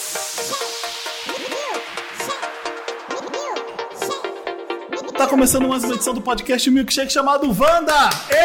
Tá começando mais uma edição do podcast Milkshake chamado Wanda!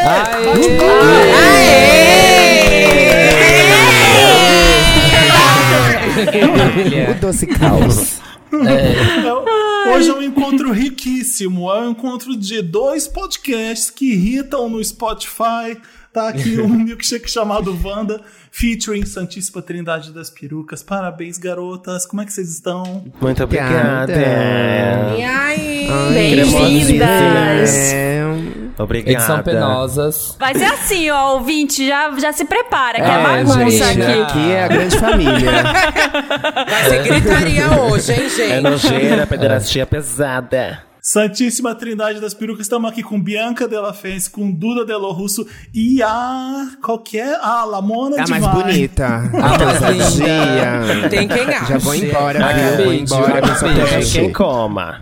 O doce caos. Hoje é um encontro riquíssimo. É um encontro de dois podcasts que irritam no Spotify. Tá aqui um milkshake chamado Wanda, featuring Santíssima Trindade das Perucas. Parabéns, garotas. Como é que vocês estão? Muito obrigada. E aí? Bem-vindas! Obrigada. Eles são penosas. Vai ser assim, ó, ouvinte, já se prepara, que é bagunça gente, aqui. Aqui é a grande família. Vai ser gritaria hoje, hein, gente? É nojeira, pederastia pesada. Santíssima Trindade das Perucas, estamos aqui com Bianca Della Fence, com Duda Delo Russo e a... qual que é? A Lamona A mais Divine. bonita. A mais linda. Tem quem acha. Já vou embora, viu? Vou embora. Quem coma.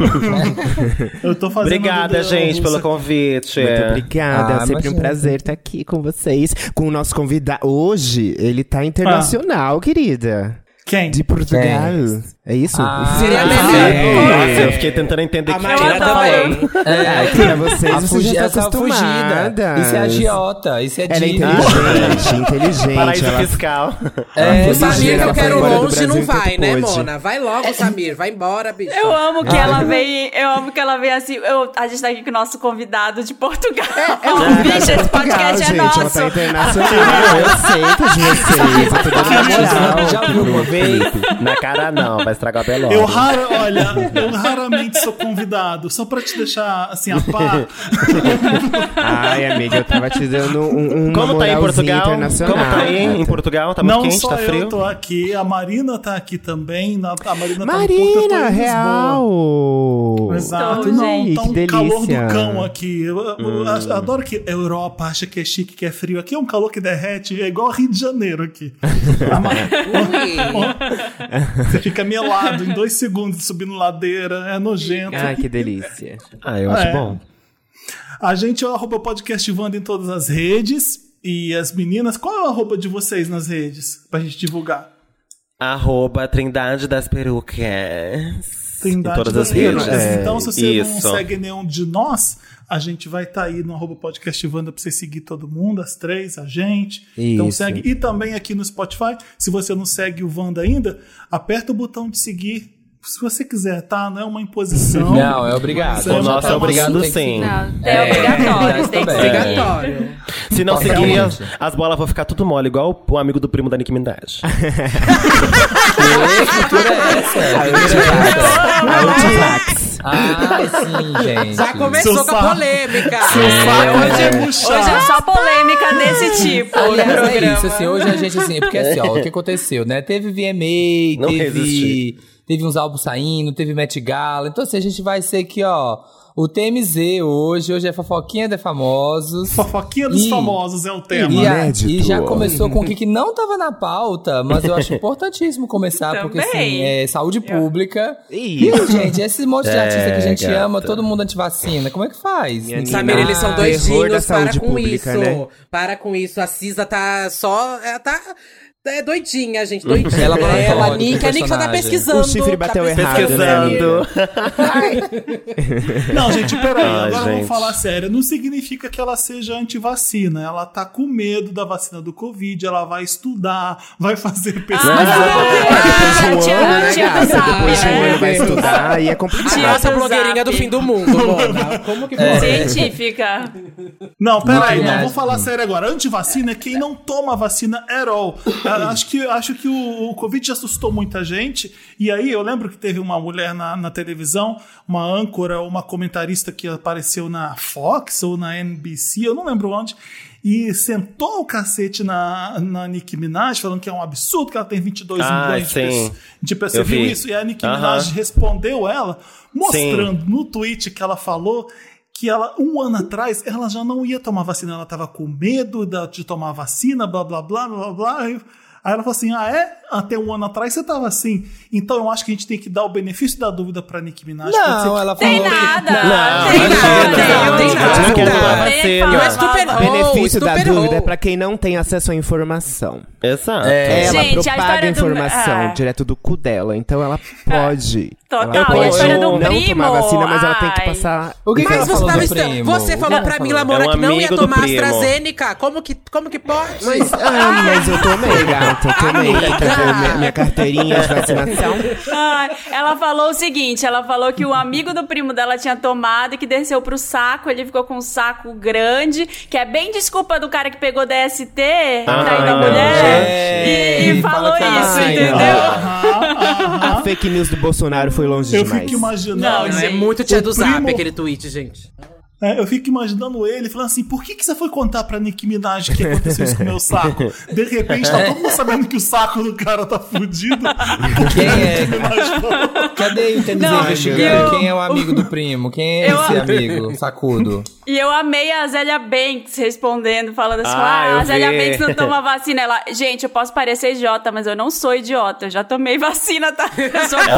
Eu tô fazendo Obrigada, gente, pelo convite. Muito obrigada, é sempre imagina. um prazer estar aqui com vocês. Com o nosso convidado. Hoje, ele tá internacional, querida. Quem? De Portugal. É isso? Seria Nossa, melhor. eu fiquei tentando entender A que Maíra também. É, que pra vocês, você já tá essa fugida. acostumada. Isso é agiota, isso é Ela é diva. inteligente. paraíso ela... fiscal. O Samir que eu quero embora do longe não Brasil vai, enquanto né, pôde. Mona? Vai logo, Samir. Vai embora, bicho. Eu amo que ela vem assim. A gente tá aqui com o nosso convidado de Portugal. Bicho, esse podcast é gente, nosso. ela tá internacional. Eu sei que a gente vocês. Eu tô dando moral. Já ouviu uma vez? Na cara não, vai estragar a belora. Eu raramente sou convidado, só pra te deixar assim a par. Ai, amiga, eu tava te dando uma Como tá aí em moralzinha Portugal? internacional. Como tá aí em Portugal? Tá muito Não quente, só tá frio? eu tô aqui, a Marina tá aqui também. A Marina tá no Porto, eu tô Marina, em Lisboa. real! Exato, Então, não, gente, tá um que calor do delícia. cão aqui. Eu adoro que a Europa acha que é chique, que é frio. Aqui é um calor que derrete, é igual Rio de Janeiro aqui. Você fica melado em 2 segundos subindo ladeira, é nojento. Ai, que delícia. Ah, eu acho É. bom. A gente é o @podcastvanda em todas as redes. E as meninas, qual é o arroba de vocês nas redes? Pra gente divulgar. @Trindade das Perucas. Trindade em todas das as redes. Perucas. Então, se você não Isso. segue nenhum de nós, a gente vai estar aí no @podcastvanda pra você seguir todo mundo, as 3, a gente. Então Isso. segue. E também aqui no Spotify, se você não segue o Wanda ainda, aperta o botão de seguir. Se você quiser, tá? Não é uma imposição. Não, é obrigado. Mas é O nosso uma é obrigado tem que- sim. Não, é obrigatório, tem que também. ser. Obrigatório. Se não seguir, Realmente. as bolas vão ficar tudo mole, igual o amigo do primo da Nicki Minaj. Que cultura é essa? A Ultimax. Ah, sim, gente. Já começou Seu com a saco. polêmica. Hoje é puxado. Hoje é só polêmica desse tipo. Aliás, no é programa. isso, assim, hoje a gente, assim, porque assim, ó, o que aconteceu, né? Teve VMA, Não resisti. teve uns álbuns saindo, teve Met Gala, então assim, a gente vai ser aqui, ó, o TMZ hoje é fofoquinha de famosos. Fofoquinha dos E- famosos é o tema. Inédito. E já começou com o que não tava na pauta, mas eu acho importantíssimo começar, porque assim, Também. é saúde pública. Ih. E, gente, esses monte de artista que a gente gata. ama, todo mundo antivacina, como é que faz? Minha Samir, eles são Terror da doidinhos. Para saúde com pública, isso. né? Para com isso. A Cisa tá só... Ela tá... É doidinha, gente. Doidinha. Ela é a laboratório, Nick só tá personagem. pesquisando. O chifre bateu tá errado, Pesquisando. Não, gente, peraí. Ai, Agora vamos gente. falar sério. Não significa que ela seja antivacina. Ela tá com medo da vacina do Covid. Ela vai estudar, vai fazer pesquisa. Depois de um ano vai estudar e é A complicado. nossa Zap. blogueirinha do fim do mundo, Mona. Como que foi? Científica. Não, peraí, Não, não, vou falar sério agora. Antivacina é quem não toma a vacina at all. Acho que o Covid já assustou muita gente. E aí eu lembro que teve uma mulher na televisão, uma âncora, uma comentarista que apareceu na Fox ou na NBC, eu não lembro onde. E sentou o cacete na Nicki Minaj, falando que é um absurdo, que ela tem 22 milhões sim. de pessoas. Você Eu viu vi. isso? E a Nicki Aham. Minaj respondeu ela, mostrando no tweet que ela falou que ela, 1 ano atrás, ela já não ia tomar vacina. Ela estava com medo de tomar vacina, blá, blá, blá, blá, blá. Aí ela falou assim, até um ano atrás você tava assim. Então eu acho que a gente tem que dar o benefício da dúvida pra Nicki Minaj. Não, ela falou... Tem nada. Não, é super O benefício da super dúvida é pra quem não tem acesso à informação. Exato. Ela Gente, a propaga história a informação direto do cu dela, então ela pode. Total, ela e a história do não primo? tomar vacina, mas ela tem que Ai. passar. O que Mas ela falou do primo? você falou pra mim, Lamora, É um que não ia amigo do tomar primo. AstraZeneca. Como que pode? Mas eu tomei, gata. Tomei. Minha carteirinha de vacinação. Ai, ela falou o seguinte, ela falou que o amigo do primo dela tinha tomado e que desceu pro saco, ele ficou com um saco grande, que é bem desculpa do cara que pegou DST, traindo a mulher, e falou isso, entendeu? A fake news do Bolsonaro foi longe Eu demais. fico imaginando. Não, Isso é muito tia do Zap, primo- aquele tweet, gente. Eu fico imaginando ele falando assim, por que você foi contar pra Nicki Minaj que aconteceu isso com o meu saco? De repente tá todo mundo sabendo que o saco do cara tá fudido. Quem é? Cadê o TMZ Não, investigando? Quem é o amigo do primo? Quem é esse amigo? Sacudo. E eu amei a Zélia Banks respondendo, falando assim, eu a Zélia vi. Banks não toma vacina. Ela, gente, eu posso parecer idiota, mas eu não sou idiota, eu já tomei vacina, tá? Eu sou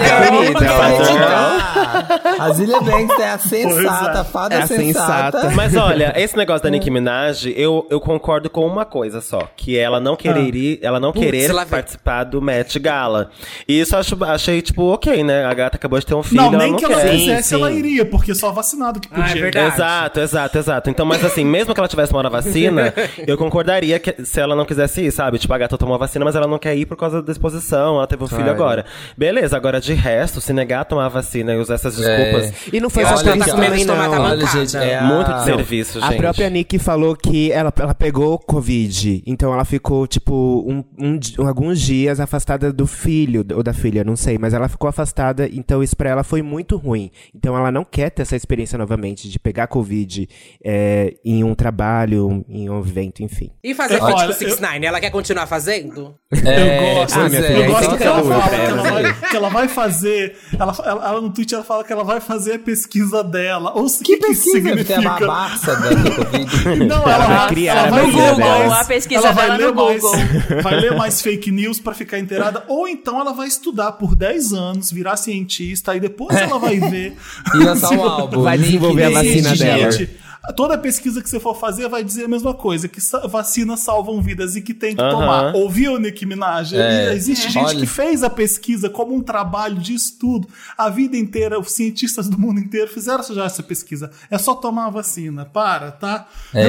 A Zilia Banks é a sensata, a fada É a sensata. Mas olha, esse negócio da Nicki Minaj, eu concordo com uma coisa só. Que ela não querer, ela vem. participar do Met Gala. E isso eu achei, tipo, ok, né? A gata acabou de ter um filho, Não, ela nem não que ela quer. fizesse, ela iria, porque só vacinado que podia. é verdade. Exato. Então, mas assim, mesmo que ela tivesse tomado a vacina, eu concordaria que se ela não quisesse ir, sabe? Tipo, a gata tomou a vacina, mas ela não quer ir por causa da exposição, ela teve um filho agora. Beleza, agora de resto, se negar a tomar a vacina e usar essas desculpas... E não foi Eu só acho que por ela tá isso com medo de também, tomar não. Olha, gente, Muito de serviço, gente. A própria Nicki falou que ela pegou Covid, então ela ficou, tipo, alguns dias afastada do filho, ou da filha, não sei, mas ela ficou afastada, então isso pra ela foi muito ruim. Então ela não quer ter essa experiência novamente de pegar Covid em um trabalho, em um evento, enfim. E fazer Olha, feat com 6ix9ine, ela quer continuar fazendo? Eu gosto. pois é, Eu gosto então que ela tá bom, fala que ela vai fazer. Ela no Twitter ela fala que ela vai fazer a pesquisa dela. Ou se que pesquisa? Tem significa? uma Barça da Covid. Não, Ela vai ela criar ela a vai pesquisa ler dela. mais. A pesquisa Ela vai dela ler no mais. Google. Vai ler mais fake news pra ficar inteirada. Ou então ela vai estudar por 10 anos, virar cientista, e depois ela vai ver. E lançar um álbum. Vai desenvolver a vacina dela. Gente, toda pesquisa que você for fazer vai dizer a mesma coisa, que vacinas salvam vidas e que tem que tomar. Ouviu, Nicki Minaj? Existe gente que fez a pesquisa como um trabalho de estudo. A vida inteira, os cientistas do mundo inteiro fizeram já essa pesquisa. É só tomar a vacina. Tá?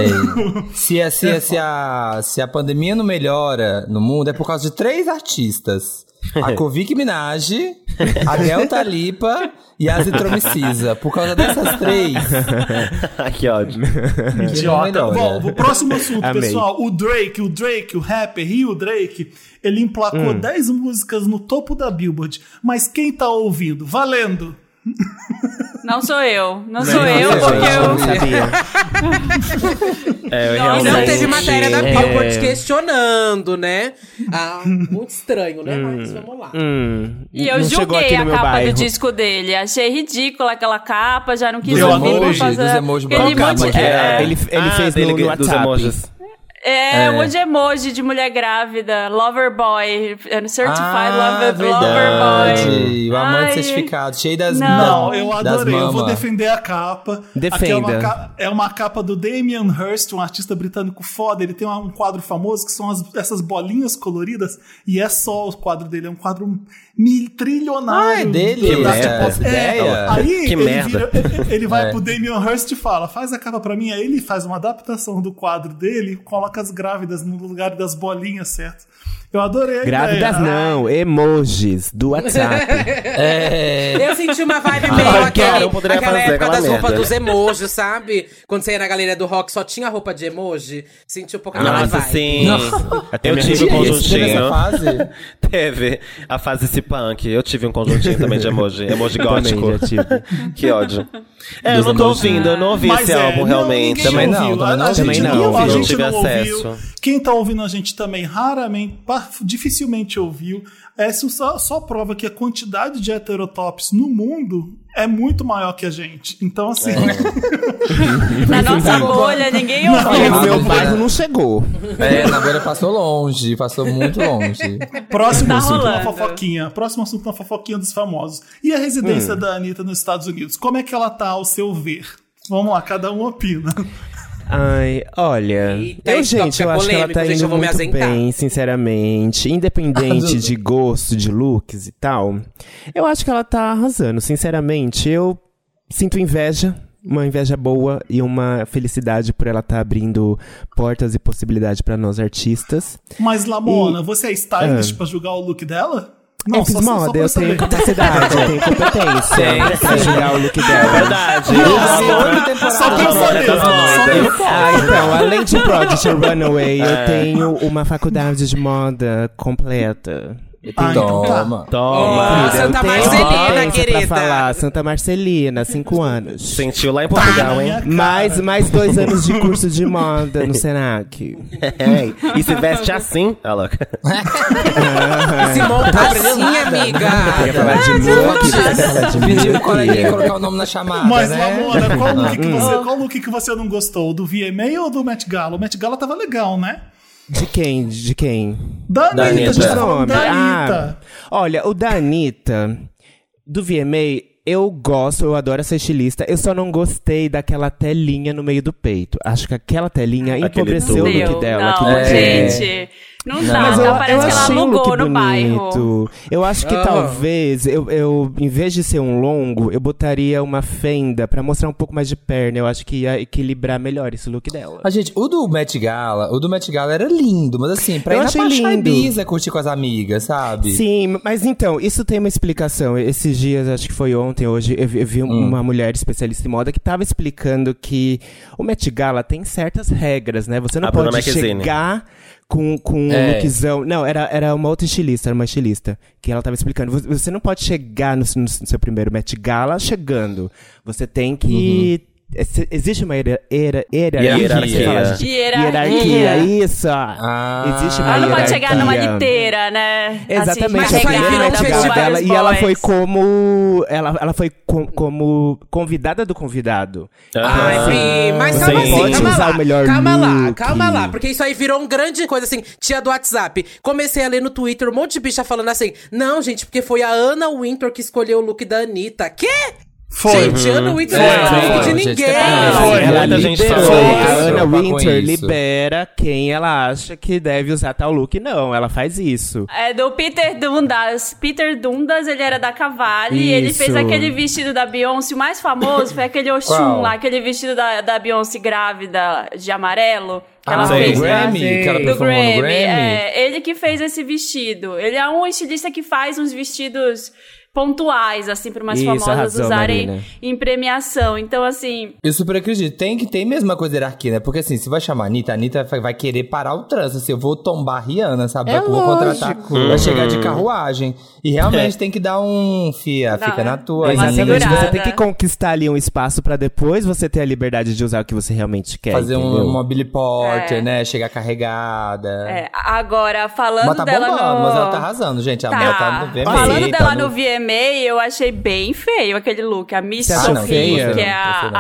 Se a pandemia não melhora no mundo, é por causa de 3 artistas. A Nicki Minaj, a Delta Lipa e a Azitromicisa. Por causa dessas 3. Que ódio. Idiota. Bom, o próximo assunto, Amei. pessoal. O Drake, o rapper Rio Drake, ele emplacou 10 músicas no topo da Billboard. Mas quem tá ouvindo? Valendo! Não sou eu, Não, porque eu não eu... sabia. Eu E realmente... não teve matéria da Billboard questionando, né? Muito estranho, né? Mas vamos lá. E eu Não chegou julguei aqui no a meu capa bairro. do disco dele. Achei ridícula aquela capa, já não quis Dos ouvir por emojis, causa... dos emojis aquele brancados, monte- que é- Ele fez no dos WhatsApp. emojis. um monte de emoji de mulher grávida. Lover boy. Certified lover boy. O amante Ai. certificado, cheio das Não, eu das adorei. Eu vou mamas. defender a capa. Defenda. Aqui é uma capa do Damien Hirst, um artista britânico foda. Ele tem um quadro famoso que são essas bolinhas coloridas. E é só o quadro dele. É um quadro trilionário. É dele? Que merda. Essa ideia? Aí Que ele, merda. ele vai pro Damien Hirst e fala: faz a capa pra mim. Aí ele faz uma adaptação do quadro dele e coloca as grávidas no lugar das bolinhas, certo? Eu adorei a Grávidas ideia. não, emojis do WhatsApp. Eu senti uma vibe meio qualquer um poderia aquela fazer época aquela das roupas merda. dos emojis, sabe? Quando você ia na galeria do rock, só tinha roupa de emoji. Senti um pouco aquela Nossa, vibe. sim. Até Eu minha tive um tia, Esse teve essa conjuntinho. fase? Teve a fase C-Punk. Eu tive um conjuntinho também de emoji. Emoji gótico. Também já tive. Que ódio. Eu não tô ouvindo, eu não ouvi Mas esse álbum realmente. ninguém Também não, ouviu. também não A ouvi. gente Também não. a Eu gente tive não ouviu sucesso. Quem tá ouvindo a gente também raramente, dificilmente ouviu. Essa só prova que a quantidade de heterotops no mundo é muito maior que a gente. Então, assim... Na nossa bolha, ninguém No ouviu. meu bairro não chegou. Na bolha passou longe, passou muito longe. Próximo Tá assunto na rolando. fofoquinha. Próximo assunto na fofoquinha dos famosos. E a residência da Anitta nos Estados Unidos? Como é que ela tá ao seu ver? Vamos lá, cada um opina. Ai, olha, Eita, eu esse tópico acho que é ela polêmico, tá gente, indo eu vou me muito ausentar. bem, sinceramente. Independente de gosto, de looks e tal, eu acho que ela tá arrasando, sinceramente. Eu sinto inveja, uma inveja boa e uma felicidade por ela estar abrindo portas e possibilidades pra nós artistas. Mas, Lamona, você é stylist pra julgar o look dela? Eu fiz moda, pra eu saber. tenho capacidade, eu tenho competência pra julgar o look dela. Verdade. Só pra saber. Então, além de Prodigy Runaway, eu tenho uma faculdade de moda completa. Então tá. Toma. Ah, Santa Eu tenho Marcelina, competência querida. pra falar, Santa Marcelina, 5 anos. Sentiu lá em Portugal, hein? Mais 2 anos de curso de moda no Senac. E se veste assim? Ah, louca. Se monta assim, amiga. Quer falar de look? Quer falar de Pediu o look? coleguinha colocar o nome na chamada, Mas, né? Lamona, qual look que você não gostou? O do VMA ou do Met Gala? O Met Gala tava legal, né? De quem? De quem? Da Anitta, Anitta. a gente tá falando da Nome? Anitta. Olha, o da Anitta, do VMA, eu gosto, eu adoro essa estilista. Eu só não gostei daquela telinha no meio do peito. Acho que aquela telinha empobreceu o Deu. look dela. Não, aquilo- gente. Não dá, Mas tá? Parece que ela achei um look alugou no bairro. bonito. Eu acho que talvez, eu, em vez de ser um longo, eu botaria uma fenda pra mostrar um pouco mais de perna. Eu acho que ia equilibrar melhor esse look dela. Ah, gente, o do Met Gala era lindo, mas assim, pra Eu ir na achei Baixada lindo. Ibiza, curtir com as amigas, sabe? Sim, mas então, isso tem uma explicação. Esses dias, acho que foi ontem, hoje, eu vi uma mulher especialista em moda que tava explicando que o Met Gala tem certas regras, né? Você não A Bruna pode Marquezine. chegar com um lookzão. Não, era uma outra estilista, era uma estilista, que ela tava explicando. Você não pode chegar no seu primeiro Met Gala chegando. Você tem que... Existe uma hierarquia. Hierarquia. Isso. Ah. Existe uma Ela não hierarquia. pode chegar numa liteira, né? Exatamente, assim, é o primeiro virou Met um Gala festival dela. dos E ela boys. foi como... Ela foi como convidada do convidado. Ai, Bi, mas Sim. calma assim, Pode calma usar lá. o melhor look. Calma lá, porque isso aí virou uma grande coisa assim, tia do WhatsApp. Comecei a ler no Twitter um monte de bicha falando assim, não, gente, porque foi a Anna Wintour que escolheu o look da Anitta. Quê? Foi. Gente, Anna Wintour Foi. não é look de Foi, ninguém. gente, que Foi. Ela Muita gente liberou. falou A isso. Anna Com Wintour isso. libera quem ela acha que deve usar tal look. Não, ela faz isso. É do Peter Dundas. Peter Dundas, ele era da Cavalli e ele Isso. fez aquele vestido da Beyoncé. O mais famoso foi aquele Oxum Qual? lá, aquele vestido da Beyoncé grávida de amarelo. Que ela sim. fez, do Grammy, né? que ela Do performou no Grammy. É, ele que fez esse vestido. Ele é um estilista que faz uns vestidos pontuais, assim, para umas Isso, famosas arrasou, usarem Marina. em premiação. Então, assim, Eu super acredito. Tem mesmo uma coisa de hierarquia, né? Porque assim, se vai chamar a Anitta vai querer parar o trânsito. Assim, eu vou tombar a Rihanna, sabe? É Eu vou contratar, lógico. vai chegar de carruagem. E realmente tem que dar um... Fica na tua. Uma linha. Exatamente, segurada. você tem que conquistar ali um espaço pra depois você ter a liberdade de usar o que você realmente quer, Fazer entendeu? uma Billy Porter, É. né? Chegar carregada. agora, falando Mas tá dela bombando, no... mas ela tá arrasando, gente. A mulher tá no VMA. Falando tá dela no- no VMA, eu achei bem feio aquele look. A Miss Você acha Sophie, feia? que é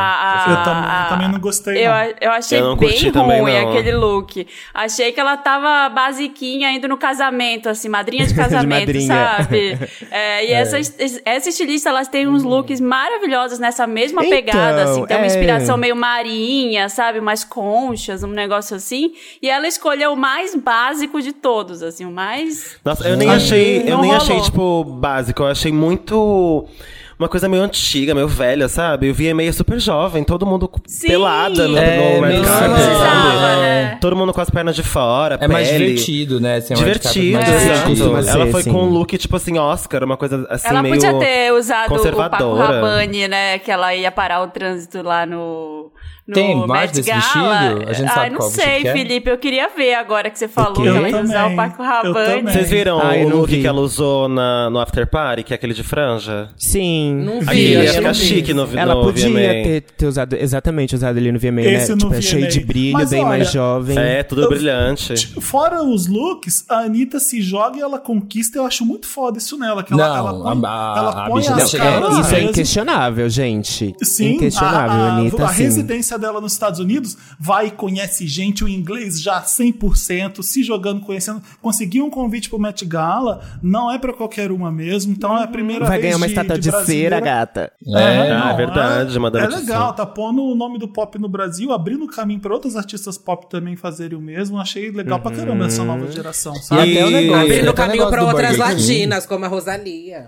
Eu também não gostei, Eu, não. eu achei Eu não bem curti também, ruim não. aquele look. Achei que ela tava basiquinha indo no casamento, assim, madrinha de casamento, madrinha. sabe? E essa estilista, elas têm uns looks maravilhosos nessa mesma Então, pegada, assim. Tem uma é. inspiração meio marinha, sabe? Mais conchas, um negócio assim. E ela escolheu o mais básico de todos, assim, o mais... Nossa, eu nem achei, Não rolou. tipo, básico. Eu achei muito... Uma coisa meio antiga, meio velha, sabe? Eu vi meio super jovem, todo mundo Sim. pelada no É, red meio carpet, não sabe? precisava, né? Todo mundo com as pernas de fora, É mais pele. divertido, né? Assim, Divertido, mais exato. Costuma Ela ser, foi sim. com um look, tipo assim, Oscar, uma coisa assim, Ela meio podia ter usado o Paco conservadora. Rabanne, né? Que ela ia parar o trânsito lá no Tem mais Met desse Gala. vestido? A gente sabe não qual sei, vestido que é? Felipe, eu queria ver agora que você falou quê? que ela Eu ia usar também. o Paco Eu Rabanne. também. Vocês viram Ai, o não look vi. que ela usou no After Party, que é aquele de franja? Sim. Não vi, Aquele, eu acho que não é vi. chique no Ela no podia VMA. ter usado, exatamente, usado ali no VMA, Esse né? no Tipo, é cheio VMA. de brilho, Mas bem olha, mais jovem. É, tudo brilhante. Fora os looks, a Anitta se joga e ela conquista. Eu acho muito foda isso nela. Que Não, ela põe, a põe bicha as chega- caras Isso é mesmo. inquestionável, gente. Sim, Inquestionável, Anitta, a sim. residência dela nos Estados Unidos vai e conhece gente, o inglês já 100%, se jogando, conhecendo. Conseguir um convite pro Met Gala não é pra qualquer uma mesmo, então é a primeira Vai vez ganhar uma estátua de brasileira. cera, gata. É verdade, Madame É legal, Tussauds. tá pondo o nome do pop no Brasil, abrindo caminho pra outros artistas pop também fazerem o mesmo. Achei legal pra caramba essa nova geração, E sabe? até o negócio. Abrindo até o caminho negócio pra do outras Burger King. latinas, como a Rosalia.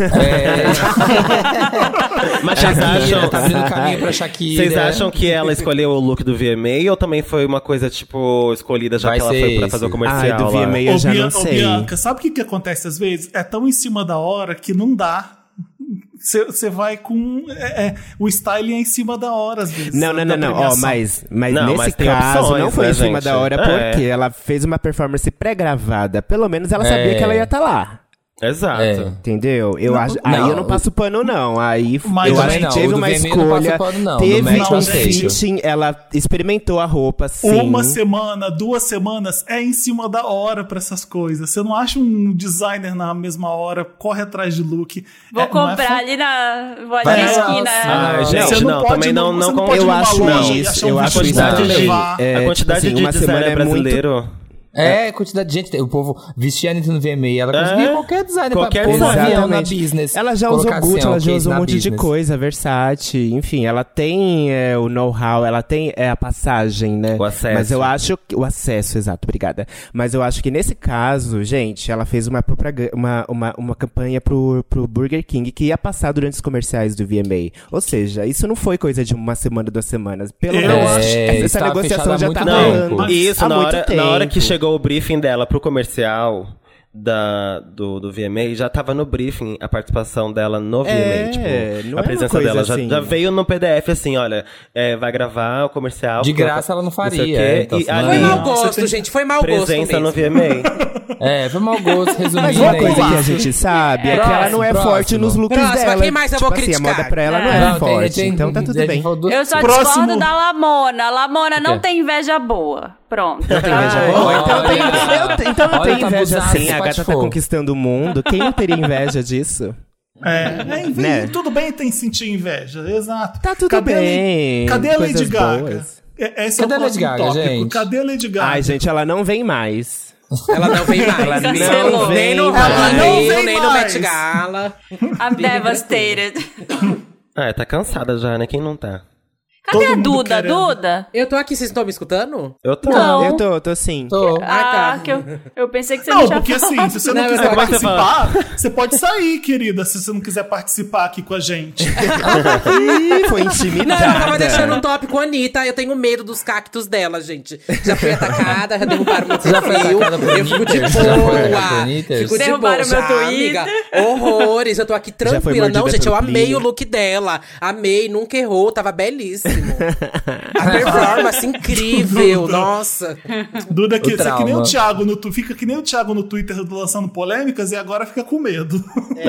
Mas vocês acham, Tá abrindo caminho pra Shakira. vocês acham que ela escolheu o look do VMA ou também foi uma coisa, tipo, escolhida já Vai que ela ser foi pra fazer o esse. comercial Ai, do lá? VMA eu já não Ô, sei. Bianca, sabe o que acontece às vezes? É tão em cima da hora que não dá. Você vai com. O styling é em cima da hora, às vezes. Não. da Ó, premiação. mas Não, nesse mas tem caso opções, não foi né, em cima gente? da hora, É. porque ela fez uma performance pré-gravada. Pelo menos ela sabia que ela ia estar lá. Exato. É. Entendeu? Eu Não, acho, aí não, eu não passo pano, não. Aí Mas eu também acho que não, teve o do uma VMA eu não escolha. passo pano, não. Do Teve Met um eu aceito. fitting, ela experimentou a roupa, sim. Uma semana, 2 semanas é em cima da hora pra essas coisas. Você não acha um designer na mesma hora, corre atrás de look. Vou não é comprar fa- ali vou ali Vai na nessa- esquina. Ai, Você gente, não, pode também não, você não, pode ir eu numa acho loja e isso, achar um eu acho vestido isso pra quantidade de, levar. a quantidade tipo assim, de uma semana designer é muito- brasileiro. Quantidade de gente. O povo vestia a Anitta no VMA. Ela conseguia qualquer designer Qualquer pra pôr no designer. avião, na business. Ela já usou Colocar assim, Gucci, ó, ela já case usou um na monte de business. coisa, Versace, enfim, ela tem o know-how, ela tem a passagem, né? O acesso. Mas eu acho que o acesso, exato, obrigada. Mas eu acho que nesse caso, gente, ela fez uma campanha pro Burger King que ia passar durante os comerciais do VMA. Ou seja, isso não foi coisa de uma semana, 2 semanas. Pelo Eu menos acho- essa estava negociação fechada há já muito tá tempo. rolando. Não, isso, há na muito hora que tempo. chegou o briefing dela pro comercial do VMA, já tava no briefing a participação dela no VMA. Tipo, não a é presença uma coisa dela assim. já veio no PDF assim, olha, vai gravar o comercial. De porque graça ela não sei o faria, quê, então, e senão- ali, Foi mau Não, gosto, você tem gente. Foi mau gosto presença mesmo. no VMA. Foi mau gosto, resumindo. Mas uma né? coisa que a gente sabe é que ela não é Próximo. forte nos looks Próximo, dela. quem mais eu vou Tipo assim, a criticar? moda pra ela não É. é Não, forte, então tá tudo a gente bem. falou duas Eu só Próximo. discordo da Lamona. Lamona não quê? tem inveja boa. Pronto. Tem inveja boa? Então não Olha, tem tá inveja abusado, assim. A gata tá espatifou. conquistando o mundo. Quem não teria inveja disso? Né? Tudo bem tem sentir inveja, exato. Tá tudo bem, Cadê a Lady coisas Gaga? boas. Esse Cadê é a o Lady próximo Gaga, tópico. gente? Cadê a Lady Gaga? Ai, gente, ela não vem mais. Ela não vem mais. Ela não Cancelou. vem Nem no mais. Rock in Não Rio, vem nem no mais. Met Gala. I'm devastated. Tá cansada já, né? Quem não tá? Cadê Todo a mundo Duda? querendo. Duda? Eu tô aqui, vocês estão me escutando? Eu tô. Não. Eu tô sim. Tô. Ah, tá. Que eu pensei que você Não, não tinha porque falado. assim, se você não Não, quiser mas como é que você participar, você pode sair, querida, se você não quiser participar aqui com a gente. Ih, foi Não, intimidada. eu tava deixando um tópico Anitta. Eu tenho medo dos cactos dela, gente. Já fui atacada, já derrubaram meu Já foi perfil. atacada por Eu fico de haters? Já foi atacada por boa. haters? Fico de Derrubaram boa. meu Já, Twitter. amiga. Horrores. Eu tô aqui foi tranquila. Não, mordida gente, eu pelo amei Plínio. o look dela. Amei, nunca errou. Tava belíssimo. A performance incrível. Nossa. Duda, você é que nem trauma. o Thiago fica que nem o Thiago no Twitter lançando polêmicas e agora fica com medo.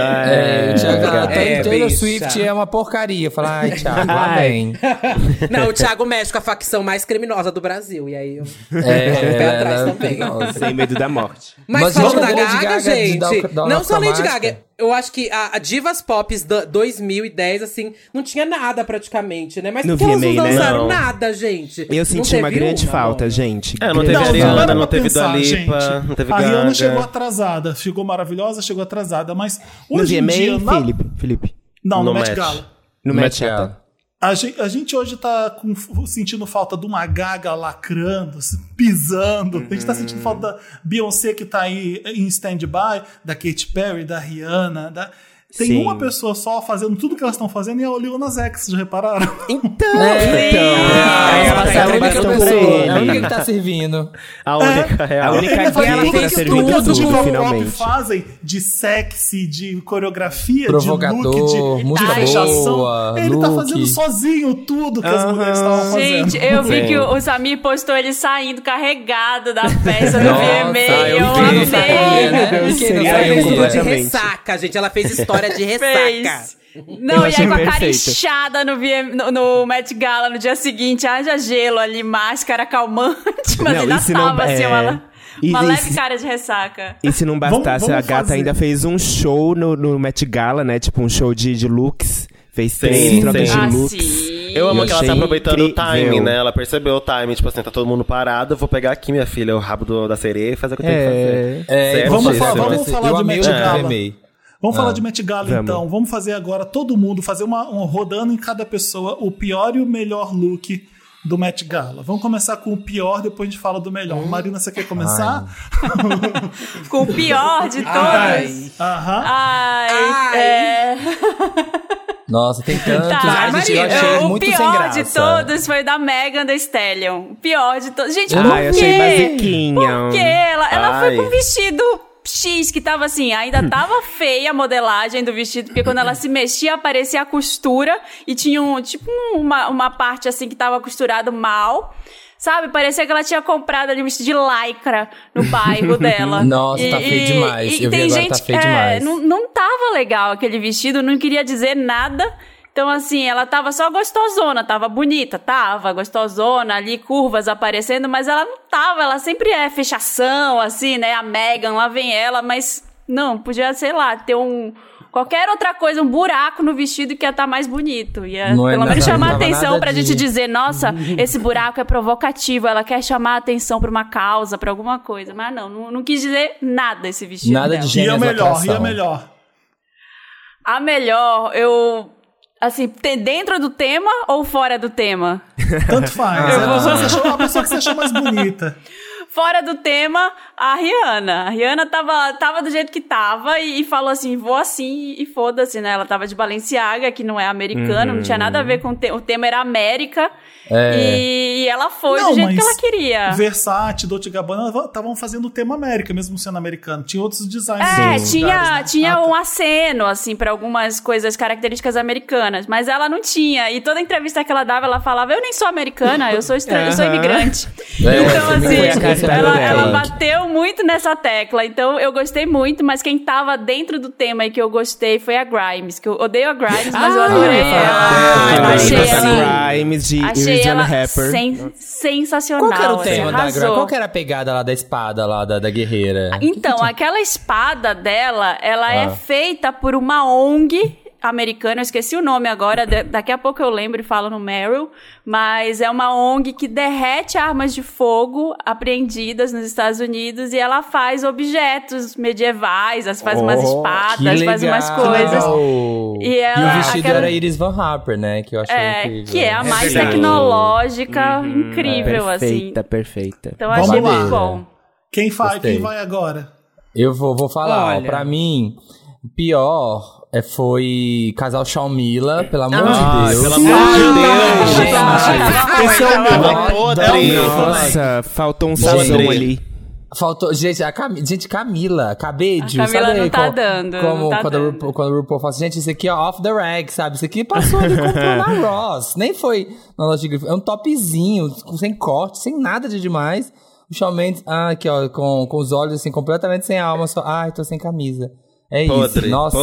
Taylor bicha. Swift é uma porcaria. Fala, ai, Thiago, lá Ai. vem. Não, o Thiago mexe com a facção mais criminosa do Brasil. E aí eu fico pé atrás também. Sem medo da morte. Mas Mas falando da vamos Lady Gaga, Gaga de gente, dar não uma só Lady cromática. Gaga. Eu acho que a Divas Pops 2010, assim, não tinha nada praticamente, né? Mas No por que elas não VMA, né? lançaram Não. nada, gente? Eu Não senti uma teve grande uma, falta, não. gente. Não teve Grande Ariana, falta. para não pra teve Dua Lipa, gente. não teve A Rihanna Gaga. chegou atrasada, chegou maravilhosa, chegou atrasada, mas No hoje em dia... VMA, Felipe? Não, no No Met Met. Gala. No Met Met Gala. Gala. A gente hoje tá sentindo falta de uma Gaga lacrando, pisando. A gente tá sentindo falta da Beyoncé que tá aí em stand-by, da Katy Perry, da Rihanna. Tem Sim. uma pessoa só fazendo tudo que elas estão fazendo e é o Lil Nas X, já repararam? Então, É ela a tá única bastante pessoa, ele. é a única que tá servindo. A única real. A única Ele faz gay tudo que tá que servindo as tudo, divas pop finalmente. fazem de sexy, de coreografia, Provocador, de look, de música fechação. boa, Ele tá look. fazendo sozinho tudo que as mulheres estavam fazendo. Gente, eu vi Sim. que o Samir postou ele saindo carregado da festa do Nossa, VMA. eu Eu vi, amei. né? Eu Quem não seria sabe eu disso? de completamente. ressaca, gente. Ela fez história de ressaca. Fez. Não, e aí achei com a cara perfeito. inchada no Met Gala no dia seguinte, haja gelo ali, máscara calmante, mas Não, ainda e se não- tava assim, uma E leve se- cara de ressaca. E se não bastasse, Vamos a gata fazer. ainda fez um show no Met Gala, né? Tipo, um show de looks. Fez Sim, 3 trocas sim. de looks. Sim. Eu amo Eu que ela tá achei aproveitando o incrível. timing, né? Ela percebeu o timing, tipo assim, tá todo mundo parado, eu vou pegar aqui, minha filha, o rabo da sereia e fazer o que eu tenho que fazer. É, Vamos falar eu de amei Met o Gala. VMA. Vamos falar de Met Gala, Vamos. então. Vamos fazer agora todo mundo, fazer um rodando em cada pessoa o pior e o melhor look do Met Gala. Vamos começar com o pior, depois a gente fala do melhor. Marina, você quer começar? Com o pior de todos. Aham. Ai. Nossa, tem tantos. Tá, Ai, gente, eu achei o muito sem pior graça. de todos foi o da Megan Thee Stallion. O pior de todos. Gente, por Ai, achei quê? basiquinha. Por quê? Ela foi Ai. com um vestido X, que tava assim, ainda tava feia a modelagem do vestido, porque quando ela se mexia, aparecia a costura e tinha uma parte assim que tava costurado mal. Sabe, parecia que ela tinha comprado ali um vestido de lycra no bairro dela. Nossa, tá feio demais. Eu vi tem agora, gente tá feio demais. não tava legal aquele vestido, não queria dizer nada. Então, assim, ela tava só gostosona, tava bonita, tava gostosona, ali, curvas aparecendo, mas ela não tava, ela sempre é fechação, assim, né? A Megan, lá vem ela, mas não, podia, sei lá, ter qualquer outra coisa, um buraco no vestido que ia estar mais bonito. Ia Não é pelo menos nada- chamar não tava atenção nada pra de- gente dizer, nossa, esse buraco é provocativo, ela quer chamar atenção pra uma causa, pra alguma coisa. Mas não quis dizer nada esse vestido Nada dela. de E gênero a da melhor, atuação. e a melhor. A melhor, assim, dentro do tema ou fora do tema? Tanto faz. A pessoa que você achou mais bonita. Fora do tema, a Rihanna. A Rihanna tava do jeito que tava e falou assim, vou assim e foda-se, né? Ela tava de Balenciaga, que não é americano, não tinha nada a ver com o tema era América. E ela foi do jeito que ela queria. Versace, Dolce & Gabbana estavam fazendo o tema América, mesmo sendo americano. Tinha outros designs. Tinha um aceno, assim, pra algumas coisas, características americanas. Mas ela não tinha. E toda entrevista que ela dava, ela falava, eu nem sou americana, eu sou eu sou imigrante. Então, foi a assim, cara ela dela. bateu muito nessa tecla. Então, eu gostei muito, mas quem tava dentro do tema e que eu gostei foi a Grimes, que eu odeio a Grimes, mas eu adorei ela. Achei ela... Grimes de Achei Iridian ela Rapper. sensacional. Qual que era o assim, tema da arrasou. Gra? Qual que era a pegada lá da espada lá, da guerreira? Então, aquela espada dela, ela é feita por uma ONG americana, eu esqueci o nome agora, daqui a pouco eu lembro e falo no Meryl, mas é uma ONG que derrete armas de fogo apreendidas nos Estados Unidos e ela faz objetos medievais, faz umas espadas, faz umas coisas. E ela, o vestido era Iris Van Harper, né? Que eu achei incrível. que é a mais verdade. tecnológica, incrível, assim. Perfeita. Então eu Vamos achei lá. muito bom. Quem Gostei. vai agora? Eu vou falar, ó, Olha. pra mim, o pior foi Casal Shawn Miller, pelo amor de Deus. Pelo amor de Deus, gente. Esse é o meu. Tava podre. Nossa, faltou um Gente. sazão ali. Faltou, gente, Camila, Cabedio, A Camila sabe? não tá dando, não tá quando, dando. quando o RuPaul fala assim, gente, isso aqui é off the rag, sabe? Isso aqui passou ali, comprou na Ross. Nem foi na loja de grife. É um topzinho, sem corte, sem nada de demais. O Shawn Mendes, aqui ó, com os olhos assim, completamente sem alma, só, tô sem camisa. É Podre, isso, nossa.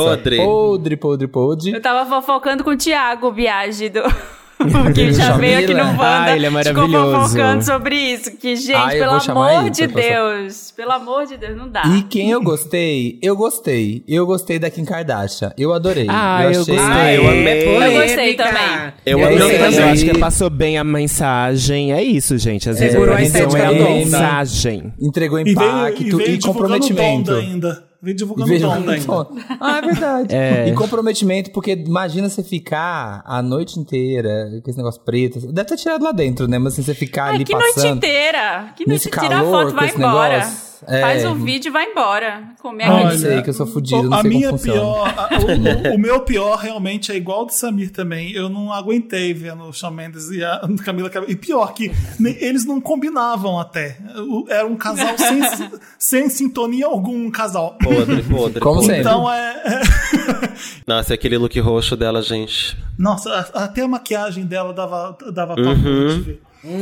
Podre. Eu tava fofocando com o Thiago Biagi que já veio aqui no Wanda. Ele é ficou maravilhoso. fofocando sobre isso. Que, gente, eu pelo vou chamar amor ele de pra passar. Deus. Pelo amor de Deus, não dá. E quem eu gostei? Eu gostei da Kim Kardashian. Eu adorei. Eu achei- gostei. Eu amei. Eu gostei também. Eu É amei isso aí. Eu também. acho que passou bem a mensagem. É isso, gente. Às vezes Segurou a a previsão é a estética do Donda. mensagem. Entregou E veio impacto e, divulgando comprometimento. Donda ainda. Veio divulgando Vejo- Donda ainda. É verdade. É. E comprometimento, porque imagina você ficar a noite inteira com esse negócio preto. Deve ter tirado lá dentro, né? Mas assim, você ficar ali Que noite passando inteira. Que nesse noite, tira a calor foto, com vai esse embora. negócio. Faz o vídeo e vai embora. Comer Não, aquele... eu sei que eu sou fudido, não A sei minha como funciona. pior, o meu pior realmente é igual ao do Samir também. Eu não aguentei vendo o Shawn Mendes e a Camila Cabello. E pior que eles não combinavam até. Era um casal sem sintonia algum, um casal. Podre. Como sempre. Então Nossa, aquele look roxo dela, gente. Nossa, até a maquiagem dela dava pavor de ver.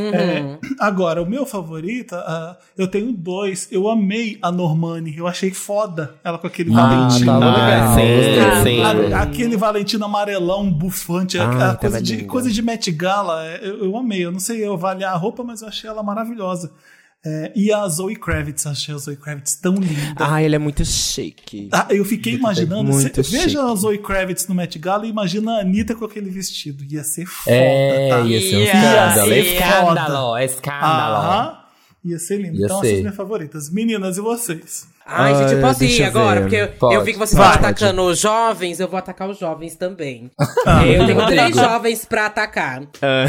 Agora, o meu favorito, eu tenho 2. Eu amei a Normani. Eu achei foda ela com aquele Valentino. Tava legal. Sim. Aquele Valentino amarelão, bufante, coisa de Met Gala. Eu amei. Eu não sei eu avaliar a roupa, mas eu achei ela maravilhosa. E a Zoe Kravitz, achei a Zoe Kravitz tão linda. Ele é muito chique. Eu fiquei imaginando, Muito veja chique. a Zoe Kravitz no Met Gala e imagina a Anitta com aquele vestido. Ia ser foda, tá? Ia ser um Ia escândalo. ser. Escândalo. Ia ser lindo. Ia Então, ser. essas são minhas favoritas. Meninas, e vocês? Ai, gente, eu posso deixa ir eu agora, ver. porque Pode. eu vi que vocês Vai. estão atacando os jovens, eu vou atacar os jovens também. Eu tenho 3 jovens pra atacar.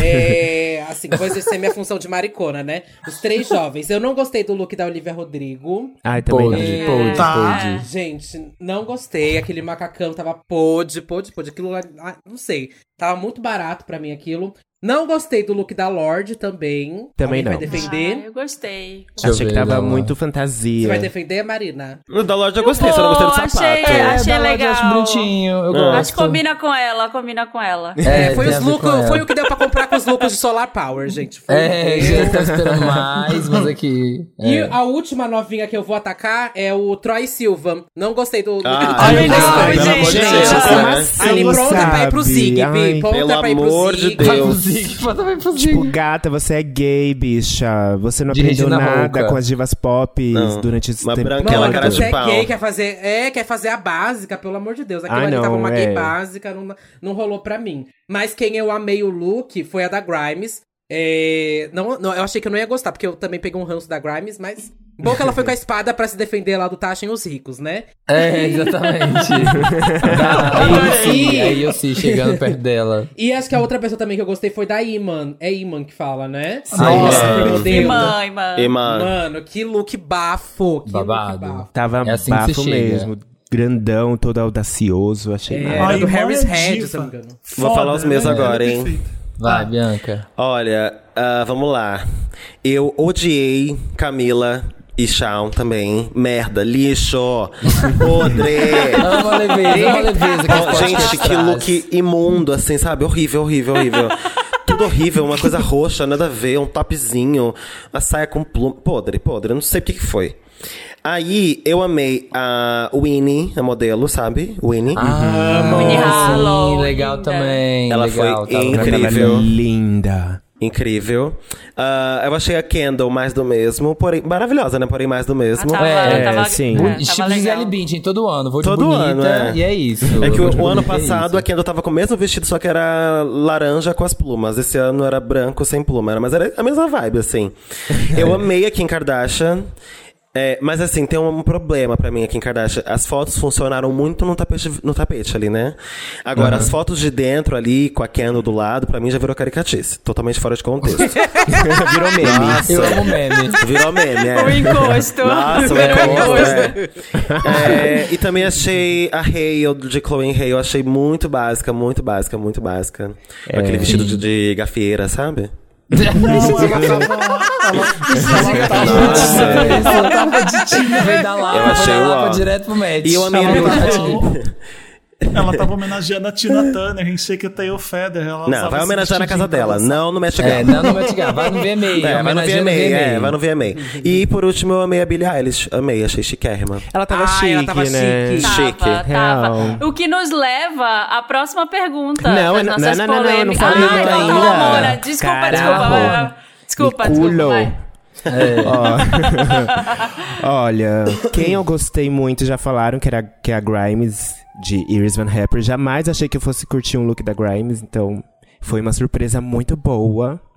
Assim, vou exercer minha função de maricona, né? Os 3 jovens. Eu não gostei do look da Olivia Rodrigo. Ai, também Pode. Tá. Gente, não gostei. Aquele macacão tava pode. Aquilo lá, não sei. Tava muito barato pra mim aquilo. Não gostei do look da Lorde também. Também Alguém vai não. defender? eu gostei. Deixa eu Achei que ver, tava dá uma- muito Você fantasia. vai defender, Marina? No da loja eu gostei, só não gostei do sapato. Achei da Lorde legal. eu acho bonitinho. Eu gosto. Acho que combina com ela. Foi tem os a ver com looks, ela. foi o que deu pra comprar com os looks de Solar Power, gente. Foi o que Já deu. tá esperando mais, mas aqui. E a última novinha que eu vou atacar é o Troy Silva. Não gostei do look do Ai, Troy não, Silva. gente. pelo amor de Deus, Como né? assim, Ali pronta pra ir pro sabe? Zig, Ai, Bi. Pronta pelo pra ir pro amor de Zig. Deus. Tipo, gata, você é gay, bicha. Você não De aprendeu Regina nada Roca. com as divas pop Não. durante esse Uma tempo. branquela, Mano, cara de você é pau. gay, quer fazer a básica, pelo amor de Deus. Aquilo Ai, ali tava não, uma gay é. básica, não rolou pra mim. Mas quem eu amei o look foi a da Grimes. Não, eu achei que eu não ia gostar, porque eu também peguei um ranço da Grimes, mas... Bom que ela foi com a espada pra se defender lá do Taxem os ricos, né? Exatamente. Aí eu sim, chegando perto dela. E acho que a outra pessoa também que eu gostei foi da Iman. É Iman que fala, né? Nossa, meu E Deus. mãe. E, mano, Mano, que look bafo. Que Babado. look bafo. Tava É assim que bafo você chega. mesmo. Grandão, todo audacioso. Achei É, massa. era do Ai, Harry's mãe é Head, diva. se eu não me engano. Vou falar os meus agora, hein? Perfeito. Vai, Bianca. olha, vamos lá. Eu odiei Camila e Shawn também. Merda, lixo, podre. Amo a leveza que esse podcast Gente, que traz. look imundo, assim, sabe? Horrível. Tudo horrível, uma coisa roxa, nada a ver, um topzinho, uma saia com pluma. Podre, eu não sei o que foi. Aí, eu amei a Winnie, a modelo, sabe? Winnie. Winnie Harlow, Sim, legal linda. também. Ela legal, foi tava Ela tava incrível. linda. Incrível. Eu achei a Kendall mais do mesmo, porém, maravilhosa, né? Porém, mais do mesmo. Sim. Tipo Gisele Bündchen, todo ano. Vou de Todo bonita ano, é. e é isso. É que Eu vou de o ano bonita, é passado isso. a Kendall tava com o mesmo vestido, só que era laranja com as plumas. Esse ano era branco sem pluma, mas era a mesma vibe, assim. Eu amei a Kim Kardashian. Mas assim, tem um problema pra mim aqui em Kardashian. As fotos funcionaram muito no tapete ali, né? Agora, as fotos de dentro ali, com a Kendall do lado, pra mim já virou caricatice. Totalmente fora de contexto. Virou meme. Nossa. Eu amo meme. Virou meme, O encosto. Nossa, o encosto, e também achei a Hale, de Chloe Hale, eu achei muito básica. Com aquele vestido de gafieira, sabe? Ela tava de time, veio da Lapa, Eu achei foi da Lapa ó. direto pro match. E eu amei a Ela tava homenageando a Tina Turner em Shake It Tail Feather. Ela Não, usava vai esse homenagear na casa vestidinho dela, pra dançar. não no Met Gala. Não no Met Gala, vai no VMA. Vai no homenageando VMA, vai no VMA. E por último eu amei a Billie Eilish. Amei, achei chiquérrima. Ela tava Ai, chique, ela tava né? chique. Chique. Tava. Real. O que nos leva à próxima pergunta. Não, das não, nossas não, não, não, polêmicas. não falei Ah, nada então, ainda. Amora, desculpa. Desculpa, Culo. vai. Ó. Olha, quem eu gostei muito já falaram que é a Grimes de Iris Van Herper. Jamais achei que eu fosse curtir um look da Grimes, então foi uma surpresa muito boa.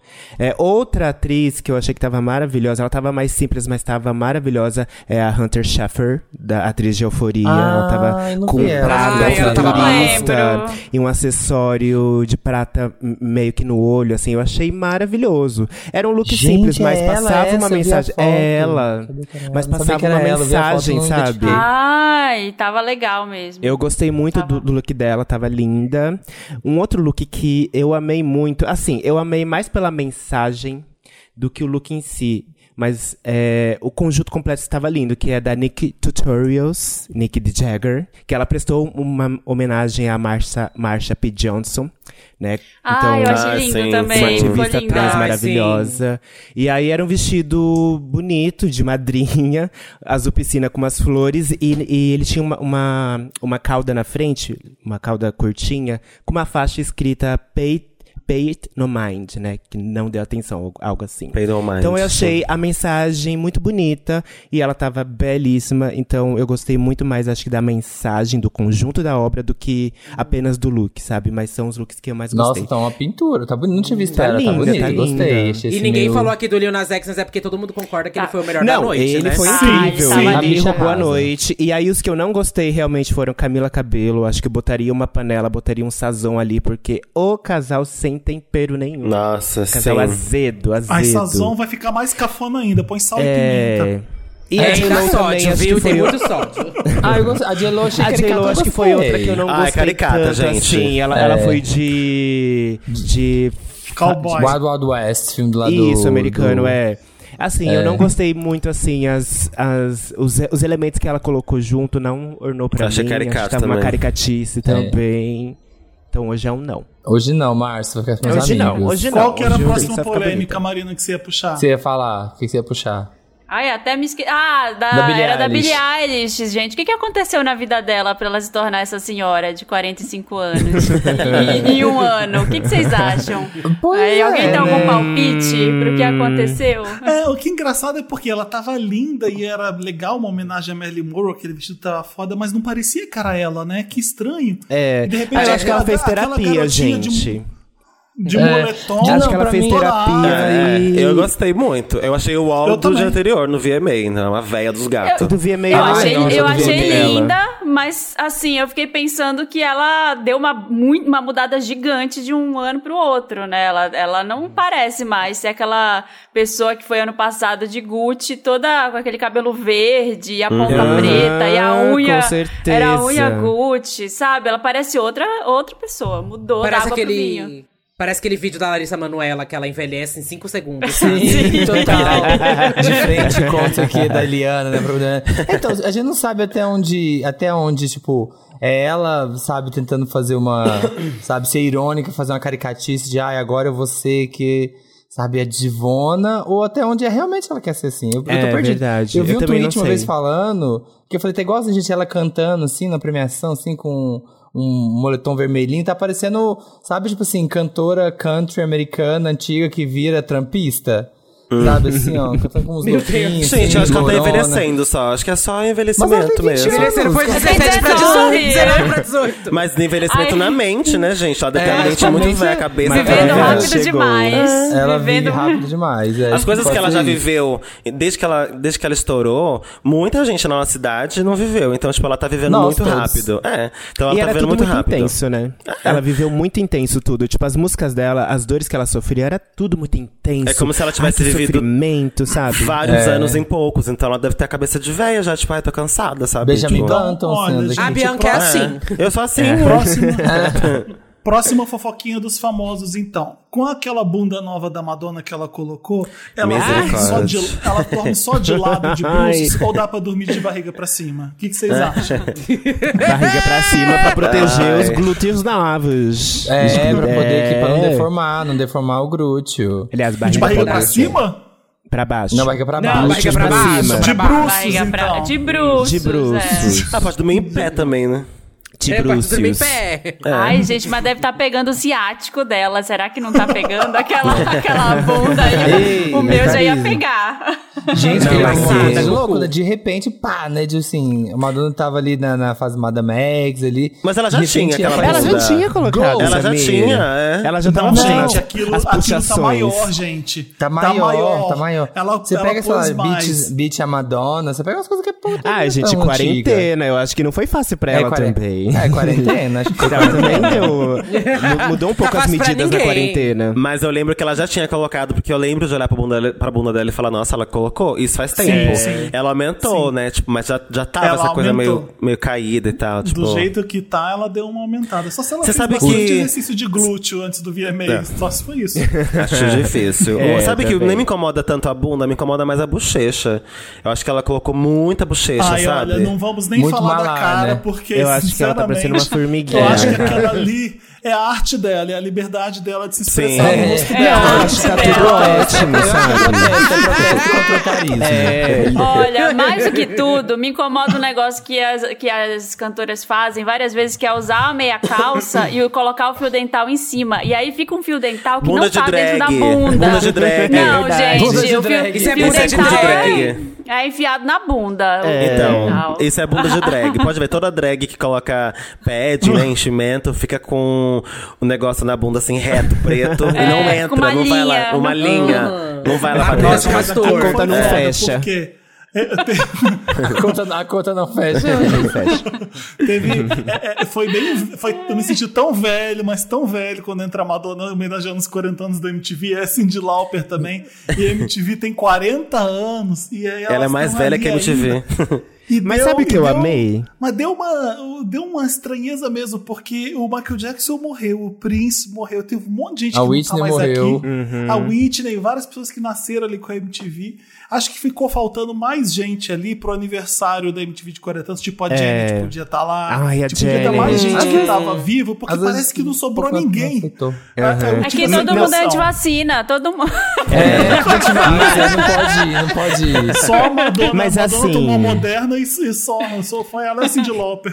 Outra atriz que eu achei que tava maravilhosa, ela tava mais simples, mas tava maravilhosa, é a Hunter Schafer, da atriz de Euforia. Ela tava com prata futurista e um acessório de prata meio que no olho, assim, eu achei maravilhoso. Era um look simples, mas passava uma mensagem. É ela, mas passava uma mensagem, sabe? Ai, tava legal mesmo. Eu gostei muito do look dela, tava linda. Um outro look que eu amei muito, assim, eu amei mais pela mensagem do que o look em si. Mas o conjunto completo estava lindo, que é da Nikki Tutorials, Nikki Jagger, que ela prestou uma homenagem à Marsha P. Johnson, né? Então, eu achei lindo também. Uma ativista trans maravilhosa. Sim. E aí era um vestido bonito, de madrinha, azul piscina com umas flores, e ele tinha uma cauda na frente, uma cauda curtinha, com uma faixa escrita Pay It No Mind, né? Que não deu atenção, algo assim. Pay No Mind. Então eu achei a mensagem muito bonita e ela tava belíssima. Então eu gostei muito mais, acho que da mensagem, do conjunto da obra, do que apenas do look, sabe? Mas são os looks que eu mais gostei. Nossa, então uma pintura. Tá bonito, não tinha visto tá ela, linda, tá bonita, tá gostei. E ninguém falou aqui do Lil Nas X, mas é porque todo mundo concorda que ele foi o melhor da noite, ele né? foi incrível. Ele me roubou a noite. E aí os que eu não gostei realmente foram Camila Cabello. Acho que eu botaria uma panela, botaria um sazão ali, porque o casal sem tempero nenhum. Nossa, casal sim. azedo. Aí sazon vai ficar mais cafona ainda. Põe sal e pimenta. E a J.Lo sódio, viu? Tem muito sódio. Eu gostei. A J.Lo achei a J.Lo acho que foi outra que eu não gostei caricata, tanto, gente. assim. Ela foi de Cowboy. Wild Wild West, filme do lado Isso, americano, Assim, eu não gostei muito, assim, os elementos que ela colocou junto não ornou pra mim. Caricato acho que tava também. uma caricatice também. Então hoje é um não. Hoje não, Márcio, vai ficar com meus amigos. Hoje Qual que era a hoje próxima só fica polêmica, bonita. Marina, que você ia puxar? Você ia falar? O que você ia puxar? Ai, até me esqueci. Billie Era da Eilish. Billie Eilish, gente. O que aconteceu na vida dela pra ela se tornar essa senhora de 45 anos em um ano? O que vocês acham? Alguém tem algum palpite pro que aconteceu? O que é engraçado é porque ela tava linda e era legal, uma homenagem a Marilyn Monroe, aquele vestido tava foda, mas não parecia que era ela, né? Que estranho. E de repente, eu acho que ela fez terapia, gente. De moletom. Acho que ela fez terapia Eu gostei muito. Eu achei o álbum do dia anterior no VMA, não, a véia dos gatos. Do VMA, eu achei linda, mas assim, eu fiquei pensando que ela deu uma mudada gigante de um ano pro outro, né? Ela não parece mais ser aquela pessoa que foi ano passado de Gucci, toda com aquele cabelo verde e a ponta preta e a unha. Com certeza. Era a unha Gucci, sabe? Ela parece outra pessoa, mudou da água pro vinho. Parece aquele vídeo da Larissa Manoela, que ela envelhece em 5 segundos. Sim, total. De frente com isso aqui da Eliana, né? Então, a gente não sabe até onde, tipo, é ela, sabe, tentando fazer sabe, ser irônica, fazer uma caricatice de, agora eu vou ser que, sabe, a divona, ou até onde realmente ela quer ser assim. Eu tô perdido. Verdade. Eu vi um também tweet uma vez falando, que eu falei, tá igual a gente, ela cantando, assim, na premiação, assim, com um moletom vermelhinho, tá parecendo, sabe, tipo assim, cantora country americana antiga que vira trampista. Sabe, assim, ó, cantando com uns lookinhos. Gente, eu acho que ela tá lorona. envelhecendo só. Acho que é só envelhecimento mesmo. Envelhecendo foi de 17 pra 19 pra 18. Mas envelhecimento na mente, né, gente? Ela deve ter a mente muito velha, a cabeça Vivendo velha. rápido demais. Ela Vivendo vive rápido demais. As coisas que ela já vive. viveu, desde que ela estourou, muita gente na nossa cidade não viveu. Então, tipo, ela tá vivendo Nós muito todos. rápido. Então ela E tá era vivendo tudo muito muito rápido. intenso, né? Ela viveu muito intenso tudo. Tipo, as músicas dela, as dores que ela sofria, era tudo muito intenso. É como se ela tivesse que vivido sofrimento, sabe? Vários anos em poucos. Então ela deve ter a cabeça de velha já, tipo, tô cansada, sabe? Benjamin Tipo, Button olha, sendo gente, A Bianca é assim. eu sou assim. Próxima fofoquinha dos famosos, então. Com aquela bunda nova da Madonna que ela colocou, ela dorme só de lado, de bruços, ou dá pra dormir de barriga pra cima? O que vocês acham? Barriga pra cima pra proteger os glúteos novos. Pra não deformar o glúteo. Aliás, De barriga pra cima? Pra baixo. Não, barriga pra baixo. Não, barriga pra baixo. De bruços, Barriga então. de bruços. De bruços. Pode dormir em pé também, né? Pra dormir em Brucius. pé. Ai, gente, mas deve estar pegando o ciático dela. Será que não tá pegando aquela bunda aí? Ei, O meu já ia Thaís. pegar. Gente, Não, que mas coisa sim. louco, né? De repente, pá, né? De assim, a Madonna tava ali na fase Madame X ali. Mas ela já de repente, tinha aquela Ela já bunda. tinha colocado. Ela já Samir. tinha, é. Ela já tava Não, fazendo gente, as aquilo tá puxações. maior, gente. Tá maior. Ela, Você ela pega, sei lá, pôs mais. Beat a Madonna, você pega umas coisas que é pouco. Ah, gente, quarentena. Eu acho que não foi fácil pra ela também. É, quarentena. Acho que Ela também mudou um pouco as fácil pra medidas na ninguém. quarentena. Mas eu lembro que ela já tinha colocado, porque eu lembro de olhar pra bunda dela e falar, nossa, ela colocou. Isso faz tempo. sim. Ela aumentou, né? Tipo, mas já tava Ela essa coisa aumentou. meio caída e tal. Tipo, Do jeito que tá, ela deu uma aumentada. Só se ela Você fez sabe bastante que- exercício de glúteo antes do VMA. Só se foi isso. acho difícil. Sabe que também. nem me incomoda tanto a bunda, me incomoda mais a bochecha. Eu acho que ela colocou muita bochecha, Ai, sabe? olha, não vamos nem Muito falar da malar, cara, né? porque, Eu acho que ela tá parecendo uma sinceramente, formiguinha. eu acho que aquela ali é a arte dela, é a liberdade dela de se expressar Sim. no rosto É, dela. Eu acho que tá tudo ótimo, sabe? protesto contra o carisma. Olha, mais do que tudo, me incomoda um negócio que as cantoras fazem várias vezes, que é usar a meia calça e colocar o fio dental em cima. E aí fica um fio dental que Bunda não de tá dentro da drag. bunda. Bunda de drag. Não, Verdade. gente, Bunda de o fio, drag. Isso é fio bunda de dental drag. é enfiado na bunda. Então, Dental. isso é bunda de drag. Pode ver, toda drag que coloca pad, né, enchimento, fica com o negócio na bunda assim, reto, preto, e não com entra, uma não vai lá. linha. Uma linha. Não vai lá pra Nossa, dentro. mas Aqui Pastor. foi Conta não foda, fecha. Porque A conta não fecha. eu me senti tão velho, mas tão velho quando entra a Madonna homenageando os 40 anos da MTV. É Cyndi Lauper também. E a MTV tem 40 anos. E aí Ela é elas mais tão velha ali que a MTV. ainda. E Mas sabe o que eu amei? Mas deu uma estranheza mesmo, porque o Michael Jackson morreu, o Prince morreu, teve um monte de gente A que Whitney não tá mais morreu. aqui. A Whitney, várias pessoas que nasceram ali com a MTV. Acho que ficou faltando mais gente ali pro aniversário da MTV de 40 anos, tipo a Janet podia estar lá. Ai, a tipo, podia ter Janet. mais gente Às que vezes- tava vivo, porque às parece vezes que não sobrou não ninguém. aceitou. É que todo mundo é antivacina, todo mundo. Não pode. Só a Madonna, Mas a Madonna assim- tomou a Moderna e só foi ela e a Cyndi Lauper.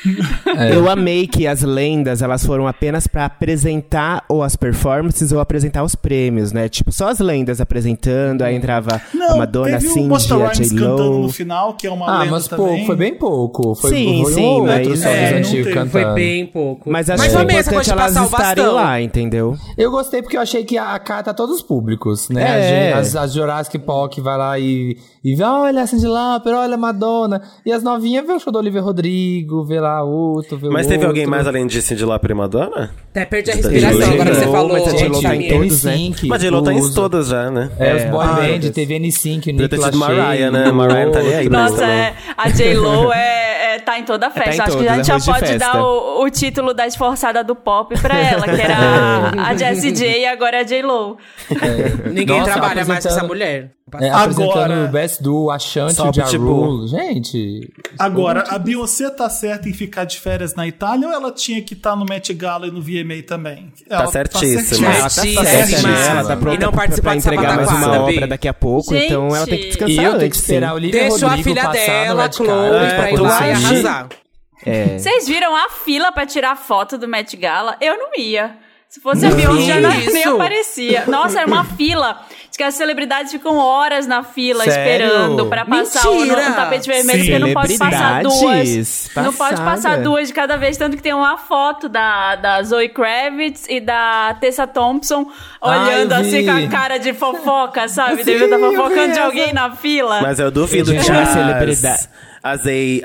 Eu amei que as lendas, elas foram apenas pra apresentar ou as performances ou apresentar os prêmios, né? Tipo, só as lendas apresentando, aí entrava a Madonna, a teve o Cindy, Busta a Rhymes cantando no J-Lo. final, que é uma Ah, lenda mas também. pouco, foi bem pouco. Foi Sim, um sim, ou mas- outro só É, dos não antigos teve. cantando. Foi bem pouco. Mas acho Mas que é também essa coisa importante de elas passar o estarem bastão. lá, entendeu? Eu gostei porque eu achei que a carta a todos os públicos, né? É. As Jurassic Park vai lá e vê, olha a Cyndi Lauper, olha a Madonna. E as novinhas vê o show do Olivia Rodrigo, vê lá outro, vê o Mas teve outro. alguém mais além de Cyndi Lauper e Madonna? Até perdi a J-Lo, respiração agora que você J-Lo, falou. mas a J-Lo tá em Jamie. todos, né? N5, Mas J-Lo tá em os- todas já, né? Os boy meu band, Deus. teve N5, Podia ter Nick sido Lachey, Mariah, né? Mariah não tá nem aí, Nossa, né? a J-Lo tá em toda a festa. em Acho que todas, a gente já arroz de pode festa. dar o título da esforçada do pop pra ela, que era a Jessie J e agora é a J-Lo. Ninguém Nossa, trabalha mais com essa apresentando- mulher. apresentando Agora- o Best Duo, a Shanti Só e o Ja Pitbull. Rule. Gente... Agora, a Beyoncé tá certa em ficar de férias na Itália ou ela tinha que estar no Met Gala e no VMA também? Ela certíssima. Ela tá Certíssima. certíssima, ela tá E pronta não pra participar de entregar mais uma Sapataquara. obra daqui a pouco, Gente. então ela tem que descansar E eu tenho que antes, esperar sim. o Olivia Deixou a Rodrigo filha passar no dela, Red Chloe, Carpet pra ir pra lá e conseguir. arrasar. Vocês viram a fila pra tirar foto do Met Gala? Eu não ia. Se fosse a Beyoncé, já nem Isso. aparecia. Nossa, era uma fila. Diz que as celebridades ficam horas na fila Sério? esperando pra passar o Mentira! tapete vermelho, Sim. porque não pode passar Celebridades, duas. Não pode passada. passar duas de cada vez, tanto que tem uma foto da Zoe Kravitz e da Tessa Thompson olhando eu assim vi. com a cara de fofoca, sabe? Sim, Devia estar eu vi fofocando de essa. alguém na fila. Mas eu duvido Gente, que uma celebridade. as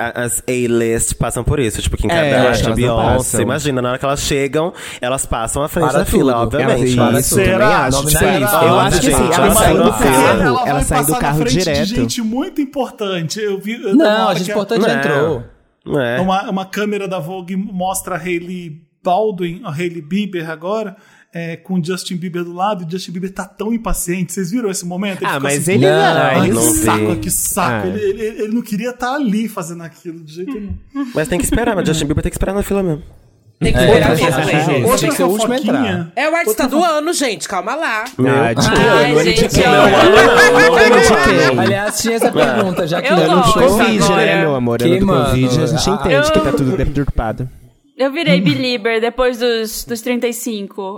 A-list passam por isso. Tipo, Kim É, Kardashian, elas não Beyoncé. passam. Imagina, na hora que elas chegam, elas passam à frente Para da fila, tudo. obviamente. Ela Isso, também será? acho. Tipo, Será? eu acho que sim, Gente, ela ela sai do vai carro, ela ela vai sai do passar carro na frente direto. de gente muito importante. Eu vi. Não, a gente importante já Não. entrou. Não é? Uma câmera da Vogue mostra a Hailey Baldwin, a Hailey Bieber agora, com o Justin Bieber do lado, e o Justin Bieber tá tão impaciente. Vocês viram esse momento? Ele Ah, ficou mas assim, ele Ai, não que vi. saco, que saco. Ah. Ele não queria estar ali fazendo aquilo de jeito nenhum. Mas tem que esperar, mas Justin Bieber tem que esperar na fila mesmo. Tem que esperar É, mesmo, é, né, gente? Tem que ser o último a entrar. É o artista do ano, gente. Calma lá. Ah, de que Ai, ano? Ano de gente, quem? olha. Ano de quem? Aliás, tinha essa pergunta, já que Eu não Ano de gosto Covid, agora. né, meu amor? Ano Que, do mano, Covid, a gente a- entende que tá tudo deturpado. Eu virei belieber depois dos 35.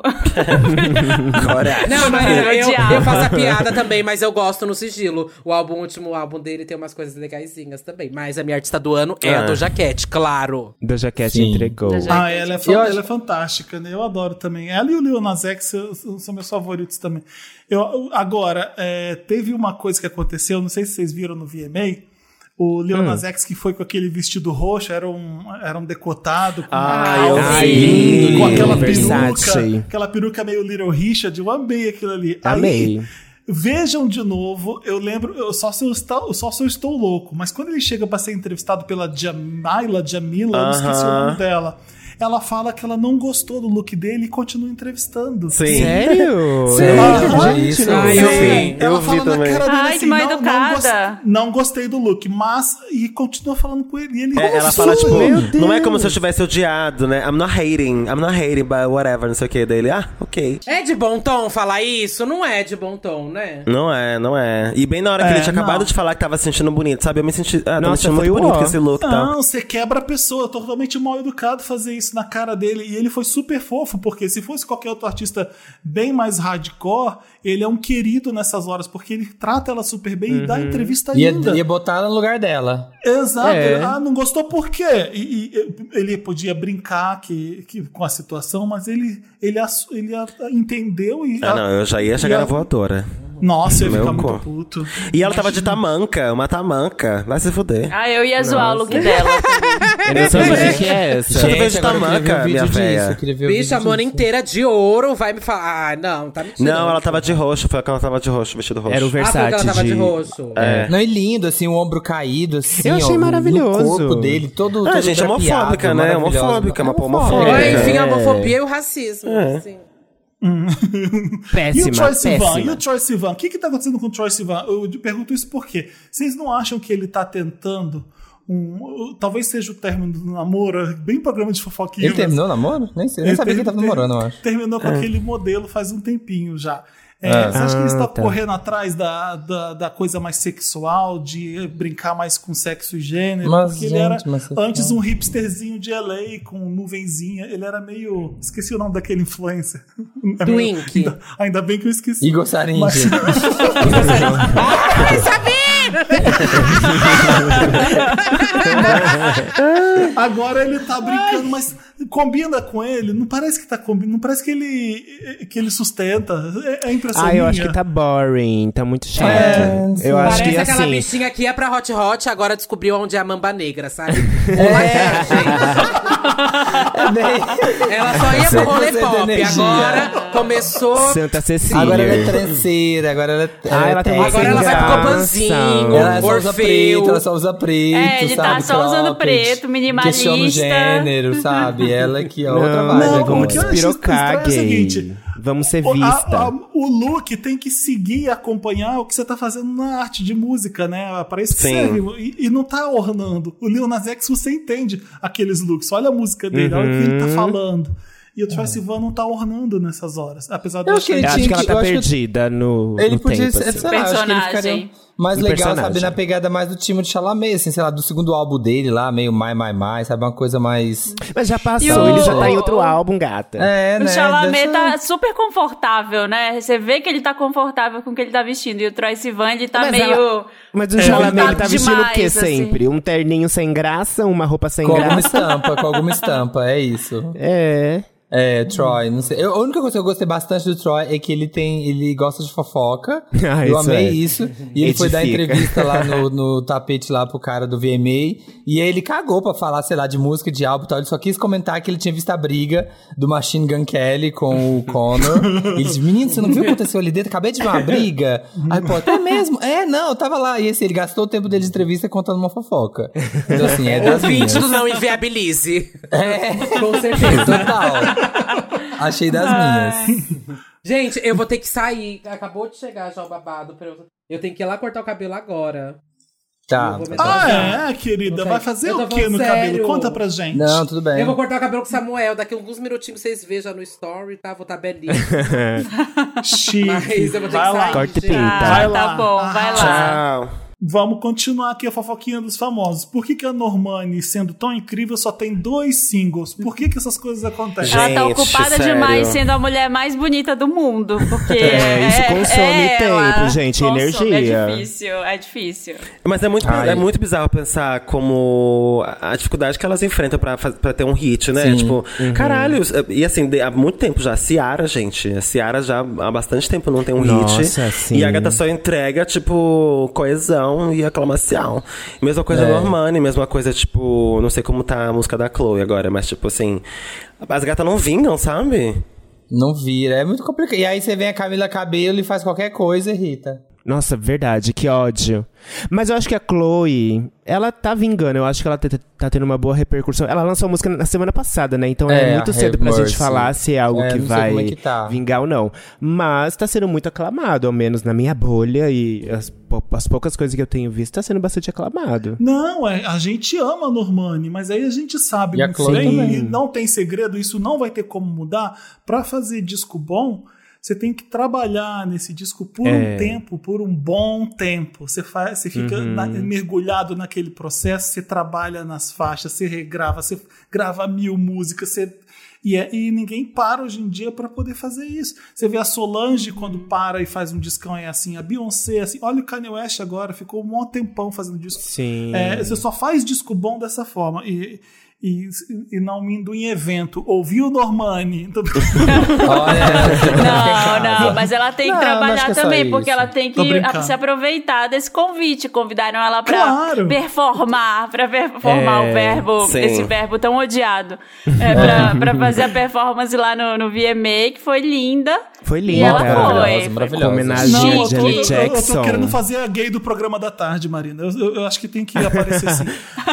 Não, mas Eu odiava. eu faço a piada também, mas eu gosto no sigilo. O último álbum dele tem umas coisas legaisinhas também. Mas a minha artista do ano é a Doja Cat, claro. Doja Cat Sim. entregou. Doja Ela é fantástica, né? Eu adoro também. Ela e o Lil Nas X são meus favoritos também. Agora, teve uma coisa que aconteceu, não sei se vocês viram no VMA. O Lil Nas X, que foi com aquele vestido roxo, era um decotado, com lindo, com aquela Versace. peruca, aquela peruca meio Little Richard. Eu amei aquilo ali. Amei. Aí, vejam de novo, eu lembro, só se eu estou louco, mas quando ele chega para ser entrevistado pela Jamila, eu não esqueci o nome dela. Ela fala que ela não gostou do look dele e continua entrevistando. Sim. Sério? Sério? Isso? eu vi. Ela Eu vi fala na também. cara dele Ai, assim, que mal educada. não gostei do look, mas... E continua falando com ele. E ele Ela fala, tipo, Meu Deus. não é como se eu tivesse odiado, né? I'm not hating, but whatever, não sei o que. Daí ele, ok. É de bom tom falar isso? Não é de bom tom, né? Não é. E bem na hora que ele tinha não. acabado de falar que tava se sentindo bonito, sabe? Eu me senti, tô me Nossa, sentindo foi muito bonito ó. com esse look e tal. Não, você quebra a pessoa. Totalmente mal educado fazer isso na cara dele. E ele foi super fofo, porque se fosse qualquer outro artista bem mais hardcore, ele é um querido nessas horas, porque ele trata ela super bem e dá entrevista ainda. Ia botar ela no lugar dela. Exato. É. Não gostou por quê? E ele podia brincar com a situação, mas ele entendeu e... Não, eu já ia chegar na voadora. Nossa, eu ia Meu ficar muito cu. puto. E ela tava de tamanca, uma tamanca. Vai se fuder. Eu ia zoar o look dela. Eu não sei o que é essa. Gente, vejo agora eu queria ver tamanca, um vídeo minha véia. disso, eu queria ver um vídeo Bicha, a Mona disso. inteira de ouro vai me falar. Ah, não, tá mentindo. Não, ela tava de roxo. Foi quando ela tava de roxo, vestido roxo. Era o Ah, porque Versace ela tava de roxo. Não, e lindo, assim, o ombro caído, assim. Eu achei ó, maravilhoso. O corpo dele, todo gente, drapeado, homofóbica, né? maravilhoso. Homofóbica, uma pô Homofóbica. homofóbica. Enfim, a homofobia e o racismo. Assim. Péssima, E o Troye Sivan? péssima. O que tá acontecendo com o Troye Sivan? Eu pergunto isso por quê? Vocês não acham que ele tá tentando talvez seja o término do namoro, bem programa de fofoquinha. Ele terminou o namoro? Nem sei, nem sabia que ele tava namorando, eu acho. Terminou com aquele modelo faz um tempinho já. Você acha que ele está correndo atrás da coisa mais sexual, de brincar mais com sexo e gênero? Mas, porque gente, ele era mas antes um hipsterzinho de LA com nuvenzinha. Ele era meio... Esqueci o nome daquele influencer. Twink. Ainda bem que eu esqueci. Igor Saringe. Ai, sabia! Agora ele tá brincando, mas combina com ele. Não parece que tá combinando. Não parece que ele sustenta. É impressão minha. Eu acho que tá boring, tá muito chato. Eu acho Parece que aquela assim. bichinha que ia pra Hot Hot, agora descobriu onde é a Mamba Negra, sabe? Ela só ia pro rolê 100% pop, energia. agora começou... Santa Cecília. Agora ela é tranceira, agora ela ela tá técnica. Agora ela vai pro Copanzinho, Ela só usa Orfeu. preto, ela só usa preto, Ele sabe? tá só usando Cropped, preto, minimalista. Questiona o gênero, sabe? Ela aqui, ó, outra Não, vibe Não, agora. o que eu acho despirocar, estranho é o gay. seguinte, Vamos ser vista. O look tem que seguir e acompanhar o que você tá fazendo na arte de música, né? Para isso que Sim. serve. E não tá ornando. O Lil Nas X, você entende aqueles looks. Olha a música dele, olha o que ele tá falando. E o Troye Sivan não tá ornando nessas horas. Apesar de Eu acho que ele Eu acho tinha que ela que- tá eu acho que- perdida no Ele no podia tempo, ser, assim. sei lá, acho que ele Personagem. ficaria mais Um legal, personagem. sabe? Na pegada mais do Timothée Chalamet, assim, sei lá, do segundo álbum dele lá, meio mais, sabe? Uma coisa mais... Mas já E passou, o- ele já tá em outro álbum, gata. É, O né? Chalamet dessa- tá super confortável, né? Você vê que ele tá confortável com o que ele tá vestindo. E o Troye Sivan, ele tá Mas meio... Mas o Chalamet, ele tá vestindo o quê demais, assim. sempre? Um terninho sem graça, uma roupa sem Com alguma graça? estampa, é isso. É. É, Troy, não sei. A única coisa que eu gostei bastante do Troy é que ele gosta de fofoca. Ah, eu isso amei é. isso. E ele foi dar Edifica. entrevista lá no tapete lá pro cara do VMA. E aí ele cagou pra falar, sei lá, de música, de álbum e tal. Ele só quis comentar que ele tinha visto a briga do Machine Gun Kelly com o Conor. E ele disse, menino, você não viu o que aconteceu ali dentro? Acabei de ver uma briga. Aí, pô, é mesmo? É, não, eu tava lá. E assim, ele gastou o tempo dele de entrevista contando uma fofoca. Então assim, é das minhas. Ouvinte do Não Inviabilize. Com certeza, total. Achei das minhas. Gente, eu vou ter que sair. Acabou de chegar já o babado. Eu tenho que ir lá cortar o cabelo agora. Tá. Eu vou meter querida. Não vai sei. fazer Eu tô o quê no falando cabelo? sério. Conta pra gente. Não, tudo bem. Eu vou cortar o cabelo com o Samuel. Daqui a alguns minutinhos vocês vejam no story, tá? Vou estar belíssima. Chique. Mas eu vou ter Vai que lá. sair. Corte e gente. pinta. Vai tá lá. bom, vai lá. Tchau. Vamos continuar aqui a fofoquinha dos famosos. Por que a Normani, sendo tão incrível, só tem 2 singles? Por que essas coisas acontecem? Ela tá Gente, ocupada sério. demais sendo a mulher mais bonita do mundo. Porque Isso consome tempo, ela gente, consome, energia. É difícil. Mas é muito bizarro pensar como a dificuldade que elas enfrentam pra ter um hit, né? Sim. Tipo, caralho. E assim, há muito tempo já. A Ciara, gente. A Ciara já há bastante tempo não tem um hit. Nossa, sim. E a gata só entrega, tipo, coesão e aclamação. Mesma coisa Normani, mesma coisa, tipo, não sei como tá a música da Chloe agora, mas tipo assim, as gatas não vingam, sabe? Não vira, é muito complicado. E aí você vem a Camila Cabello e faz qualquer coisa, irrita. Nossa, verdade, que ódio. Mas eu acho que a Chloe, ela tá vingando. Eu acho que ela tá tendo uma boa repercussão. Ela lançou a música na semana passada, né? Então é muito cedo pra gente falar se é algo que vai vingar ou não. Mas tá sendo muito aclamado, ao menos na minha bolha. E as poucas coisas que eu tenho visto, tá sendo bastante aclamado. Não, a gente ama a Normani, mas aí a gente sabe E a muito Chloe bem, também. e não tem segredo, isso não vai ter como mudar. Pra fazer disco bom, você tem que trabalhar nesse disco por um tempo, por um bom tempo. Você fica mergulhado naquele processo, você trabalha nas faixas, você regrava, você grava 1000 músicas, e ninguém para hoje em dia para poder fazer isso. Você vê a Solange quando para e faz um discão, é assim, a Beyoncé, assim, olha o Kanye West agora, ficou um maior tempão fazendo disco. Sim. Você só faz disco bom dessa forma. E não indo em evento. Ouviu, Normani? Não, mas ela tem que trabalhar também, porque ela tem que se aproveitar desse convite. Convidaram ela pra performar, o verbo, esse verbo tão odiado. Pra fazer a performance lá no VMA, que foi linda. Foi linda. E ela foi. Maravilhosa. Homenagem a Janet Eu Jackson. tô querendo fazer a gay do programa da tarde, Marina. Eu acho que tem que aparecer assim.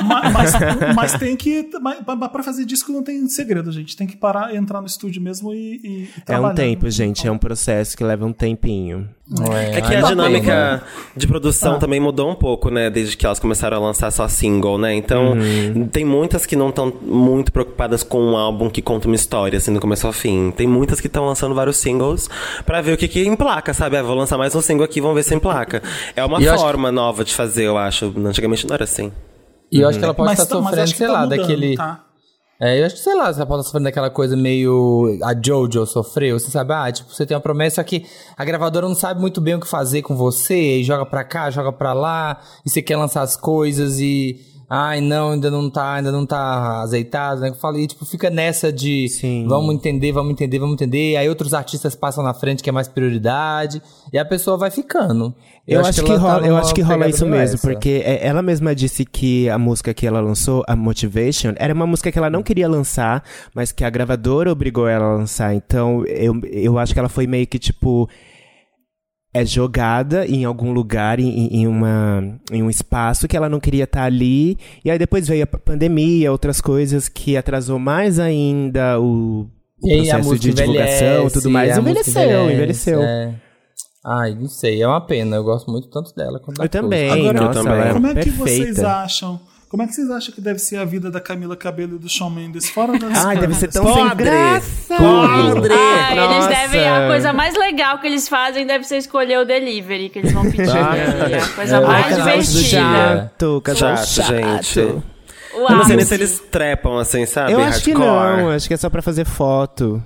Mas tem que... Pra fazer disco não tem segredo, gente. Tem que parar, entrar no estúdio mesmo e trabalhar. É um tempo, gente. É um processo que leva um tempinho. É que a dinâmica de produção também mudou um pouco, né? Desde que elas começaram a lançar só single, né? Então, tem muitas que não estão muito preocupadas com um álbum que conta uma história, assim, do começo ao fim. Tem muitas que estão lançando vários singles pra ver o que emplaca, sabe? Vou lançar mais um single aqui, vamos ver se emplaca. É uma forma nova de fazer, eu acho. Antigamente não era assim. E eu acho que ela pode estar sofrendo, sei lá, mudando, daquele... Tá? Eu acho que, sei lá, você pode estar sofrendo daquela coisa meio... A Jojo sofreu, você sabe? Tipo, você tem uma promessa que a gravadora não sabe muito bem o que fazer com você, e joga pra cá, joga pra lá, e você quer lançar as coisas e... Ai, não, ainda não tá azeitado, né? Eu falei, tipo, fica nessa de vamos entender. Aí outros artistas passam na frente, que é mais prioridade, e a pessoa vai ficando. Eu acho que rola isso mesmo, porque ela mesma disse que a música que ela lançou, a Motivation, era uma música que ela não queria lançar, mas que a gravadora obrigou ela a lançar. Então, eu acho que ela foi meio que, tipo... jogada em algum lugar, em um espaço que ela não queria estar ali. E aí depois veio a pandemia, outras coisas que atrasou mais ainda o processo de divulgação e tudo mais. Envelheceu. Ai, não sei, é uma pena. Eu gosto muito tanto dela quanto da Eu também, Agora, nossa, eu também. ela é Como é que perfeita. vocês acham? Como é que vocês acham que deve ser a vida da Camila Cabello e do Shawn Mendes fora das Ai, deve ser tão câmeras? sem graça. Eles devem... A coisa mais legal que eles fazem deve ser escolher o delivery que eles vão pedir. A coisa mais divertida. Chato, gente. Uau. Eu não sei nem se eles trepam, assim, sabe? Eu acho que Hardcore. não, acho que é só pra fazer foto.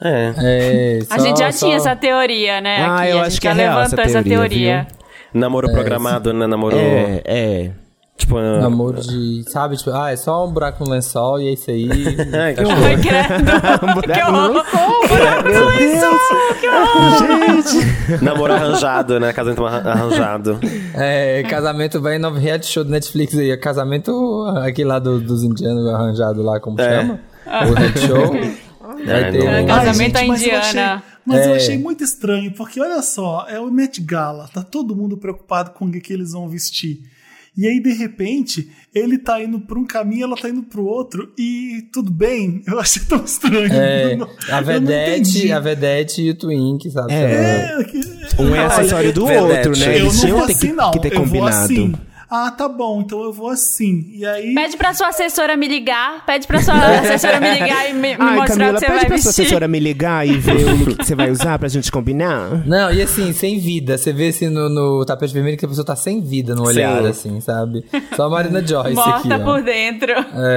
A gente já tinha essa teoria, né? Aqui. Eu a acho gente que já é real levantou essa teoria. Namoro programado, né? Namoro... Tipo, namoro de... Sabe? Tipo, é só um buraco no lençol e é isso aí. Ai, que Ai, credo. Que horror. Meu Deus. Que horror. gente. Namoro arranjado, né? Casamento arranjado. Casamento vai no reality show do Netflix aí. Casamento aquele lá dos indianos arranjado lá, como chama? O reality show. Vai ter casamento indiana. Mas eu achei muito estranho, porque olha só, é o Met Gala, tá todo mundo preocupado com o que eles vão vestir. E aí, de repente, ele tá indo pra um caminho, ela tá indo pro outro, e tudo bem, eu achei tão estranho. A Vedete e o Twink, sabe? Um é acessório do outro, né? Eu Eles não tinham vou assim, não. que ter Eu vou combinado. assim. Ah, tá bom, então eu vou assim. E aí... Pede pra sua assessora me ligar. Pede pra sua assessora me ligar e me mostrar Camila, o que você pede vai pra sua vestir. assessora me ligar e ver o look que você vai usar pra gente combinar. Não, e assim, sem vida. Você vê assim no tapete vermelho que a pessoa tá sem vida no olhar, Sim. assim, sabe? Só a Marina Joyce aqui, Morta ó. por dentro.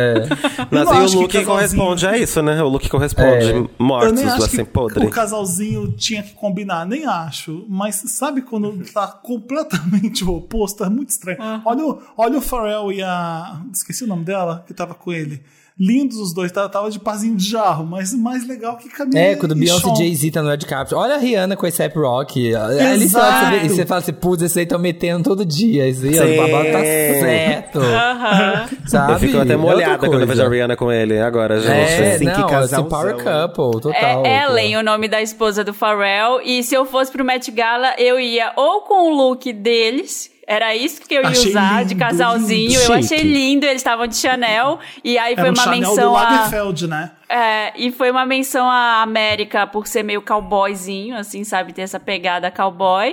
Mas não e acho o que look casalzinho- corresponde a isso, né? O look corresponde Eu mortos, nem acho assim, que podre. o casalzinho tinha que combinar, nem acho. Mas sabe quando tá completamente o oposto? É muito estranho. Olha o Pharrell e a... Esqueci o nome dela, que tava com ele. Lindos os dois, tava de parzinho de jarro, mas mais legal que Camila Quando e Beyoncé Sean. e Jay-Z tá no Red Carpet. Olha a Rihanna com esse A$AP Rocky. Ali você olha, você vê, e você fala assim, putz, esse aí tão metendo todo dia. Esse aí, ó, o babado tá certo. Sabe? Eu fico até É outra molhada quando eu coisa. vejo a Rihanna com ele agora, gente. É, Assim, que não, assim, casalzão. power couple, total. É Ellen, o nome da esposa do Pharrell. E se eu fosse pro Met Gala, eu ia ou com o look deles. Era isso que eu ia Achei usar, lindo, de casalzinho. lindo, Eu chique. achei lindo, eles estavam de Chanel. E aí foi Era um uma Chanel do menção a... Lagerfeld, né? E foi uma menção à América por ser meio cowboyzinho, assim, sabe? Ter essa pegada cowboy.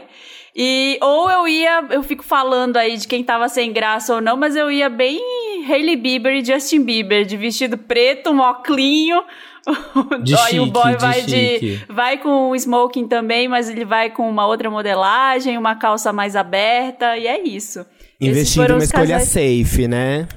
Ou eu fico falando aí de quem tava sem graça ou não, mas eu ia bem Hailey Bieber e Justin Bieber, de vestido preto, um óculinho. De Aí o chique, boy de vai com o smoking também, mas ele vai com uma outra modelagem, uma calça mais aberta, e é isso. Esses Investindo foram uma os escolha casais- safe, né?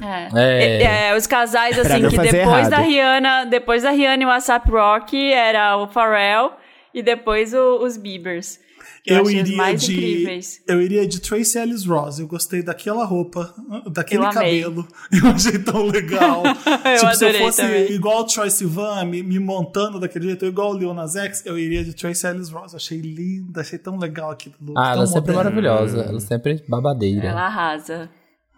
os casais, Pra assim, não que fazer depois errado. depois da Rihanna e o A$AP Rocky, era o Pharrell e depois os Biebers. Que eu achei os mais incríveis. Eu iria de Tracee Ellis Ross. Eu gostei daquela roupa, daquele Eu amei. cabelo. Eu achei tão legal. Tipo, se eu adorei fosse também. igual o Troye Sivan, me montando daquele jeito, ou igual o Lil Nas X, eu iria de Tracee Ellis Ross. Achei linda, achei tão legal aquilo. Ah, ela é tão sempre moderno. maravilhosa. Ela é sempre babadeira. Ela arrasa.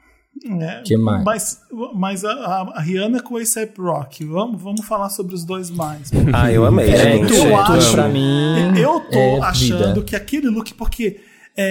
É, Que mais? Mas a Rihanna com esse A$AP Rocky. Vamos falar sobre os dois mais. Ah, eu amei, gente. eu acho, pra mim, eu tô é achando vida. que aquele look, porque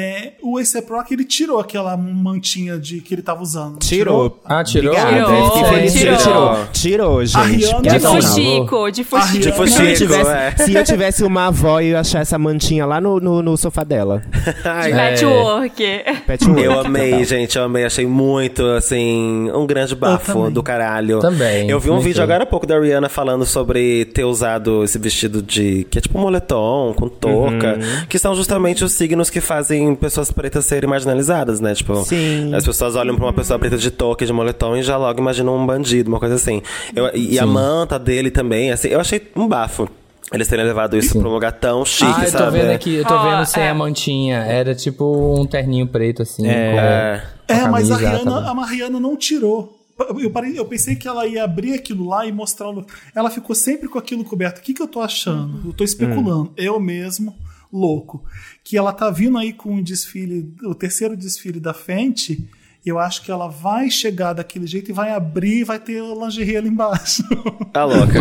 o A$AP Rocky, ele tirou aquela mantinha que ele tava usando. Tirou. Ah, tirou? Obrigada, Tirou, eu fiquei feliz que ele tirou. Tirou, gente. A Rihanna- Porque De Ela assim, tá fuxico, de fuxico. De Rihanna- se, eu fuxico, tivesse, se eu tivesse uma avó, eu ia achar essa mantinha lá no sofá dela. Ai, Patchwork. Patchwork. Eu amei, gente, eu amei. Achei muito, assim, um grande bafo também. do caralho. Também, Eu vi um muito. vídeo agora há pouco da Rihanna falando sobre ter usado esse vestido que é tipo um moletom, com touca, que são justamente os signos que fazem pessoas pretas serem marginalizadas, né? Tipo, Sim. as pessoas olham pra uma pessoa preta de touca e de moletom e já logo imaginam um bandido, uma coisa assim. E a manta dele também, assim, eu achei um bafo. Eles terem levado isso pra um lugar tão chique, Eu tô sabe? vendo aqui, eu tô Ó, vendo sem a mantinha. Era tipo um terninho preto, assim. Com Mas a camisa, Rihanna não tirou. Eu pensei que ela ia abrir aquilo lá e mostrar. Ela ficou sempre com aquilo coberto. O que eu tô achando? Eu tô especulando. Eu mesmo, louco. Que ela tá vindo aí com um desfile, o terceiro desfile da Fenty. Eu acho que ela vai chegar daquele jeito e vai abrir e vai ter a lingerie ali embaixo. Tá louca.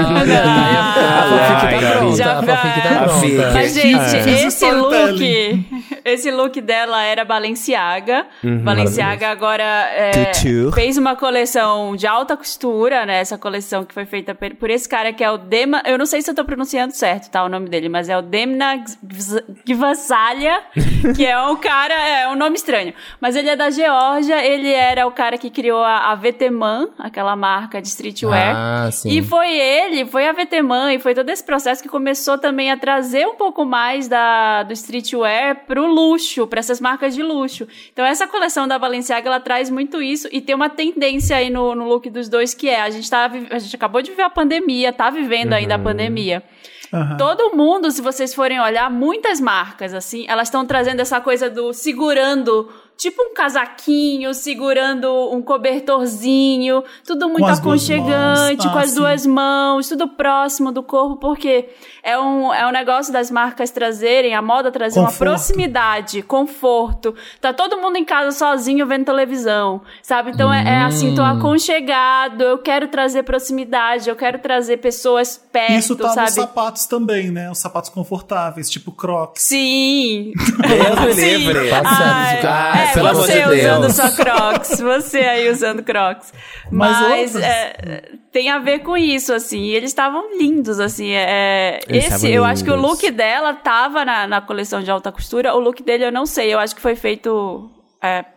A fanfic tá pronta. Já A fanfic tá vai. pronta. Mas, gente, Fiz esse look dela era Balenciaga. Balenciaga agora Couture. fez uma coleção de alta costura, né? Essa coleção que foi feita por esse cara que é o Dema... Eu não sei se eu tô pronunciando certo, tá? O nome dele, mas é o Demna Gvasalia, que é um cara... É um nome estranho. Mas ele é da Geórgia, ele era o cara que criou a Veteman, aquela marca de streetwear. Ah, sim. E foi a Veteman e foi todo esse processo que começou também a trazer um pouco mais do streetwear pro luxo, para essas marcas de luxo. Então essa coleção da Balenciaga, ela traz muito isso e tem uma tendência aí no look dos dois que a gente acabou de viver a pandemia, tá vivendo ainda a pandemia. Todo mundo, se vocês forem olhar, muitas marcas, assim, elas estão trazendo essa coisa do segurando, tipo um casaquinho, segurando um cobertorzinho, tudo muito Com as duas aconchegante, mãos. com as Sim. duas mãos, tudo próximo do corpo, porque é um negócio das marcas trazerem, a moda trazer uma Conforto. proximidade, conforto. Tá todo mundo em casa sozinho vendo televisão, sabe? Então é assim, tô aconchegado, eu quero trazer proximidade, eu quero trazer pessoas perto, Isso tá sabe? nos sapatos também, né? Os sapatos confortáveis, tipo Crocs. Sim. Deus me Sim. livre. Ai, pelo amor de você Deus. usando sua Crocs. Você aí usando Crocs. Mas outras? Tem a ver com isso, assim. E eles estavam lindos, assim. Eles estavam Eu acho que o lindos. look dela tava na coleção de alta costura. O look dele eu não sei. Eu acho que foi feito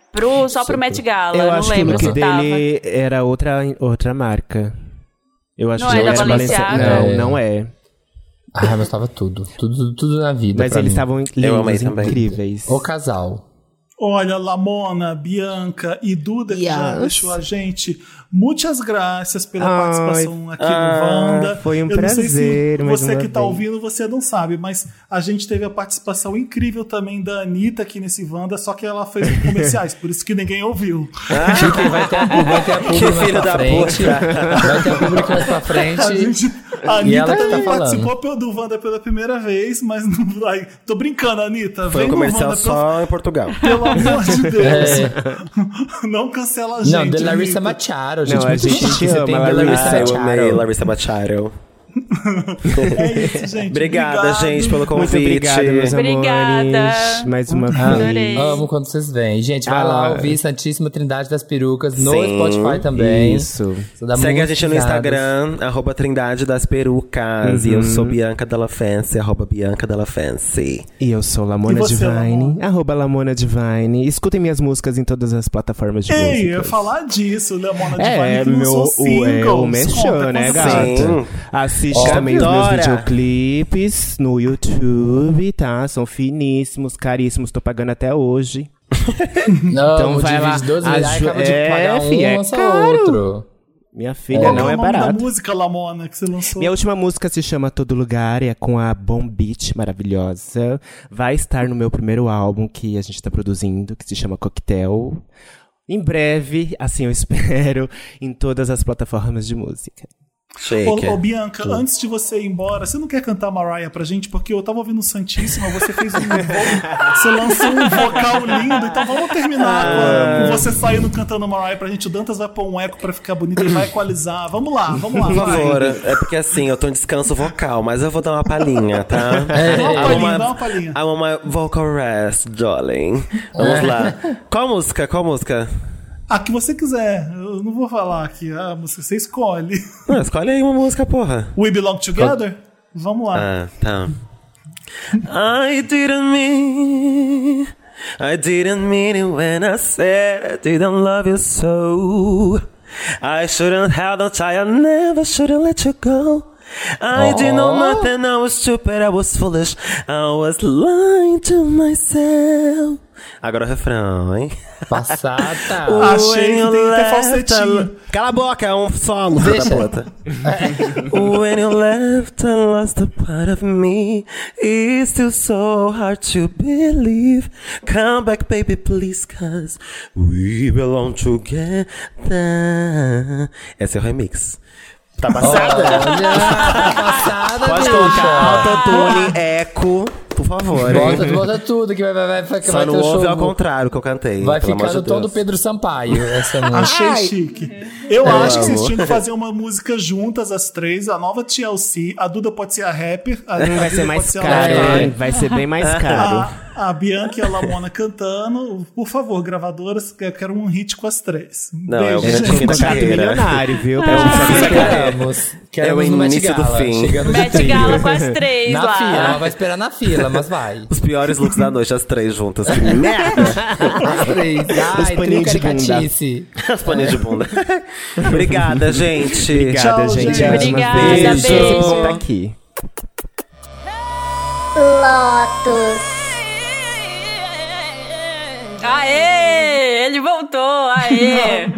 só pro Met Gala. Eu não acho que o lembro look se tava. dele era outra marca. Eu acho Não que é não da era Balenciaga? Não é. Mas tava tudo na vida. Mas pra eles mim. estavam Eu amei lindos, também. incríveis. O casal. Olha, Lamona, Bianca e Duda, que já Yes. deixou a gente. Muitas graças pela Ai, participação aqui no Wanda. foi um Eu não sei prazer, se mais você uma que tá vez. ouvindo, você não sabe, mas a gente teve a participação incrível também da Anitta aqui nesse Wanda, só que ela fez comerciais, por isso que ninguém ouviu. Vai ter a publi mais filho pra da frente. Vai ter a publi mais pra frente. A E ela Anitta que tá também falando. participou do Wanda pela primeira vez, mas não vai. Tô brincando, Anitta. Foi Vem um no comercial Wanda, só em Portugal. pelo amor de Deus. Não cancela a gente. Não, The Larissa Anitta. Machado, gente. Não, a muito gente chique. te Você ama, tem The Larissa. Larissa Eu amei Machado. Larissa Machado. É isso, gente. Obrigada, Obrigado. gente, pelo Muito convite. obrigado, meus Obrigada. amores. Mais uma Adorei. vez. Amo quando vocês vêm. Gente, vai lá ouvir Santíssima Trindade das Perucas no Sim. Spotify também. Isso. Você dá Segue a muitas gente no risadas. Instagram, @Trindade das Perucas. E eu sou Bianca Della Fancy, @Bianca Della Fancy. E eu sou Lamona E você, Divine, @Lamona Divine. Escutem minhas músicas em todas as plataformas de música. Ei, eu ia falar disso, Lemona Divine, É, que lançou singles. o Merchan, Conta, né, conta. gata? Sim. Assiste Ó, também os meus Dora. videoclipes no YouTube, tá? São finíssimos, caríssimos, tô pagando até hoje. Não, Então vai divide lá. 12 reais, acaba de pagar um, fi, é lança caro. outro. Minha filha, Qual não que é o nome da barato. música, Lamona, que você lançou? Minha última música se chama Todo Lugar, é com a Bom Beat, maravilhosa. Vai estar no meu primeiro álbum que a gente tá produzindo, que se chama Coquetel. Em breve, assim eu espero, em todas as plataformas de música. Shake. Ô, Bianca, antes de você ir embora, você não quer cantar Mariah pra gente? Porque eu tava ouvindo Santíssima, você fez você lançou um vocal lindo, então vamos terminar com você saindo cantando Mariah pra gente. O Dantas vai pôr um eco pra ficar bonito e vai equalizar. Vamos lá, Por vai. favor, é porque assim, eu tô em descanso vocal, mas eu vou dar uma palhinha, tá? Dá uma palhinha. I want my vocal rest, darling. Vamos lá. Qual música? A que você quiser. Eu não vou falar aqui a música, você escolhe. Não, escolhe aí uma música, porra. We Belong Together? Vamos lá. Ah, tá. I didn't mean it when I said I didn't love you so. I shouldn't have, don't I never shouldn't let you go. I didn't know nothing, I was stupid, I was foolish, I was lying to myself. Agora o refrão, hein? Passada. Achei que tem que ter falsetinho. Cala a boca, é um solo. Deixa. Da puta. When you left, I lost a part of me. It's still so hard to believe. Come back, baby, please, cause we belong together. Esse é o remix. Tá passada? Olha, passada, Pode bicha. colocar autotune, eco, por favor. hein? Bota tudo que vai Só vai não ter o ouve show. ao contrário que eu cantei. Vai pelo ficar amor no de tom do Deus. Pedro Sampaio, essa música. Achei chique. Eu acho que vocês amo. tinham que fazer uma música juntas, as três. A nova TLC. A Duda pode ser a rapper. A Vai Duda ser pode mais ser a caro, Lorelai. hein? Vai ser bem mais caro. A Bianca e a Lamona cantando. Por favor, gravadoras, eu quero um hit com as três. Não, é o Beijo, grande gente. fim da Contrato carreira. milionário, viu? Queremos É o no Met início do Gala, fim. chegando de Met trio. Gala com as três Na lá. fila, ela vai esperar na fila, mas vai. Os piores looks da noite, as três juntas. Que merda! As três. Ai, paninhos de bunda. caricatice. As paninhas de bunda. Obrigada, gente. Obrigada, Tchau, gente. gente. Mais uma Obrigada, vez. beijo. Sempre tá aqui. Lotus. Aê! Ele voltou! Aê!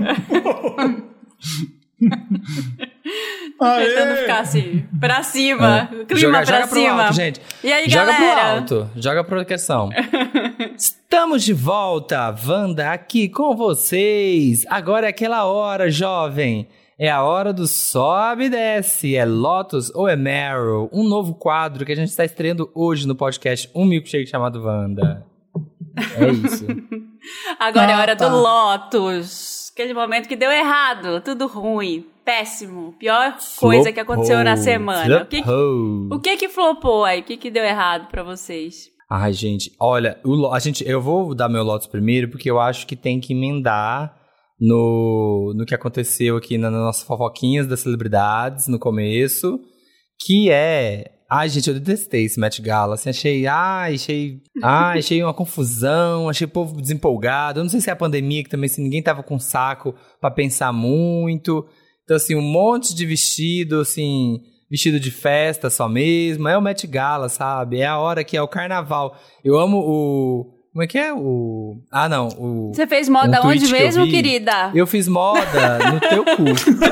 Tentando ficar assim, pra cima. Clima pra pro cima. alto, gente. E aí, Joga galera? pro alto. Joga pro questão. Estamos de volta, Wanda, aqui com vocês. Agora é aquela hora, jovem. É a hora do sobe e desce. É Lotus ou é Meryl? Um novo quadro que a gente está estreando hoje no podcast Um Milkshake chamado Wanda. É isso. Agora é hora tá. do Lotus. Aquele momento que deu errado, tudo ruim, péssimo, pior coisa que aconteceu na semana. O que flopou aí? O que deu errado pra vocês? Ai, gente, olha, eu vou dar meu Lotus primeiro, porque eu acho que tem que emendar no que aconteceu aqui nas nossas fofoquinhas das celebridades no começo, que é Ai, gente, eu detestei esse Met Gala. Assim, achei uma confusão, achei o povo desempolgado. Eu não sei se é a pandemia, que também se ninguém tava com saco pra pensar muito. Então, assim, um monte de vestido, assim, vestido de festa só mesmo. É o Met Gala, sabe? É a hora que é o carnaval. Eu amo o... Como é que é? Você fez moda onde mesmo, querida? Eu fiz moda no teu cu.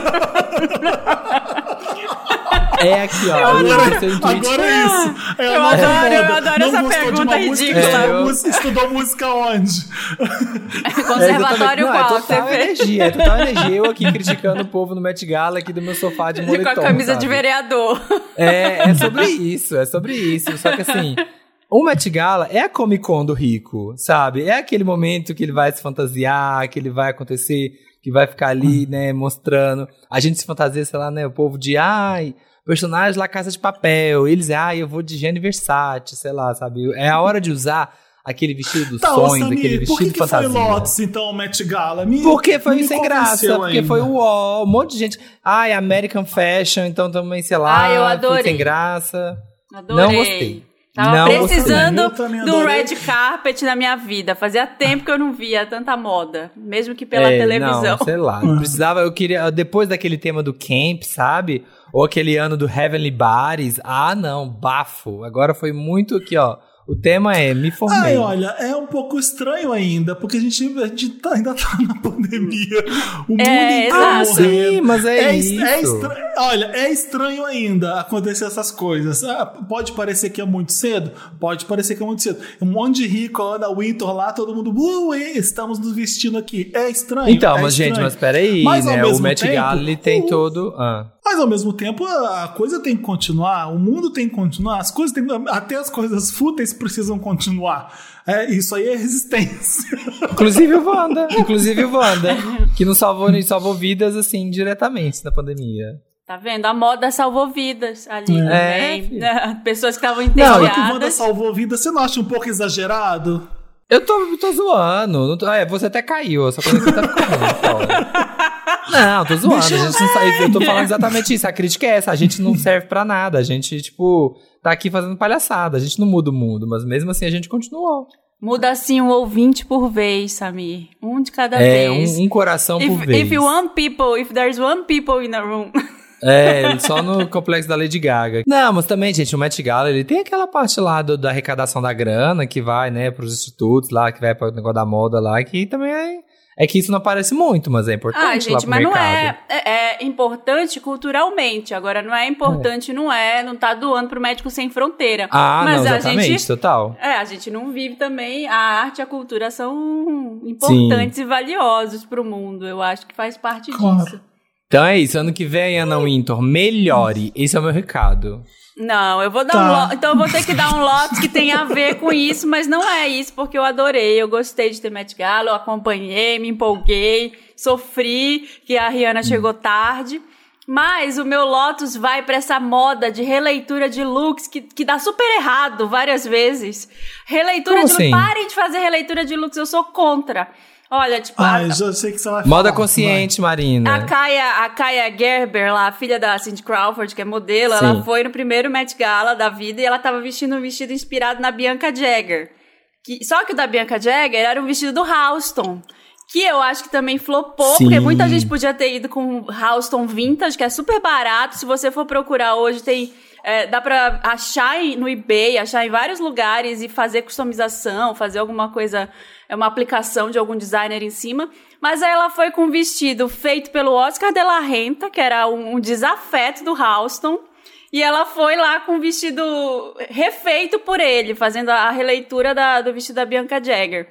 É aqui, ó. Agora é isso. Eu adoro essa pergunta ridícula. Estudou música onde? Conservatório qual você fez? É total energia. Eu aqui criticando o povo no Met Gala aqui do meu sofá de moletom, com a camisa sabe? de vereador. É sobre isso. Só que assim, o Met Gala é a Comic Con do rico, sabe? É aquele momento que ele vai se fantasiar, que ele vai acontecer, que vai ficar ali, né, mostrando. A gente se fantasia, sei lá, né, o povo de, personagens La Casa de Papel. Eles, eu vou de Gianni Versace, sei lá, sabe? É a hora de usar aquele vestido dos sonhos, Samir, aquele vestido de fantasia. Por que foi Lotus, então, o Met Gala? Porque foi sem graça, porque foi um monte de gente. American Fashion, então também, sei lá, eu adorei. foi sem graça. Adorei. Não gostei. Tava precisando do red carpet na minha vida. Fazia tempo que eu não via tanta moda, mesmo que pela televisão. Não, sei lá. Eu queria, depois daquele tema do camp, sabe? Ou aquele ano do Heavenly Bodies. Não, bafo. Agora foi muito aqui, ó. O tema é me formei. Olha, é um pouco estranho ainda, porque a gente ainda tá na pandemia. O mundo inteiro morrendo. Sim, mas isso. É estranho ainda acontecer essas coisas. Pode parecer que é muito cedo? Pode parecer que é muito cedo. Um monte de rico, Anna Wintour lá, todo mundo, estamos nos vestindo aqui. É estranho. Então, gente, mas peraí, né? O Met Gala, ele tem todo... Mas ao mesmo tempo, a coisa tem que continuar, o mundo tem que continuar, até as coisas fúteis precisam continuar. Isso aí é resistência. Inclusive o Wanda, que nos salvou vidas, assim, diretamente na pandemia. Tá vendo? A moda salvou vidas ali também. Pessoas que estavam entediadas. Não, que a moda salvou vidas, você não acha um pouco exagerado? Eu tô zoando. Você até caiu, só quando você tá ficando. Não, tô zoando. Eu tô falando exatamente isso. A crítica é essa. A gente não serve pra nada. A gente, tá aqui fazendo palhaçada. A gente não muda o mundo, mas mesmo assim a gente continuou. Muda assim um ouvinte por vez, Samir. Um de cada vez. Um coração por vez. If there's one people in a room. Só no complexo da Lady Gaga. Não, mas também, gente, o Met Gala, ele tem aquela parte lá da arrecadação da grana, que vai, né, pros institutos lá, que vai pro negócio da moda lá, que também é que isso não aparece muito, mas é importante gente, lá pro mas mercado. Não é importante culturalmente. Agora, não é importante, não tá doando pro Médico Sem Fronteira. Mas não, exatamente, total. A gente não vive também, a arte e a cultura são importantes e valiosos pro mundo. Eu acho que faz parte disso. Então é isso, ano que vem, Anna Wintour, melhore. Esse é o meu recado. Não, eu vou dar então eu vou ter que dar um Lotus que tem a ver com isso, mas não é isso, porque eu adorei, eu gostei de ter Met Gala, eu acompanhei, me empolguei, sofri que a Rihanna chegou tarde, mas o meu Lotus vai pra essa moda de releitura de looks que dá super errado várias vezes. Releitura de looks, parem de fazer releitura de looks, eu sou contra. Olha, já sei que você vai falar. Moda consciente, Marina. A Kaya Gerber, lá, a filha da Cindy Crawford, que é modelo, ela foi no primeiro Met Gala da vida e ela tava vestindo um vestido inspirado na Bianca Jagger. Só que o da Bianca Jagger era um vestido do Halston, que eu acho que também flopou, porque muita gente podia ter ido com Halston Vintage, que é super barato. Se você for procurar hoje, dá pra achar no eBay, achar em vários lugares e fazer customização, fazer alguma coisa, uma aplicação de algum designer em cima. Mas aí ela foi com um vestido feito pelo Oscar de la Renta, que era um desafeto do Halston, e ela foi lá com um vestido refeito por ele, fazendo a releitura do vestido da Bianca Jagger.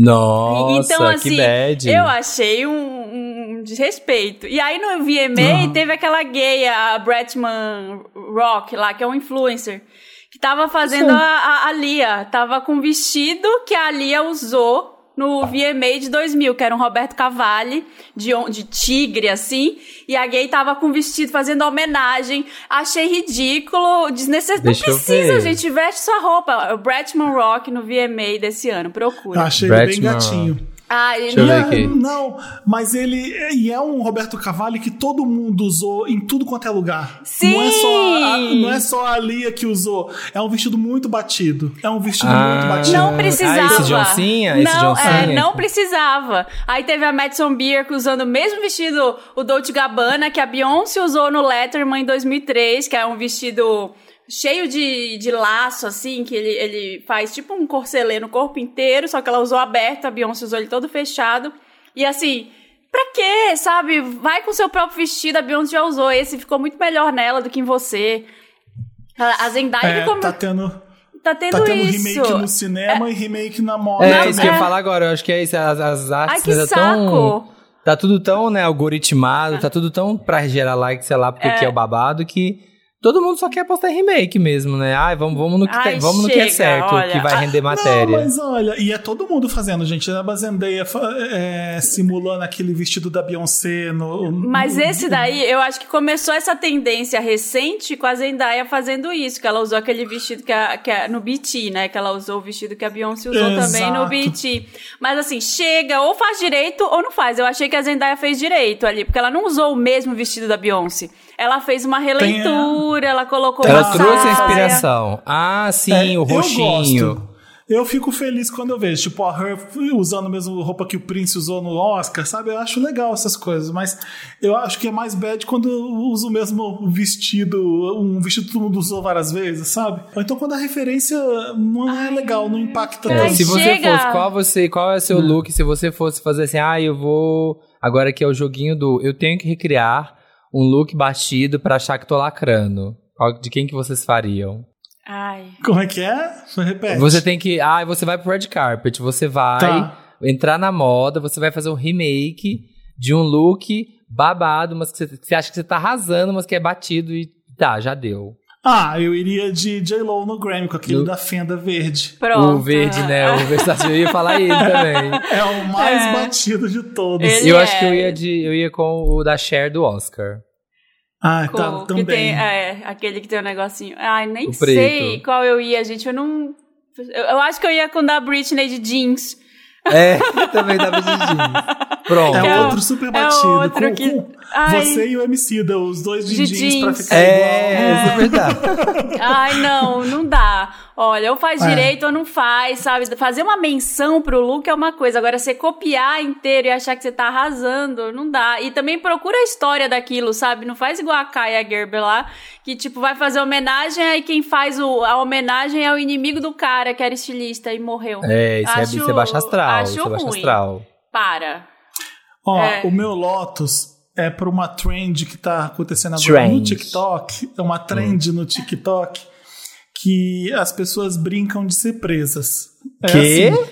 Nossa, então, assim, que bad. Eu achei um desrespeito. E aí no VMA teve aquela gay, a Bretman Rock lá, que é um influencer, que tava fazendo a Lia. Tava com um vestido que a Lia usou no VMA de 2000, que era um Roberto Cavalli, de tigre, assim. E a gay tava com um vestido fazendo homenagem. Achei ridículo, desnecessário. Não precisa, gente, veste sua roupa. O Bretman Rock no VMA desse ano, procura. Achei bem gatinho. Deixa eu ver aqui. Não, mas ele e é um Roberto Cavalli que todo mundo usou em tudo quanto é lugar. Sim! Não é só a Lia que usou. É um vestido muito batido. Muito batido. Não precisava. Esse John Cena? Não precisava. Aí teve a Madison Beer usando o mesmo vestido, o Dolce & Gabbana, que a Beyoncé usou no Letterman em 2003, que é um vestido cheio de laço, assim, que ele faz tipo um corcelê no corpo inteiro, só que ela usou aberto, a Beyoncé usou ele todo fechado. E assim, pra quê, sabe? Vai com o seu próprio vestido, a Beyoncé já usou esse, ficou muito melhor nela do que em você. A Zendaya ficou... Tá tendo isso. remake no cinema e remake na moda. É isso que eu ia falar agora, eu acho que é isso, as artes... Ai, que saco! Tá tudo tão, né, algoritmado, tá tudo tão pra gerar like, sei lá, porque aqui é o babado, que... Todo mundo só quer postar remake mesmo, né? Vamos no que é certo, olha, que vai render matéria. Não, mas olha, e é todo mundo fazendo, gente. A Zendaya simulando aquele vestido da Beyoncé Mas esse daí, eu acho que começou essa tendência recente com a Zendaya fazendo isso, que ela usou aquele vestido que no BT, né? Que ela usou o vestido que a Beyoncé usou também no BT. Mas assim, chega, ou faz direito ou não faz. Eu achei que a Zendaya fez direito ali, porque ela não usou o mesmo vestido da Beyoncé. Ela fez uma releitura, ela colocou uma saia. Ela trouxe a inspiração. Ah, sim, o roxinho. Eu fico feliz quando eu vejo, tipo, a Her usando a mesma roupa que o Prince usou no Oscar, sabe? Eu acho legal essas coisas, mas eu acho que é mais bad quando usa o mesmo vestido, um vestido que todo mundo usou várias vezes, sabe? Ou então quando a referência não é legal, não impacta tanto. Se você fosse, qual é o seu look? Se você fosse fazer assim, eu vou... Agora que é o joguinho eu tenho que recriar um look batido pra achar que tô lacrando. De quem que vocês fariam? Como é que é? Repete. Você tem que... você vai pro red carpet. Você vai entrar na moda. Você vai fazer um remake de um look babado, mas que você acha que você tá arrasando, mas que é batido e já deu. Eu iria de J.Lo no Grammy, com aquele da fenda verde. Pronto. O verde, né? O Versace, eu ia falar ele também. É o mais batido de todos. Acho que eu ia com o da Cher do Oscar. Também. Tem, aquele que tem um negocinho. Nem sei qual eu ia, gente. Eu acho que eu ia com o da Britney de jeans. Também dava de jeans. Pronto. É outro super batido. Você e o Emicida, os dois de jeans pra ficar igual. Isso é verdade. Não dá. Olha, ou faz direito ou não faz, sabe? Fazer uma menção pro look é uma coisa. Agora, você copiar inteiro e achar que você tá arrasando, não dá. E também procura a história daquilo, sabe? Não faz igual a Kaia Gerber lá, que tipo, vai fazer homenagem, aí quem faz a homenagem é o inimigo do cara, que era estilista e morreu. Isso é baixo astral. Acho ruim. Baixo astral. Para. O meu Lotus é pra uma trend que tá acontecendo agora no TikTok. É uma trend no TikTok que as pessoas brincam de ser presas. Que? Assim,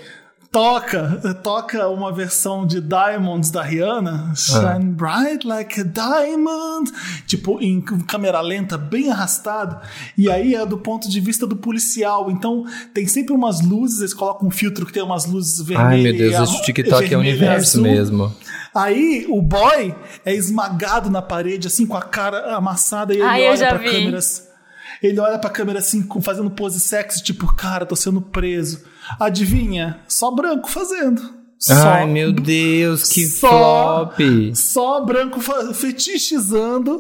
toca uma versão de Diamonds da Rihanna, Shine Bright Like a Diamond, tipo em câmera lenta, bem arrastado, e aí é do ponto de vista do policial, então tem sempre umas luzes, eles colocam um filtro que tem umas luzes vermelhas. Ai meu Deus, o TikTok é o universo mesmo. Aí o boy é esmagado na parede, assim, com a cara amassada, e ele olha pra câmera. Ele olha pra câmera assim, fazendo pose sexy, tipo, cara, tô sendo preso. Adivinha? Só branco fazendo. Ai, meu Deus, que flop. Só branco fetichizando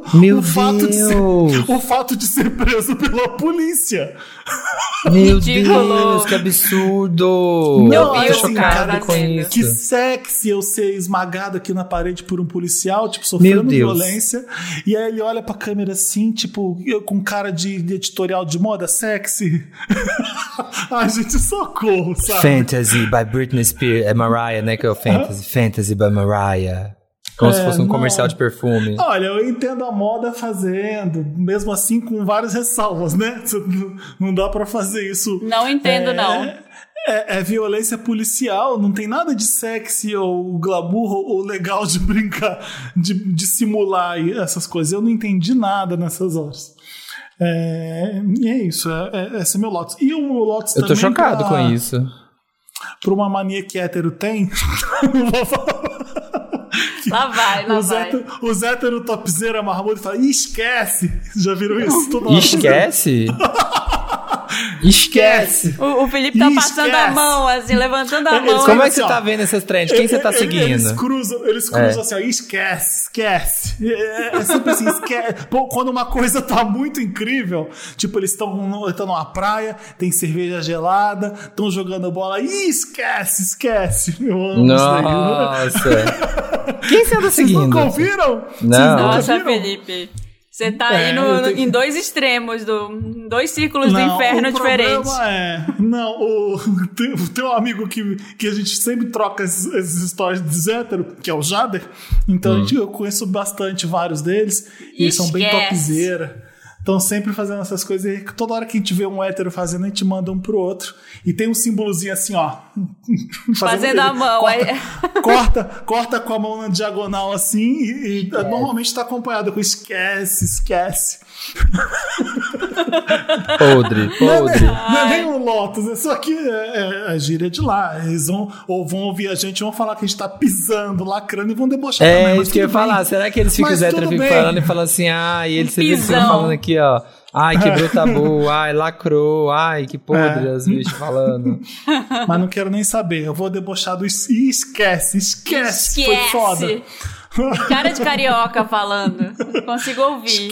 o fato de ser preso pela polícia. Meu Deus, que absurdo. Eu tô chocado com isso. Que sexy eu ser esmagado aqui na parede por um policial, tipo, sofrendo violência. E aí ele olha pra câmera assim, tipo, com cara de editorial de moda, sexy. Ai, gente, socorro, sabe? Fantasy by Britney Spears, é Mariah, né, que é o Fantasy by Mariah. Como se fosse um comercial de perfume. Olha, eu entendo a moda fazendo, mesmo assim com várias ressalvas, né? Não dá pra fazer isso. Não entendo, não. É violência policial, não tem nada de sexy ou glamour ou legal de brincar, de simular essas coisas. Eu não entendi nada nessas horas. E é isso, esse é meu Lotus. E o meu Lotus também... Eu tô chocado com isso. Por uma mania que hétero tem... Não vou falar... Lá vai. Os hétero topzera Mahmoud fala, esquece. Já viram isso? Esquece? Esquece! O Felipe tá passando a mão, assim, levantando a mão. Como é que você tá vendo essas trends? Quem você tá seguindo? Eles cruzam assim, ó, esquece. É sempre assim, esquece. Pô, quando uma coisa tá muito incrível, tipo, eles estão numa praia, tem cerveja gelada, estão jogando bola, esquece. Eu amo Nossa! isso daí. Quem você anda seguindo? Vocês nunca ouviram? Não. Nossa, Felipe. Você tá aí em dois extremos, dois círculos do inferno diferentes. Tem um amigo que a gente sempre troca essas histórias de hétero, que é o Jader. Então eu conheço bastante vários deles. E eles são bem topzera. Estão sempre fazendo essas coisas. E toda hora que a gente vê um hétero fazendo, a gente manda um pro outro. E tem um símbolozinho assim, ó. Fazendo a mão. Corta com a mão na diagonal assim. E normalmente tá acompanhado com esquece. Podre. Não é nem um Lotus. Isso aqui é a gíria de lá. Eles vão ouvir a gente, vão falar que a gente tá pisando, lacrando e vão debochar também. É isso que eu ia falar. Será que eles ficam héteros falando e falam assim, e eles ficam falando aqui, ó. Ai, quebrou tabu, ai, lacrou, ai, que podre as bichas falando. Mas não quero nem saber. Eu vou debochar do esquece. Foi foda. Cara de carioca falando. Não consigo ouvir.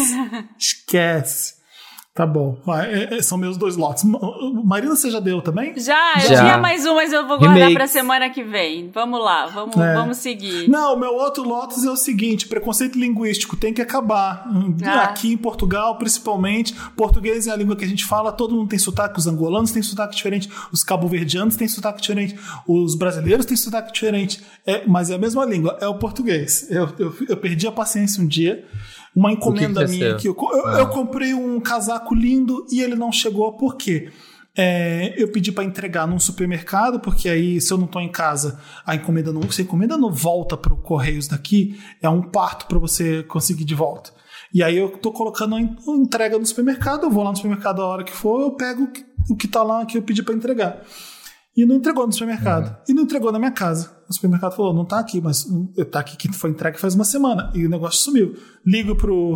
Esquece. Tá bom. São meus 2 lotes. Marina, você já deu também? Já. Tinha mais um, mas eu vou guardar pra semana que vem. Vamos lá, vamos seguir. Não, o meu outro lotes é o seguinte: preconceito linguístico tem que acabar. Aqui em Portugal, principalmente, português é a língua que a gente fala, todo mundo tem sotaque, os angolanos têm sotaque diferente, os cabo-verdianos têm sotaque diferente, os brasileiros têm sotaque diferente, mas é a mesma língua, é o português. Eu perdi a paciência um dia. Uma encomenda minha que eu comprei um casaco lindo e ele não chegou. Por quê? Eu pedi para entregar num supermercado, porque aí, se eu não tô em casa, a encomenda não volta pro Correios daqui, é um parto para você conseguir de volta. E aí eu tô colocando a entrega no supermercado, eu vou lá no supermercado a hora que for, eu pego o que tá lá que eu pedi para entregar. E não entregou no supermercado. E não entregou na minha casa. O supermercado falou, não tá aqui, mas tá aqui que foi entregue faz uma semana. E o negócio sumiu. Ligo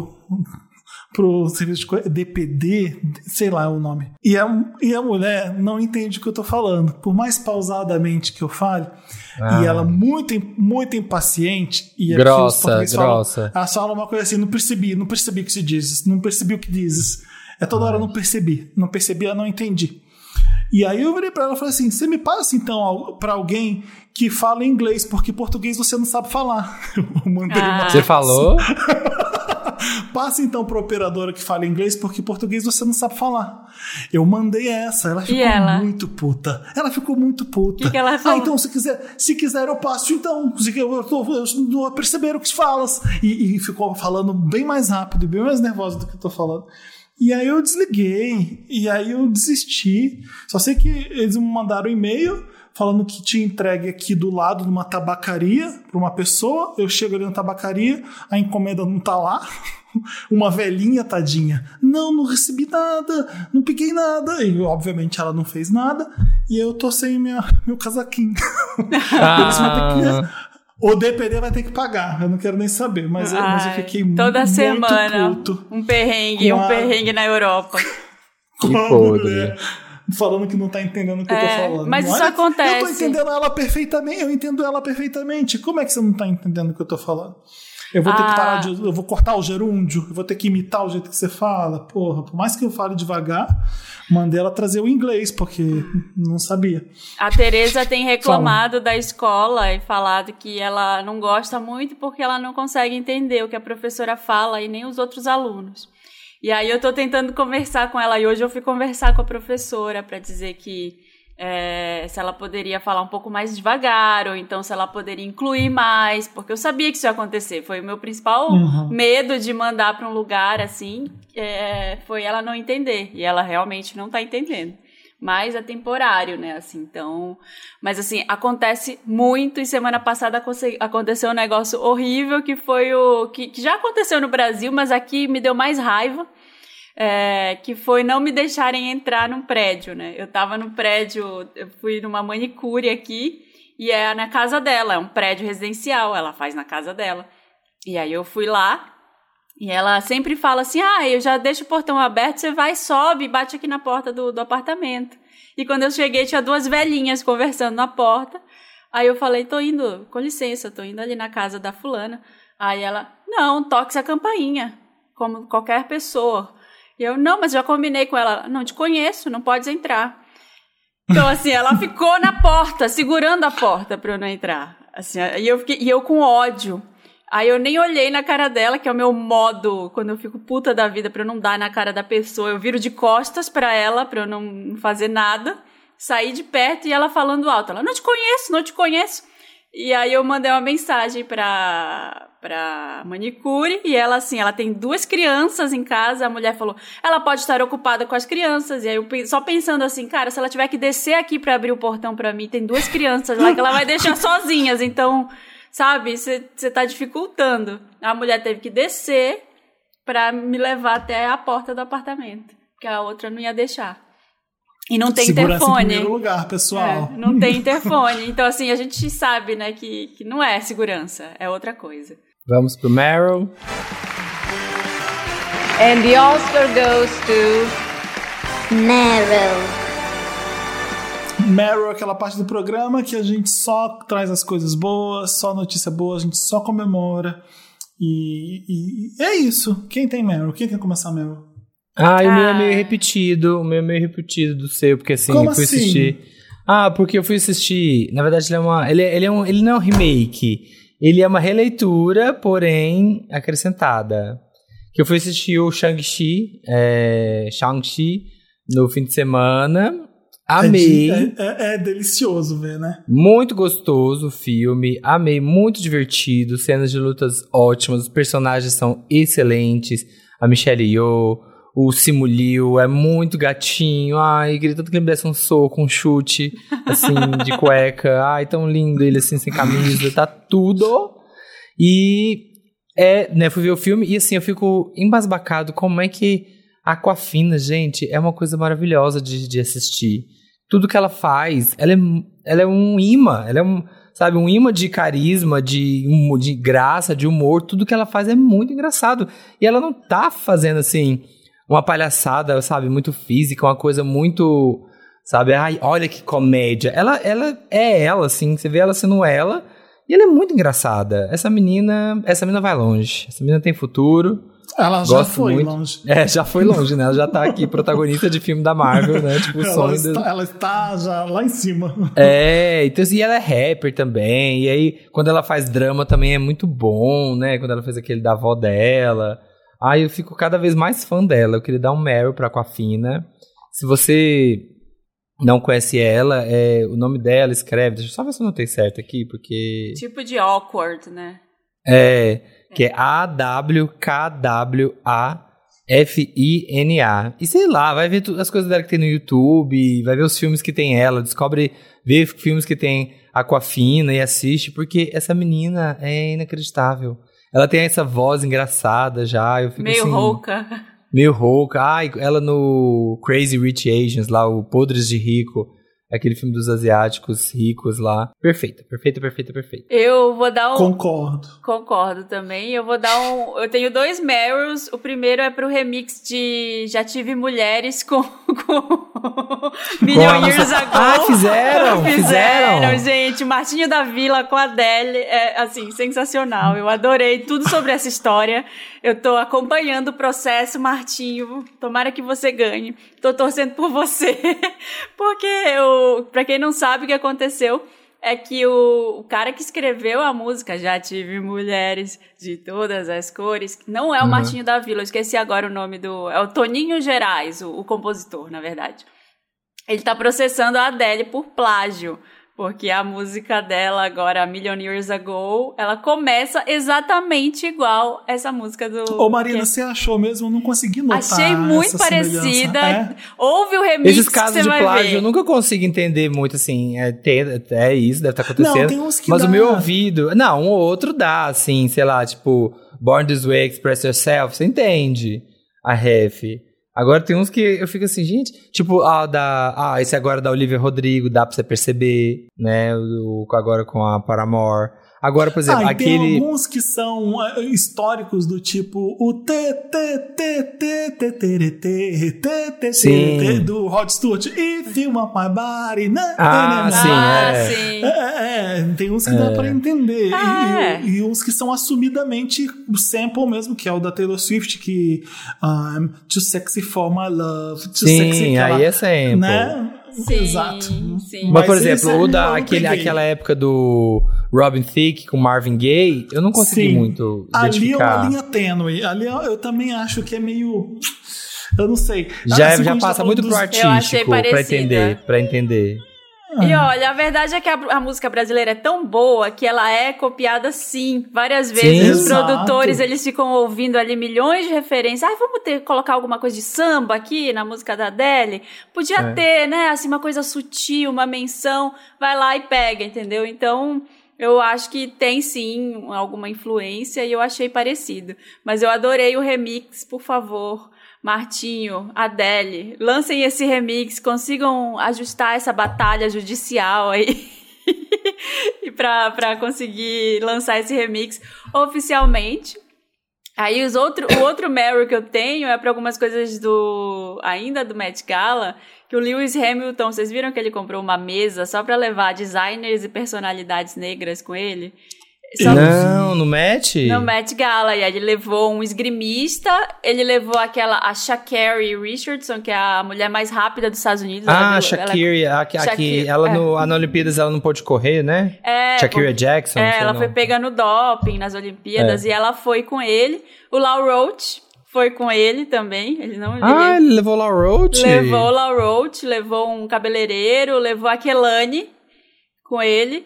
pro serviço de DPD, sei lá o nome. E a mulher não entende o que eu tô falando. Por mais pausadamente que eu fale, e ela muito, muito impaciente. E grossa. Ela fala uma coisa assim, não percebi o que se diz. Não percebi o que dizes. Toda hora eu não percebi, eu não entendi. E aí eu virei pra ela e falei assim, você me passa então pra alguém que fala inglês, porque português você não sabe falar. Você falou? Passa então pra operadora que fala inglês, porque português você não sabe falar. Eu mandei essa, ela ficou muito puta. O que ela falou? Então se quiser eu passo então, eu não perceber o que falas. E ficou falando bem mais rápido, bem mais nervosa do que eu tô falando. E aí eu desliguei, e aí eu desisti. Só sei que eles me mandaram um e-mail falando que tinha entregue aqui do lado de uma tabacaria para uma pessoa. Eu chego ali na tabacaria, a encomenda não tá lá. Uma velhinha, tadinha. Não recebi nada, não peguei nada. E obviamente ela não fez nada. E eu tô sem meu casaquinho. Eles vão ter que... O DPD vai ter que pagar, eu não quero nem saber, mas eu fiquei toda muito semana, puto. Um perrengue na Europa. Que podre. Falando que não tá entendendo o que eu tô falando. Mas isso acontece. Eu tô entendendo ela perfeitamente, eu entendo ela perfeitamente. Como é que você não tá entendendo o que eu tô falando? Eu vou ter que parar eu vou cortar o gerúndio, eu vou ter que imitar o jeito que você fala. Porra, por mais que eu fale devagar, mandei ela trazer o inglês, porque não sabia. A Tereza tem reclamado da escola e falado que ela não gosta muito porque ela não consegue entender o que a professora fala e nem os outros alunos. E aí eu tô tentando conversar com ela, e hoje eu fui conversar com a professora para dizer que se ela poderia falar um pouco mais devagar, ou então se ela poderia incluir mais, porque eu sabia que isso ia acontecer. Foi o meu principal medo de mandar para um lugar assim, foi ela não entender, e ela realmente não tá entendendo. Mas é temporário, né, assim, então... Mas, assim, acontece muito, e semana passada aconteceu um negócio horrível, que foi que já aconteceu no Brasil, mas aqui me deu mais raiva, que foi não me deixarem entrar num prédio, né? Eu tava no prédio, eu fui numa manicure aqui, e é na casa dela, é um prédio residencial, ela faz na casa dela. E aí eu fui lá, E ela sempre fala assim, eu já deixo o portão aberto, você vai, sobe e bate aqui na porta do apartamento. E quando eu cheguei, tinha 2 velhinhas conversando na porta. Aí eu falei, tô indo, com licença, tô indo ali na casa da fulana. Aí ela, não, toque a campainha, como qualquer pessoa. E eu, não, mas já combinei com ela, não te conheço, não podes entrar. Então, assim, ela ficou na porta, segurando a porta pra eu não entrar. Assim, e eu com ódio. Aí eu nem olhei na cara dela, que é o meu modo, quando eu fico puta da vida, pra eu não dar na cara da pessoa. Eu viro de costas pra ela, pra eu não fazer nada. Saí de perto e ela falando alto. Ela, não te conheço, não te conheço. E aí eu mandei uma mensagem pra manicure. E ela, assim, ela tem 2 crianças em casa. A mulher falou, ela pode estar ocupada com as crianças. E aí eu só pensando assim, cara, se ela tiver que descer aqui pra abrir o portão pra mim, tem 2 crianças lá que ela vai deixar sozinhas. Então... Sabe, você tá dificultando. A mulher teve que descer pra me levar até a porta do apartamento. Porque a outra não ia deixar. E não tem Segurança interfone. em primeiro lugar, pessoal. Não tem interfone. Então, assim, a gente sabe, né, que não é segurança. É outra coisa. Vamos pro Meryl. And the Oscar goes to... Meryl. Meryl é aquela parte do programa que a gente só traz as coisas boas, só notícia boa, a gente só comemora. E é isso. Quem tem Meryl? Quem quer começar Meryl? O meu é meio repetido. O meu é meio repetido do seu, porque assim, Como eu fui assim? assistir. Porque eu fui assistir. Na verdade, ele não é um remake. Ele é uma releitura, porém acrescentada. Que eu fui assistir o Shang-Chi no fim de semana. Amei. É delicioso ver, né? Muito gostoso o filme. Amei, muito divertido. Cenas de lutas ótimas. Os personagens são excelentes. A Michelle Yeoh, o Simu Liu é muito gatinho. Ai, queria tanto que ele me desse um soco, um chute, assim, de cueca. Ai, tão lindo ele, assim, sem camisa. Tá tudo. E, fui ver o filme e, assim, eu fico embasbacado como é que a Awkwafina, gente, é uma coisa maravilhosa de assistir. Tudo que ela faz, ela é um imã, ela é um imã de carisma, de graça, de humor. Tudo que ela faz é muito engraçado. E ela não tá fazendo, assim, uma palhaçada, sabe, muito física, uma coisa muito, sabe, ai, olha que comédia. Ela é ela, assim, você vê ela sendo ela, e ela é muito engraçada. Essa menina vai longe. Essa menina tem futuro. Ela já foi longe. Já foi longe, né? Ela já tá aqui, protagonista de filme da Marvel, né? Tipo, ela está já lá em cima. Então assim, e ela é rapper também. E aí, quando ela faz drama também é muito bom, né? Quando ela fez aquele da avó dela. Eu fico cada vez mais fã dela. Eu queria dar um Meryl pra Awkwafina. Se você não conhece ela, o nome dela escreve... Deixa eu só ver se eu notei certo aqui, porque... Tipo de awkward, né? Que é AWKWAFINA. E sei lá, vai ver as coisas dela que tem no YouTube, vai ver os filmes que tem ela, vê filmes que tem Awkwafina e assiste, porque essa menina é inacreditável. Ela tem essa voz engraçada já, eu fico meio assim... Meio rouca. Ela no Crazy Rich Asians, lá, o Podres de Rico. Aquele filme dos asiáticos ricos lá. Perfeita. Eu vou dar Concordo também. Eu vou dar eu tenho 2 Meryls. O primeiro é pro remix de Já Tive Mulheres com Million Years Ago. Fizeram, gente. Martinho da Vila com a Adele. É, assim, sensacional. Eu adorei tudo sobre essa história. Eu tô acompanhando o processo, Martinho. Tomara que você ganhe. Tô torcendo por você. Porque pra quem não sabe o que aconteceu, é que o cara que escreveu a música Já Tive Mulheres de Todas as Cores, não é o Martinho da Vila, eu esqueci agora o nome é o Toninho Gerais, o compositor, na verdade. Ele tá processando a Adele por plágio, porque a música dela agora, Million Years Ago, ela começa exatamente igual essa música do... Ô Marina, você achou mesmo? Eu não consegui notar. Achei muito parecida. Ouve o remix. Esses casos de plágio eu nunca consigo entender muito, assim. É isso, deve estar acontecendo. Não, tem uns que mas dá. O meu ouvido... Não, um ou outro dá, assim, sei lá, tipo... Born This Way, Express Yourself. Você entende a ref. Agora tem uns que eu fico assim, gente... Tipo, esse agora da Olivia Rodrigo, dá pra você perceber, né? Agora com a Paramore. Agora, por exemplo, e aquele... tem alguns que são históricos do tipo o Sim. do Rod Stewart. If you want my body. Sim. Tem uns que dá pra entender. E uns que são assumidamente o sample mesmo, que é o da Taylor Swift, que I'm too sexy for my love. Too sexy, Sim, aí é sample. Né? Sim, Exato. Sim. Mas, por Mas esse exemplo, aquela aquela época do Robin Thicke com Marvin Gaye, eu não consegui muito identificar. Ali é uma linha tênue. Ali eu também acho que é meio... Eu não sei. Já passa muito pro artístico pra entender. E olha, a verdade é que a música brasileira é tão boa que ela é copiada sim, várias vezes. Os produtores, eles ficam ouvindo ali milhões de referências. Vamos colocar alguma coisa de samba aqui na música da Adele? Podia ter, né? Assim, uma coisa sutil, uma menção. Vai lá e pega, entendeu? Então, eu acho que tem sim alguma influência e eu achei parecido. Mas eu adorei o remix, por favor. Martinho, Adele, lancem esse remix, consigam ajustar essa batalha judicial aí e pra conseguir lançar esse remix oficialmente. Aí o outro Meryl que eu tenho é pra algumas coisas ainda do Met Gala, que o Lewis Hamilton, vocês viram que ele comprou uma mesa só pra levar designers e personalidades negras com ele? Não, no Met? No Met Gala. E aí ele levou um esgrimista, ele levou a Sha'Carri Richardson, que é a mulher mais rápida dos Estados Unidos. Sha'Carri, na Olimpíadas ela não pôde correr, né? Sha'Carri Jackson. Ela foi pega no doping nas Olimpíadas e ela foi com ele. O Lau Roach foi com ele também. Ele levou o Lau Roach? Levou o Lau Roach, levou um cabeleireiro, levou a Kelani com ele.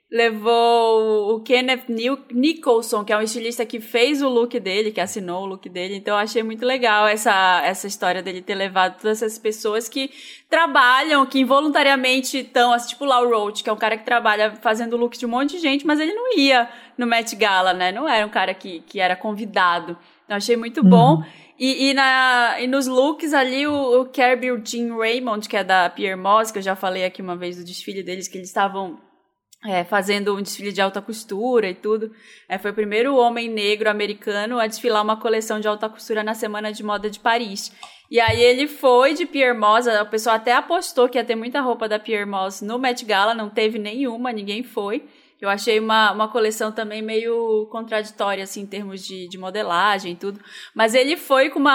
Levou o Kenneth Nicholson, que é um estilista que fez o look dele, que assinou o look dele. Então, eu achei muito legal essa história dele ter levado todas essas pessoas que trabalham, que involuntariamente estão, assim, tipo o Lau Roach, que é um cara que trabalha fazendo look de um monte de gente, mas ele não ia no Met Gala, né? Não era um cara que era convidado. Então, eu achei muito bom. E nos looks ali, o Kirby e o Jean Raymond, que é da Pierre Moss, que eu já falei aqui uma vez do desfile deles, que eles estavam... fazendo um desfile de alta costura e tudo. Foi o primeiro homem negro americano a desfilar uma coleção de alta costura na Semana de Moda de Paris. E aí ele foi de Pierre Moss, a pessoa até apostou que ia ter muita roupa da Pierre Moss no Met Gala, não teve nenhuma, ninguém foi. Eu achei uma coleção também meio contraditória, assim, em termos de modelagem e tudo. Mas ele foi com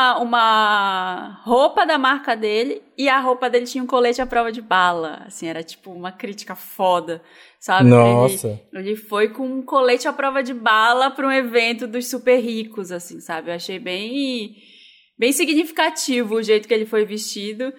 uma roupa da marca dele e a roupa dele tinha um colete à prova de bala. Assim, era tipo uma crítica foda, sabe? Nossa! Ele foi com um colete à prova de bala para um evento dos super ricos, assim, sabe? Eu achei bem significativo o jeito que ele foi vestido.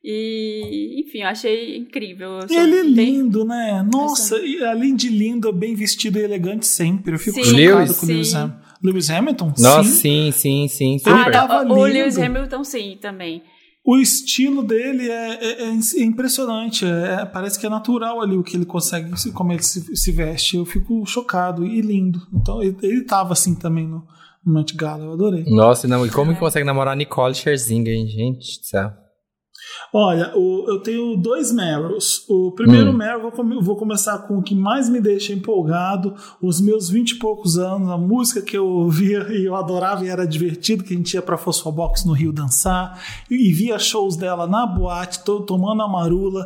E, enfim, eu achei incrível. Ele é lindo, né? Nossa, e além de lindo, é bem vestido e elegante sempre. Eu fico chocado com o Lewis Hamilton. Nossa, sim, super. O Lewis Hamilton, sim, também. O estilo dele é impressionante. Parece que é natural ali o que ele consegue, como ele se veste. Eu fico chocado e lindo. Então, ele tava assim também no Met Gala. Eu adorei. Nossa, não, e como que consegue namorar Nicole Scherzinger, hein? Gente do céu. Olha, eu tenho 2 Meryls. O primeiro Meryl, vou começar com o que mais me deixa empolgado. Os meus 20 e poucos anos, a música que eu ouvia e eu adorava e era divertido, que a gente ia pra Fosfobox no Rio dançar e via shows dela na boate, tomando a marula.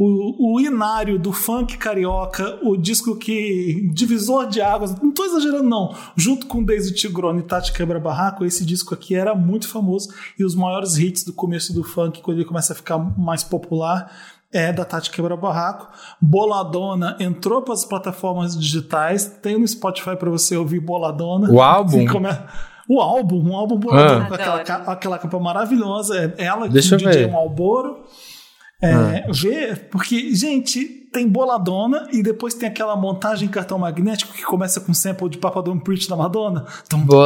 O inário do funk carioca, o disco que divisor de águas, não tô exagerando não, junto com Daisy Tigrone e Tati Quebra-Barraco, esse disco aqui era muito famoso e os maiores hits do começo do funk, quando ele começa a ficar mais popular, é da Tati Quebra-Barraco. Boladona entrou para as plataformas digitais, tem no Spotify para você ouvir Boladona. O álbum? O álbum Boladona, com aquela capa maravilhosa, ela que o DJ Malboro. Porque, gente, tem Boladona e depois tem aquela montagem em cartão magnético que começa com sample de Papa Don't Preach da Madonna.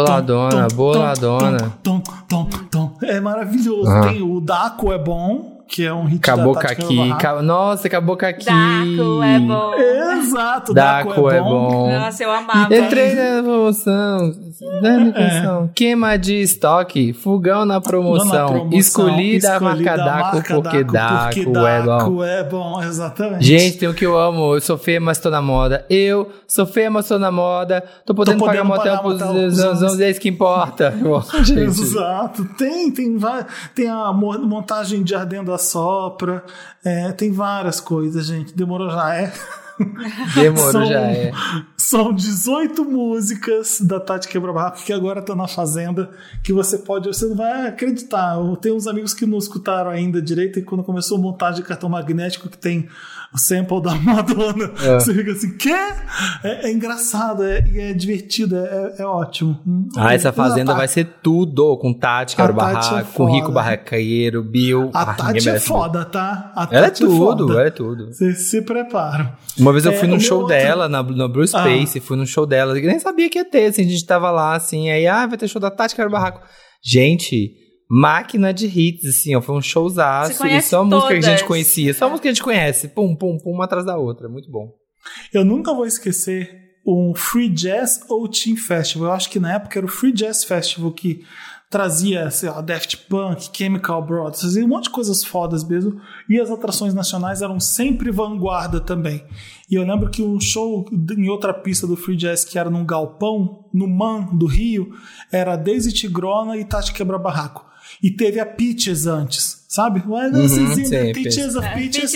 Boladona. É maravilhoso. Tem o Daco é bom, que é um hit Acabou da com Tati aqui. Quebra-Barraco. Nossa, acabou com aqui. Daco é bom. Exato, Daco é bom. Nossa, eu amava. Entrei na promoção, dando atenção. Queima de estoque, fogão na promoção. Escolhi da marca Daco porque Daco é bom. Daco é bom, exatamente. Gente, tem o que eu amo. Eu sou feia, mas tô na moda. Eu sou feia, mas tô na moda. Tô podendo pagar motel pros anos, é isso que importa. Gente. Exato. Tem a montagem de Ardendo a Sopra. Tem várias coisas, gente. Demorou já é. Demorou já é. São 18 músicas da Tati Quebra-Barraco que agora tá na Fazenda, que você não vai acreditar. Eu tenho uns amigos que não escutaram ainda direito, e quando começou a montagem de cartão magnético que tem o sample da Madonna, você fica assim, quê? É engraçado, e é divertido, é ótimo. Essa Fazenda vai ser tudo com Tati Quebra-Barraco, com Rico Barraqueiro, Bill. A Tati é foda, tá? Ela é tudo. Vocês se preparam. Uma vez eu fui num show dela, no Blue Space, fui num show dela, eu nem sabia que ia ter, assim, a gente tava lá, assim, aí, vai ter show da Tati Quebra-Barraco. Gente, máquina de hits, assim, ó, foi um showzaço, e só música que a gente conhecia, só música que a gente conhece, pum, pum, pum, uma atrás da outra, muito bom. Eu nunca vou esquecer um Free Jazz ou Teen Festival, eu acho que na época era o Free Jazz Festival que trazia, sei lá, Daft Punk, Chemical Brothers, fazia um monte de coisas fodas mesmo, e as atrações nacionais eram sempre vanguarda também. E eu lembro que um show em outra pista do Free Jazz, que era num galpão, no MAN do Rio, era Daisy Tigrona e Tati Quebra-Barraco. E teve a Peaches antes, sabe? Peaches of Peaches.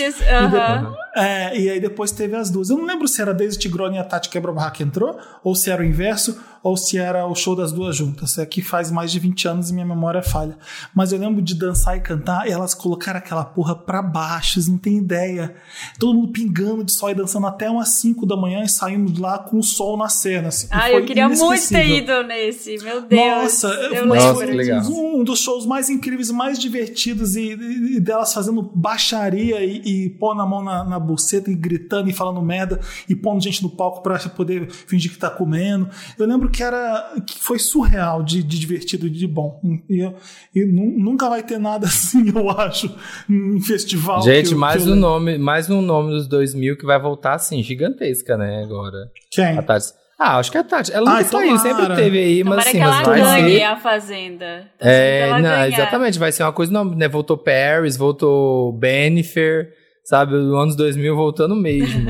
E aí depois teve as duas. Eu não lembro se era Daisy Tigrona e a Tati Quebra-Barraco entrou, ou se era o inverso, ou se era o show das duas juntas. É que faz mais de 20 anos e minha memória falha. Mas eu lembro de dançar e cantar, e elas colocaram aquela porra pra baixo, vocês não tem ideia. Todo mundo pingando de sol e dançando até umas 5 da manhã, e saímos de lá com o sol nascendo. Assim, eu queria muito ter ido nesse, meu Deus. Nossa, que legal. Um dos shows mais incríveis, mais divertidos, e delas fazendo baixaria e pondo a mão na buceta e gritando e falando merda e pondo gente no palco pra poder fingir que tá comendo. Eu lembro que foi surreal de divertido e de bom. E nunca vai ter nada assim, eu acho, em festival. Gente, mais um nome dos 2000 que vai voltar assim, gigantesca, né, agora. Quem? A Tati. Acho que é a Tati. Ela nunca saiu, sempre teve aí, mas assim, ela vai ganhe ser... a Fazenda. Exatamente, vai ser uma coisa, né, voltou Paris, voltou Bennifer, sabe, os anos 2000 voltando mesmo.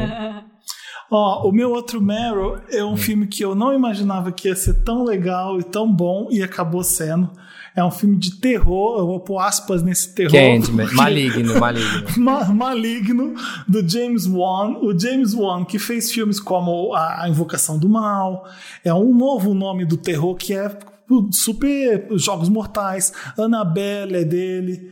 O meu outro Meryl é um filme que eu não imaginava que ia ser tão legal e tão bom, e acabou sendo. É um filme de terror, eu vou pôr aspas nesse terror. Candyman, maligno. Maligno, do James Wan. O James Wan, que fez filmes como A Invocação do Mal, é um novo nome do terror que é super Jogos Mortais, Annabelle é dele.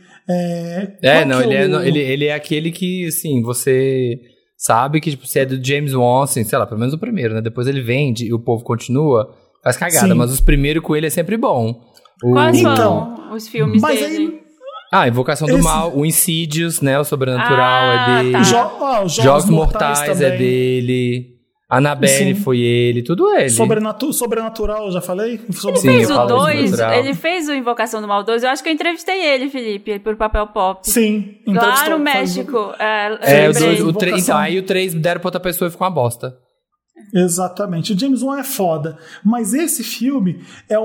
Ele é aquele que, assim, você sabe que, tipo, se é do James Wan, assim, sei lá, pelo menos o primeiro, né? Depois ele vende e o povo continua, faz cagada, mas os primeiros com ele é sempre bom. Quais são os filmes dele? Invocação do Mal, o Insidious, né? O Sobrenatural é dele. Tá. Jogos Mortais é dele. Annabelle foi ele, tudo ele. Sobrenatural, eu já falei? Ele fez o 2, ele fez o Invocação do Mal 2. Eu acho que eu entrevistei ele, Felipe, por Papel Pop. Sim. Lá no México. O 3, então, aí o 3 deram pra outra pessoa e ficou uma bosta. Exatamente. O James Wan é foda. Mas esse filme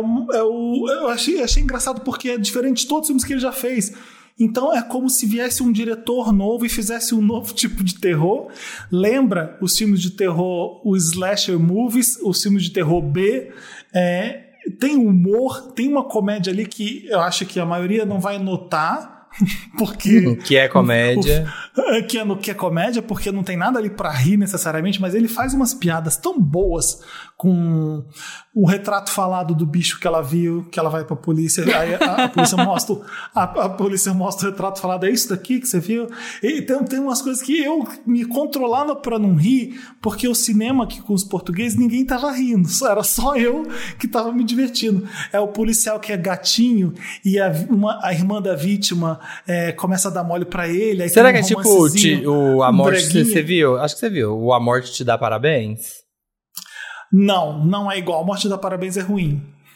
eu achei engraçado porque é diferente de todos os filmes que ele já fez. Então é como se viesse um diretor novo e fizesse um novo tipo de terror. Lembra os filmes de terror, os slasher movies, os filmes de terror B. Tem humor, tem uma comédia ali que eu acho que a maioria não vai notar. Porque que é comédia. Que é comédia, porque não tem nada ali pra rir necessariamente, mas ele faz umas piadas tão boas com o retrato falado do bicho que ela viu, que ela vai pra polícia, aí a polícia mostra a polícia mostra o retrato falado, é isso daqui que você viu? Então tem umas coisas que eu me controlava pra não rir, porque o cinema aqui com os portugueses, ninguém tava rindo, era só eu que tava me divertindo. É o policial que é gatinho e a irmã da vítima começa a dar mole pra ele. Aí será que é tipo a morte, você viu? Acho que você viu. O A Morte Te Dá Parabéns? Não é igual. A Morte Te Dá Parabéns é ruim.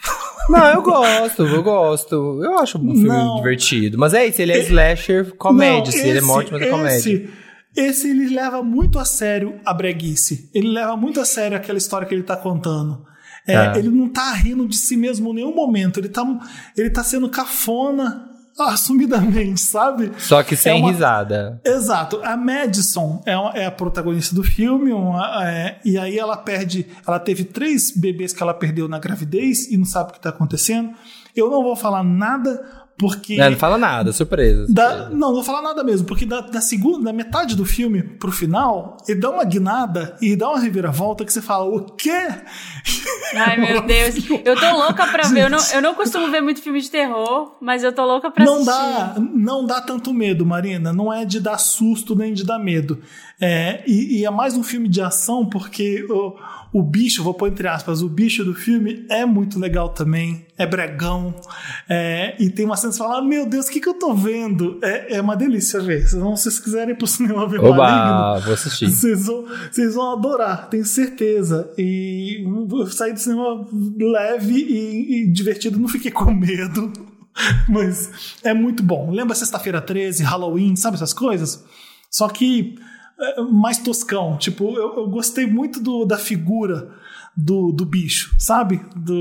Não, eu gosto. Eu acho um filme divertido. Mas é isso, ele é slasher comédia. Ele é morte, mas é comédia. Esse ele leva muito a sério a breguice. Ele leva muito a sério aquela história que ele tá contando. Ele não tá rindo de si mesmo em nenhum momento. Ele tá sendo cafona assumidamente, sabe? Só que sem risada. Exato. A Madison é a protagonista do filme, e aí ela teve 3 bebês que ela perdeu na gravidez e não sabe o que tá acontecendo. Eu não vou falar nada porque... Não fala nada, surpresa. Não vou falar nada mesmo, porque da metade do filme pro final, ele dá uma guinada e dá uma reviravolta que você fala, o quê? Ai, meu Deus. Eu tô louca pra ver. Eu não costumo ver muito filme de terror, mas eu tô louca pra assistir. Não dá tanto medo, Marina. Não é de dar susto nem de dar medo. E é mais um filme de ação, porque o bicho, vou pôr entre aspas, o bicho do filme é muito legal também. É bregão. E tem uma cena que você fala, meu Deus, o que eu tô vendo? É uma delícia ver. Se vocês quiserem ir pro cinema ver Maligno, vou assistir. Vocês vão adorar, tenho certeza. E eu saí do cinema leve e divertido, não fiquei com medo. Mas é muito bom. Lembra Sexta-feira 13, Halloween, sabe essas coisas? Só que mais toscão. Tipo, eu gostei muito da figura do bicho, sabe?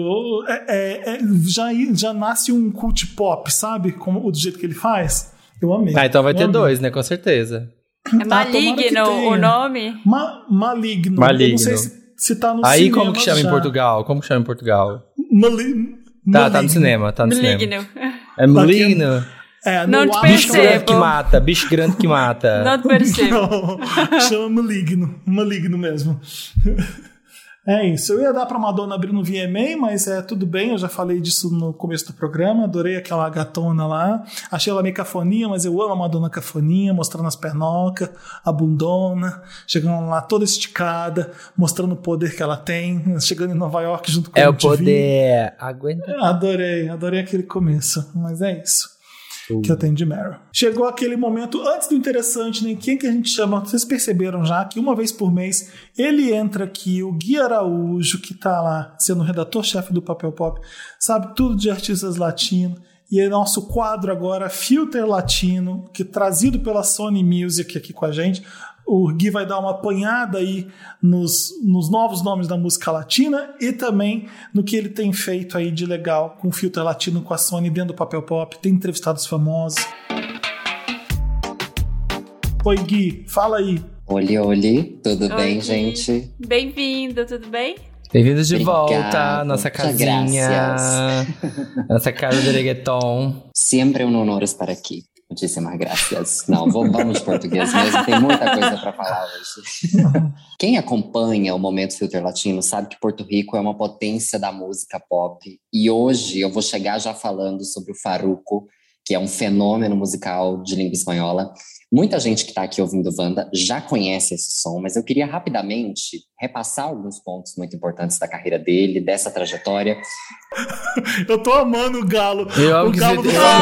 Já nasce um cult pop, sabe? Do jeito que ele faz. Eu amei. Então vai ter 2, né? Com certeza. É Maligno o nome? Maligno. Eu não sei se tá no cinema. Aí como que chama em Portugal? Tá no cinema. Maligno. É Maligno. Não te percebo. Bicho grande que mata. Não te percebo. Não, chama Maligno mesmo. É isso. Eu ia dar pra Madonna abrir no VMA, mas tudo bem, eu já falei disso no começo do programa. Adorei aquela gatona lá. Achei ela meio cafoninha, mas eu amo a Madonna cafoninha, mostrando as pernocas, a bundona, chegando lá toda esticada, mostrando o poder que ela tem, chegando em Nova York junto com o poder. Aguenta. Adorei aquele começo, mas é isso. Que eu tenho de Meryl. Chegou aquele momento, antes do interessante, nem quem que a gente chama, vocês perceberam já que uma vez por mês ele entra aqui, o Gui Araújo, que tá lá sendo o redator-chefe do Papel Pop, sabe tudo de artistas latinos, e é nosso quadro agora, Filter Latino, que trazido pela Sony Music aqui com a gente. O Gui vai dar uma apanhada aí nos novos nomes da música latina e também no que ele tem feito aí de legal com o Filter Latino, com a Sony dentro do Papel Pop. Tem entrevistados famosos. Oi, Gui, fala aí. Oli, tudo bem, Gui? Gente? Bem-vindo, tudo bem? Bem-vindos de volta, nossa casinha, nossa casa de reggaeton. Sempre um honor estar aqui. Muitíssimas graças. Não, vamos de português mesmo, tem muita coisa para falar hoje. Quem acompanha o Momento Filter Latino sabe que Porto Rico é uma potência da música pop. E hoje eu vou chegar já falando sobre o Farruko, que é um fenômeno musical de língua espanhola. Muita gente que está aqui ouvindo Wanda já conhece esse som, mas eu queria rapidamente repassar alguns pontos muito importantes da carreira dele, dessa trajetória. Eu tô amando o Galo. Eu amo o Galo.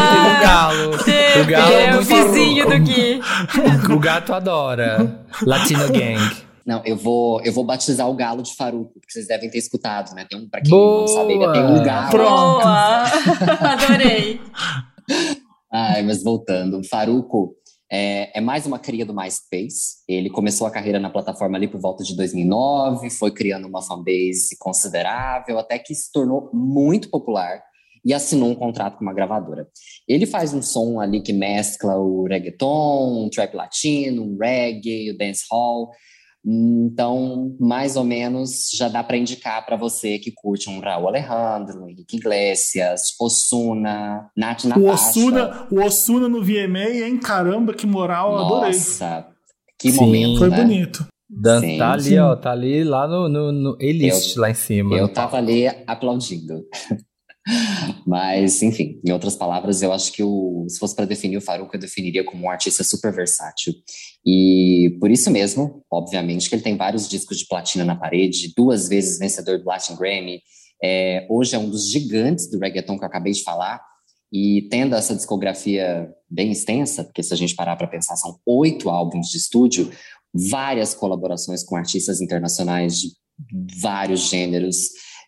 O Galo é o vizinho do Gui. O gato adora. Latino Gang. Não, eu vou batizar o Galo de Farruko, porque vocês devem ter escutado, né? Pra quem não sabe, ainda tem um galo. Boa! Adorei. Ai, mas voltando, o Farruko é mais uma cria do MySpace. Ele começou a carreira na plataforma ali por volta de 2009, foi criando uma fanbase considerável, até que se tornou muito popular e assinou um contrato com uma gravadora. Ele faz um som ali que mescla o reggaeton, um trap latino, um reggae, o dancehall. Então, mais ou menos, já dá para indicar para você que curte um Raul Alejandro, Henrique Iglesias, Ozuna, Nath Natasha. O Ozuna no VMA, hein? Caramba, que moral, eu adorei. Nossa, que momento, foi né? bonito. Sim, tá ali, ó, tá ali lá no A-list lá em cima. Eu tava ali aplaudindo. Mas, enfim, em outras palavras, eu acho que se fosse para definir o Farruko, eu definiria como um artista super versátil. E por isso mesmo, obviamente, que ele tem vários discos de platina na parede, 2 vezes vencedor do Latin Grammy. Hoje é um dos gigantes do reggaeton que eu acabei de falar. E tendo essa discografia bem extensa, porque se a gente parar para pensar, são 8 álbuns de estúdio, várias colaborações com artistas internacionais de vários gêneros.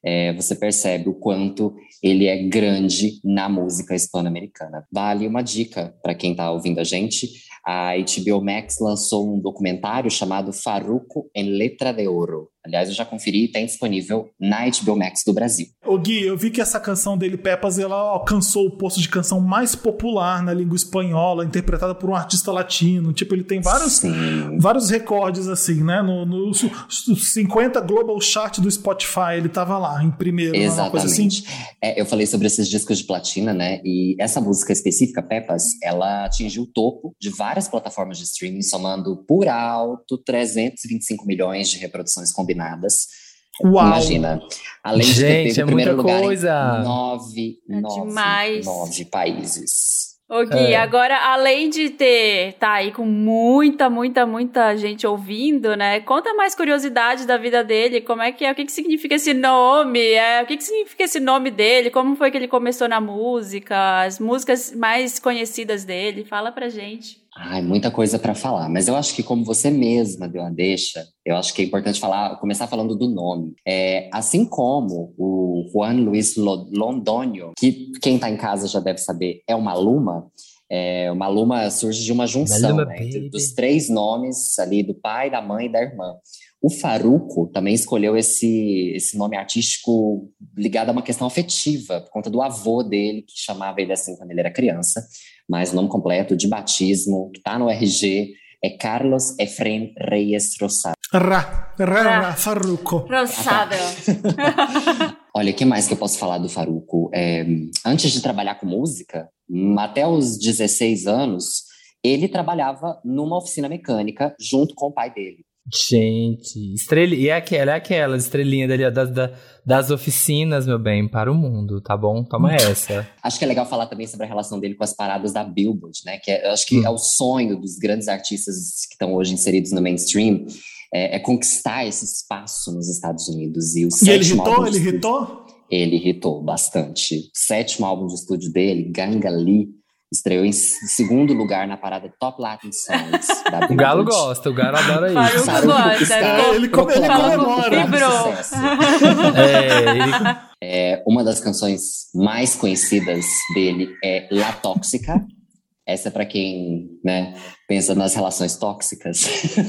você percebe o quanto ele é grande na música hispano-americana. Vale uma dica para quem está ouvindo a gente. A HBO Max lançou um documentário chamado Farruko en Letra de Oro. Aliás, eu já conferi e tem disponível na HBO Max do Brasil. Ô Gui, eu vi que essa canção dele, Pepas, ela alcançou o posto de canção mais popular na língua espanhola, interpretada por um artista latino. Tipo, ele tem vários recordes, assim, né? No 50 Global Chart do Spotify, ele tava lá, em primeiro. Exatamente. Uma coisa assim. Eu falei sobre esses discos de platina, né? E essa música específica, Pepas, ela atingiu o topo de várias plataformas de streaming, somando por alto 325 milhões de reproduções combinadas. Uau. Imagina. Além de ter pego o primeiro lugar coisa. em nove países. Ô Gui, agora além de tá aí com muita gente ouvindo, né? Conta mais curiosidades da vida dele, como é que é, o que significa esse nome, o que significa esse nome dele, como foi que ele começou na música, as músicas mais conhecidas dele, fala pra gente. Ai, muita coisa para falar, mas eu acho que como você mesma deu a deixa, eu acho que é importante começar falando do nome. Assim como o Juan Luis Londoño, que quem tá em casa já deve saber, é o Maluma. O Maluma surge de uma junção, né, dos três nomes ali, do pai, da mãe e da irmã. O Farruko também escolheu esse nome artístico ligado a uma questão afetiva, por conta do avô dele, que chamava ele assim quando ele era criança. Mas o nome completo de batismo, que tá no RG, é Carlos Efrén Reyes Rosado. Farruko. Rosado. Olha, o que mais que eu posso falar do Farruko? Antes de trabalhar com música, até os 16 anos, ele trabalhava numa oficina mecânica junto com o pai dele. Gente, e é aquela estrelinha dali, das oficinas, meu bem, para o mundo, tá bom? Toma essa. Acho que é legal falar também sobre a relação dele com as paradas da Billboard, né? Que acho que é o sonho dos grandes artistas que estão hoje inseridos no mainstream, é conquistar esse espaço nos Estados Unidos. E ele irritou? Ele irritou bastante. O 7º álbum de estúdio dele, Ganga Lee, estreou em segundo lugar na parada Top Latin Songs da Billboard. O Galo gosta, o Galo adora isso. Farruko gosta. Ele comemora. Vibrou. Uma das canções mais conhecidas dele é La Tóxica. Essa é pra quem, né, pensa nas relações tóxicas.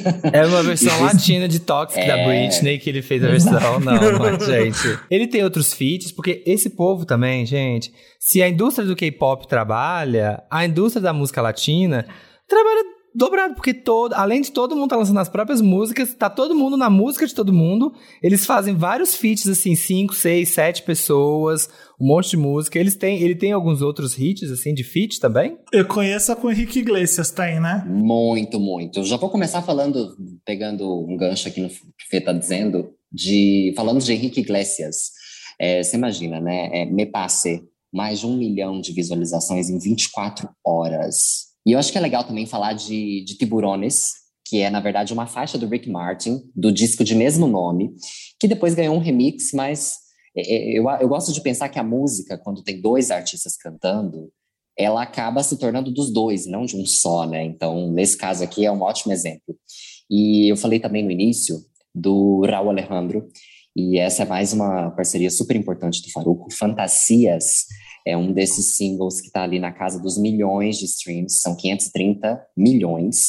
É uma versão latina de Toxic da Britney que ele fez a versão. Não, mas, gente. Ele tem outros feats, porque esse povo também, gente, se a indústria do K-pop trabalha, a indústria da música latina trabalha dobrado, porque além de todo mundo tá lançando as próprias músicas, tá todo mundo na música de todo mundo, eles fazem vários feats, assim, 5, 6, 7 pessoas, um monte de música. Ele tem alguns outros hits, assim, de feat também? Eu conheço a com Henrique Iglesias, tem, né? Muito, muito. Eu já vou começar pegando um gancho aqui no que o Fê tá dizendo, falando de Henrique Iglesias. Você imagina, né? Me Passe, mais de 1 milhão de visualizações em 24 horas. E eu acho que é legal também falar de Tiburones, que é, na verdade, uma faixa do Rick Martin, do disco de mesmo nome, que depois ganhou um remix, mas eu gosto de pensar que a música, quando tem 2 artistas cantando, ela acaba se tornando dos 2, não de um só, né? Então, nesse caso aqui, é um ótimo exemplo. E eu falei também no início do Rauw Alejandro, e essa é mais uma parceria super importante do Farruko. Fantasias é um desses singles que está ali na casa dos milhões de streams, são 530 milhões,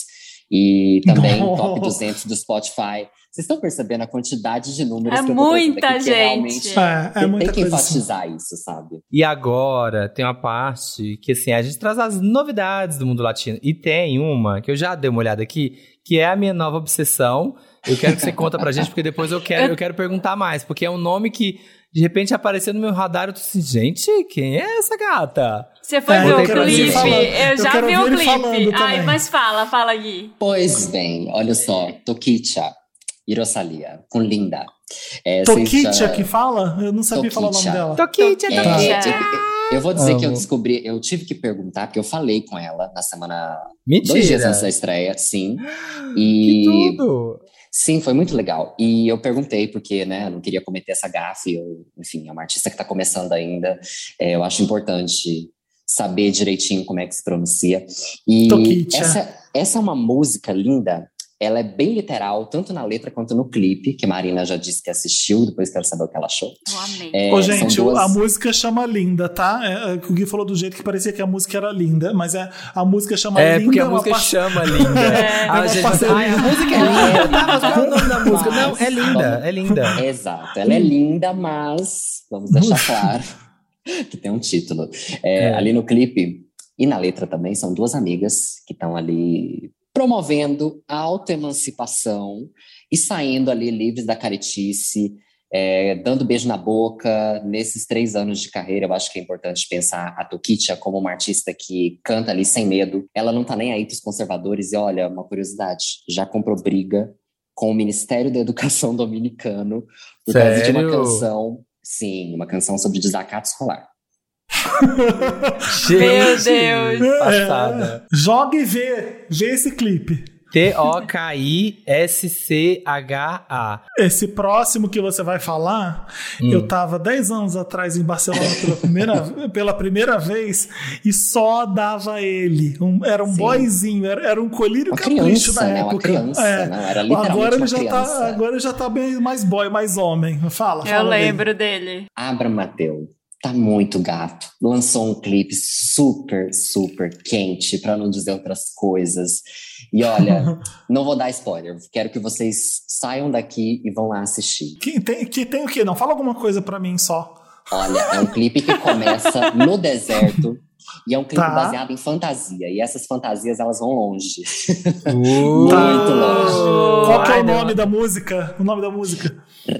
e também top 200 do Spotify. Vocês estão percebendo a quantidade de números que eu tô muita aqui, gente. Tem que enfatizar isso, sabe? E agora tem uma parte que, assim, a gente traz as novidades do mundo latino, e tem uma que eu já dei uma olhada aqui, que é a minha nova obsessão. Eu quero que você conta pra gente, porque depois eu quero perguntar mais, porque é um nome que de repente apareceu no meu radar, eu tô assim, gente, quem é essa gata? Você foi ver o clipe? Eu já vi o clipe. Ai, mas fala, Gui. Pois bem, olha só, Toquicha e Rosalía, com Linda. Toquicha que fala? Eu não sabia falar o nome dela. Toquicha. Eu vou dizer que eu tive que perguntar, porque eu falei com ela na semana... Mentira! 2 dias antes da estreia, sim. Que tudo! Sim, foi muito legal. E eu perguntei porque, né, eu não queria cometer essa gafe. Enfim, é uma artista que está começando ainda. Eu acho importante saber direitinho como é que se pronuncia. E essa é uma música linda. ela é bem literal, tanto na letra quanto no clipe, que a Marina já disse que assistiu, depois quero saber o que ela achou. Eu amei. Ô, gente, a música chama Linda, tá? O Gui falou do jeito que parecia que a música era linda, mas a música chama Linda. É, porque a música chama Linda. A música é linda, tá? Mas qual é o nome da música? Não, é linda, é linda. Exato, ela é linda, mas vamos deixar claro que tem um título. Ali no clipe e na letra também, são duas amigas que estão ali promovendo a autoemancipação e saindo ali livres da caretice, dando beijo na boca. Nesses 3 anos de carreira, eu acho que é importante pensar a Toquicha como uma artista que canta ali sem medo. Ela não tá nem aí pros conservadores. E olha, uma curiosidade, já comprou briga com o Ministério da Educação Dominicano por causa de uma canção, sim, uma canção sobre desacato escolar. Meu Deus. Passada. Joga e vê esse clipe. T-O-K-I-S-C-H-A. Esse próximo que você vai falar, eu tava 10 anos atrás em Barcelona pela primeira vez e só dava ele. Era um boyzinho, era um colírio uma capricho criança, na né? época. Uma criança, não, era literalmente agora ele já tá bem mais boy, mais homem. Fala Eu lembro dele. Abra Mateu. Tá muito gato. Lançou um clipe super, super quente, pra não dizer outras coisas. E olha, não vou dar spoiler. Quero que vocês saiam daqui e vão lá assistir. Que tem o quê? Não, fala alguma coisa pra mim só. Olha, é um clipe que começa no deserto. E é um clipe baseado em fantasia. E essas fantasias, elas vão longe. Muito longe. Qual que é o nome da música? O nome da música?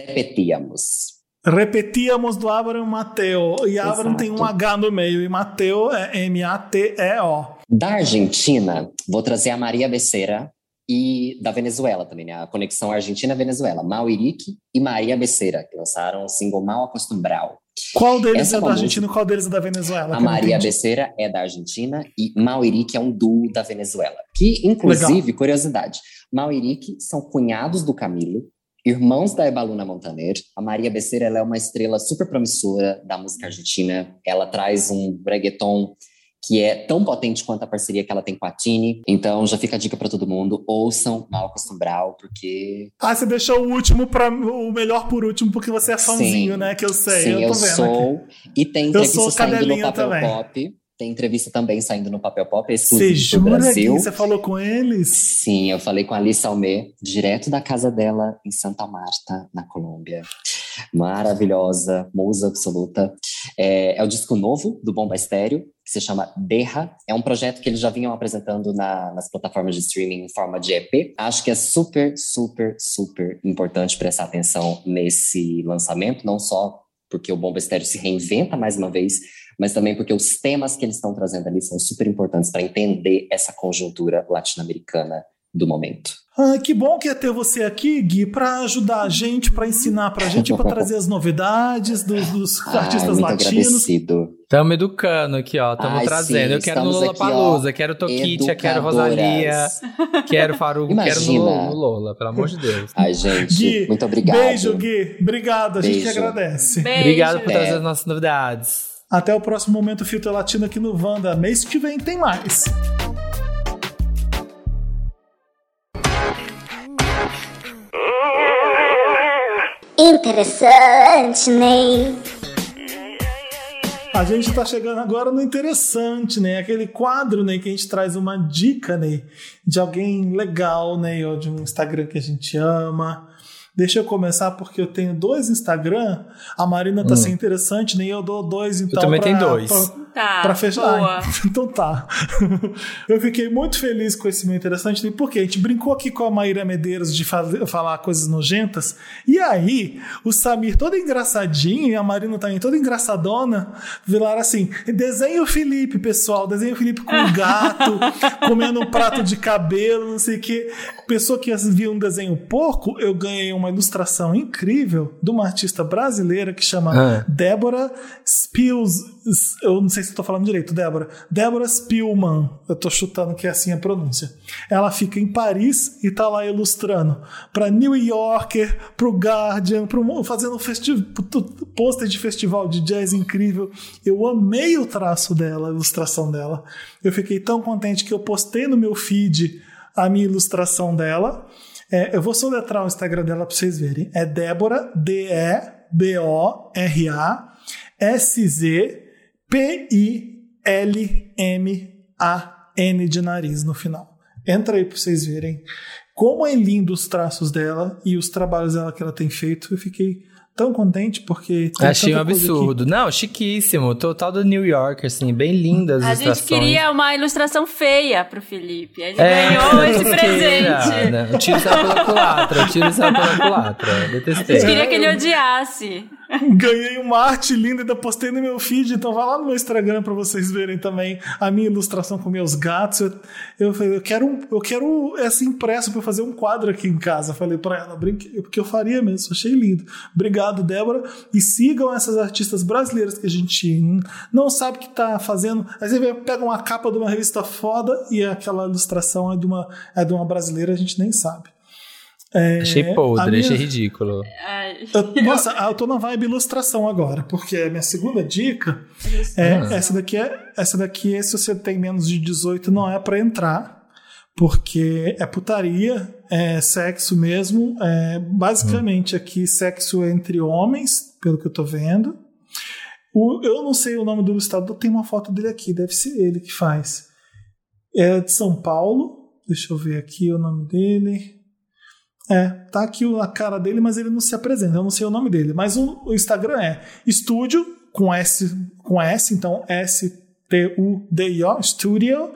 Repetíamos do Abraham Mateo. E Abraham tem um H no meio. E Mateo é M-A-T-E-O. Da Argentina, vou trazer a Maria Becerra. E da Venezuela também, né? A conexão Argentina-Venezuela. Mauríque e Maria Becerra, que lançaram o single Mal Acostumbrado. Qual deles é da Argentina e qual deles é da Venezuela? A Maria Becerra é da Argentina e Mauríque é um duo da Venezuela. Que, inclusive, curiosidade, Mauríque são cunhados do Camilo, irmãos da Ebaluna Montaner. A Maria Becerra, ela é uma estrela super promissora da música argentina. Ela traz um reggaeton que é tão potente quanto a parceria que ela tem com a Tini. Então, já fica a dica pra todo mundo. Ouçam Mal Acostumbrado, porque... você deixou o melhor por último, porque você é fãzinho, sim, né? Que eu sei. Sim, eu tô vendo sou. Aqui. E tem entrevista saindo no Papel também. Pop. Tem entrevista também saindo no Papel Pop, exclusivo do Brasil. Você falou com eles? Sim, eu falei com a Alice Almé, direto da casa dela em Santa Marta, na Colômbia. Maravilhosa, musa absoluta. É o disco novo do Bomba Estéreo, que se chama Derra. É um projeto que eles já vinham apresentando nas plataformas de streaming em forma de EP. Acho que é super, super, super importante prestar atenção nesse lançamento, não só porque o Bomba Estéreo se reinventa mais uma vez, mas também porque os temas que eles estão trazendo ali são super importantes para entender essa conjuntura latino-americana do momento. Que bom que é ter você aqui, Gui, para ajudar a gente, para ensinar pra gente, para trazer as novidades dos artistas latinos. Agradecido. Estamos educando aqui, ó. Estamos trazendo. Sim, eu quero no Lollapalooza, quero Toquicha, quero Rosalia, quero Farruko, quero no Lola, pelo amor de Deus. Ai, gente, Gui, muito obrigado. Beijo, Gui. Obrigado, a gente que agradece. Beijo. Obrigado por trazer as nossas novidades. Até o próximo Momento Filtro Latino aqui no Wanda. Mês que vem tem mais. Interessante, Ney. A gente tá chegando agora no Interessante, né? Aquele quadro, né, que a gente traz uma dica, né, de alguém legal, né, ou de um Instagram que a gente ama. Deixa eu começar porque eu tenho 2 Instagram. A Marina tá sem Interessante, nem eu dou 2, então. Eu também tenho 2. Pra fechar. Boa. Então tá. Eu fiquei muito feliz com esse meu Interessante, porque a gente brincou aqui com a Maíra Medeiros de falar coisas nojentas. E aí, o Samir todo engraçadinho e a Marina também toda engraçadona, falaram assim: desenha o Felipe, pessoal. Desenha o Felipe com um gato, comendo um prato de cabelo, não sei o quê. Pessoa que viu um desenho porco, eu ganhei uma ilustração incrível de uma artista brasileira que chama Débora Spils. Eu não sei se estou falando direito, Débora Spillman. Eu estou chutando que é assim a pronúncia. Ela fica em Paris e está lá ilustrando para New Yorker, para o Guardian, fazendo pôster de festival de jazz incrível. Eu amei o traço dela, a ilustração dela. Eu fiquei tão contente que eu postei no meu feed a minha ilustração dela. Eu vou soletrar o Instagram dela para vocês verem. É Débora, DEBORA-SZPILMAN de nariz no final. Entra aí para vocês verem como é lindo os traços dela e os trabalhos dela que ela tem feito. Eu fiquei tão contente porque... Achei um absurdo. Não, chiquíssimo. Total do New York, assim, bem lindas as ilustrações. A gente queria uma ilustração feia pro Felipe. Ele ganhou esse presente. Né? Tiro saiu pela culatra. Detestei. A gente queria que ele odiasse. Ganhei uma arte linda e ainda postei no meu feed, então vai lá no meu Instagram pra vocês verem também a minha ilustração com meus gatos. Eu falei, eu quero essa impresso pra eu fazer um quadro aqui em casa. Falei pra ela, porque eu faria mesmo, achei lindo. Obrigado, Débora. E sigam essas artistas brasileiras que a gente não sabe o que tá fazendo. Aí você pega uma capa de uma revista foda e aquela ilustração é de uma brasileira, a gente nem sabe. Achei podre, achei ridículo. Eu tô na vibe ilustração agora, porque a minha segunda dica essa daqui, se você tem menos de 18, não é pra entrar, porque é putaria, é sexo mesmo, basicamente aqui sexo entre homens, pelo que eu tô vendo. Eu não sei o nome do ilustrador, tem uma foto dele aqui, deve ser ele que faz. É de São Paulo, deixa eu ver aqui o nome dele. Tá aqui a cara dele, mas ele não se apresenta, eu não sei o nome dele. Mas o Instagram é estúdio, com S, então STUDIO, Studio,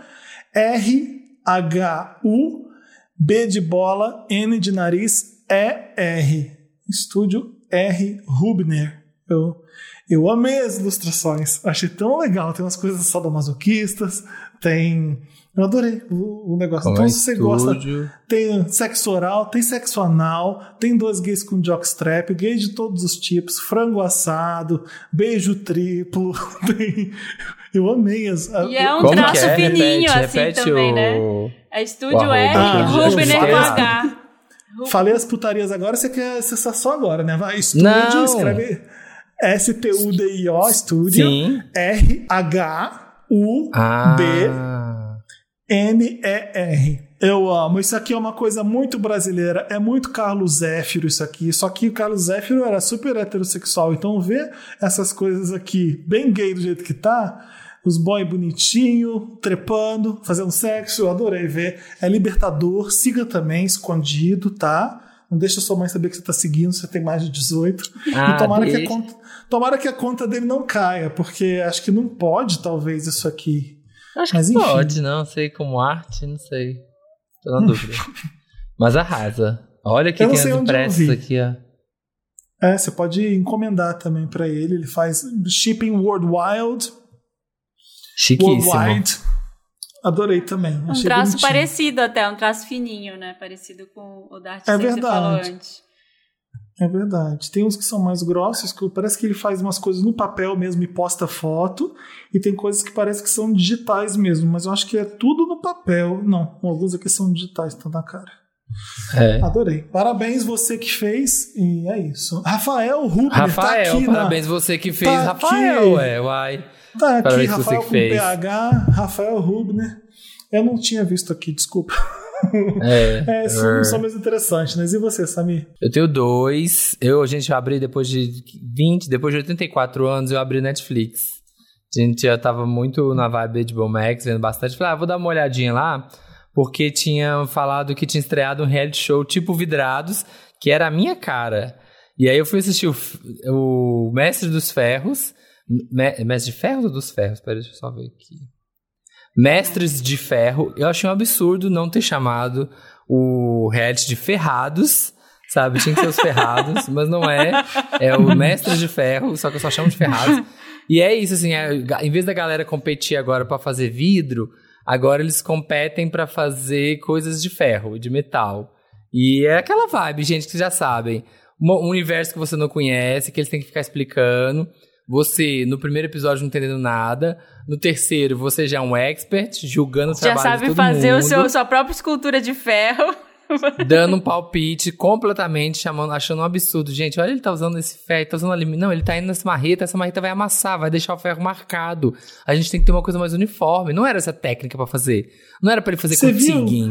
RHU, B de bola, N de nariz, ER. Estúdio R. Rubner. Eu amei as ilustrações, achei tão legal. Tem umas coisas sadomasoquistas, eu adorei o negócio. Como então, se você gosta, tem sexo oral, tem sexo anal, tem 2 gays com jockstrap, gays de todos os tipos, frango assado, beijo triplo. Eu amei E é um traço fininho, repete também, né? É estúdio R, Rubner com H. Falei as putarias agora, você quer acessar só agora, né? Vai, estúdio, escreve STUDIO, estúdio, RHUBNER. Eu amo. Isso aqui é uma coisa muito brasileira. É muito Carlos Zéfiro isso aqui. Só que o Carlos Zéfiro era super heterossexual. Então ver essas coisas aqui bem gay do jeito que tá, os boy bonitinho, trepando, fazendo sexo, eu adorei ver. É libertador. Siga também, escondido, tá? Não deixa sua mãe saber que você tá seguindo, você tem mais de 18. E tomara que a conta dele não caia, porque acho que não pode, talvez, isso aqui. Acho que pode, não sei, como arte, não sei. Tô na dúvida. Mas arrasa. Olha que tem as impressas aqui, ó. Você pode encomendar também pra ele. Ele faz shipping worldwide. Chiquíssimo. Worldwide. Adorei também. Um traço bonitinho. Parecido até, um traço fininho, né? Parecido com o da artista que você falou antes. É verdade. Tem uns que são mais grossos, que parece que ele faz umas coisas no papel mesmo e posta foto. E tem coisas que parece que são digitais mesmo, mas eu acho que é tudo no papel. Não, alguns aqui são digitais, tá na cara. Adorei. Parabéns você que fez, e é isso. Rafael Rubner, Rafael, tá aqui. Parabéns você que fez, tá Rafael, uai. Tá aqui, parabéns Rafael com PH, Rafael Rubner. Eu não tinha visto aqui, desculpa. São mais interessantes, né? E você, Samir? Eu tenho 2. Gente, eu abri depois de 84 anos, eu abri Netflix. A gente já tava muito na vibe de HBO Max, vendo bastante. Falei, vou dar uma olhadinha lá, porque tinha falado que tinha estreado um reality show tipo Vidrados, que era a minha cara. E aí eu fui assistir o Mestre dos Ferros. Mestre de Ferros ou dos Ferros? Peraí, deixa eu só ver aqui. Mestres de Ferro. Eu achei um absurdo não ter chamado o reality de Ferrados, sabe? Tinha que ser os Ferrados, mas não é. É o Mestres de Ferro, só que eu só chamo de Ferrados. E é isso, assim, em vez da galera competir agora pra fazer vidro, agora eles competem pra fazer coisas de ferro, de metal. E é aquela vibe, gente, que vocês já sabem. Um universo que você não conhece, que eles têm que ficar explicando. Você, no primeiro episódio, não entendendo nada. No terceiro, você já é um expert, julgando o trabalho de todo mundo. Já sabe fazer sua própria escultura de ferro. Dando um palpite completamente, achando um absurdo. Gente, olha, ele tá usando esse ferro, tá usando alumínio. Não, ele tá indo nessa marreta, essa marreta vai amassar, vai deixar o ferro marcado. A gente tem que ter uma coisa mais uniforme. Não era essa técnica pra fazer. Não era pra ele fazer com tigging.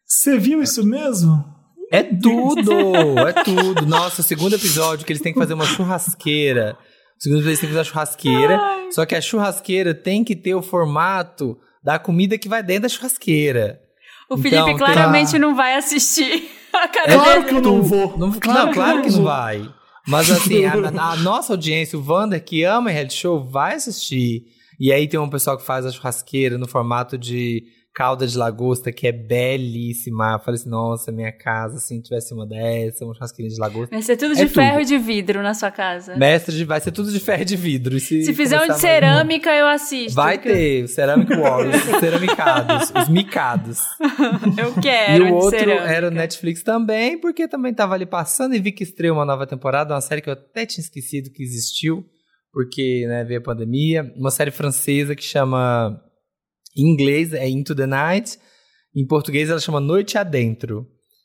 Você viu isso mesmo? É tudo! É tudo. Nossa, o segundo episódio que eles têm que fazer uma churrasqueira. O segundo episódio eles têm que fazer uma churrasqueira. Só que a churrasqueira tem que ter o formato da comida que vai dentro da churrasqueira. O Felipe claramente não vai assistir. Claro que eu não vou. Claro que não vai. Mas assim, a nossa audiência, o Wander, que ama reality show, vai assistir. E aí tem um pessoal que faz a churrasqueira no formato de calda de lagosta, que é belíssima. Eu falei assim, nossa, minha casa, se tivesse uma dessa, uma churrasqueirinha de lagosta. Vai ser tudo de ferro e de vidro na sua casa. Vai ser tudo de ferro e de vidro. Se fizer um de cerâmica, eu assisto. Vai ter, o Ceramic Wars, os ceramicados, os micados. Eu quero. E o outro era o Netflix também, porque também tava ali passando e vi que estreou uma nova temporada, uma série que eu até tinha esquecido que existiu, porque, né, veio a pandemia. Uma série francesa que chama... Em inglês é Into the Night. Em português ela chama Noite Adentro.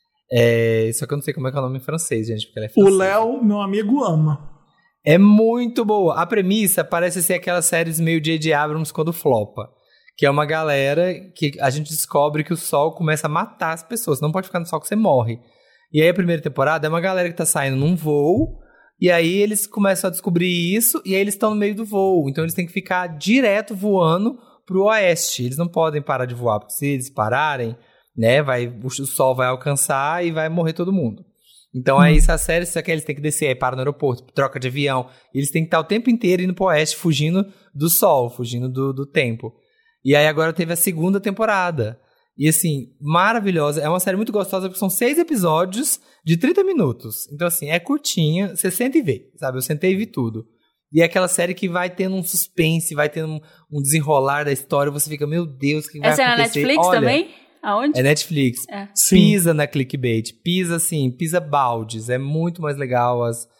Só que eu não sei como é que é o nome em francês, gente, porque ela é francesa. O Léo, meu amigo, ama. É muito boa. A premissa parece ser aquelas séries meio J.J. Abrams quando flopa. Que é uma galera que a gente descobre que o sol começa a matar as pessoas. Você não pode ficar no sol que você morre. E aí a primeira temporada é uma galera que tá saindo num voo. E aí eles começam a descobrir isso. E aí eles estão no meio do voo. Então eles têm que ficar direto voando pro oeste. Eles não podem parar de voar, porque se eles pararem, né, o sol vai alcançar e vai morrer todo mundo. Então aí essa série, só que eles têm que descer, aí para no aeroporto, troca de avião, e eles têm que estar o tempo inteiro indo pro oeste, fugindo do sol, fugindo do tempo. E aí agora teve a segunda temporada. E assim, maravilhosa. É uma série muito gostosa, porque são 6 episódios de 30 minutos. Então assim, é curtinha, você senta e vê, sabe? Eu sentei e vi tudo. E é aquela série que vai tendo um suspense, vai tendo um desenrolar da história. Você fica, meu Deus, o que vai acontecer? Essa é na Netflix também? Aonde? É Netflix. Pisa na clickbait. Pisa baldes. É muito mais legal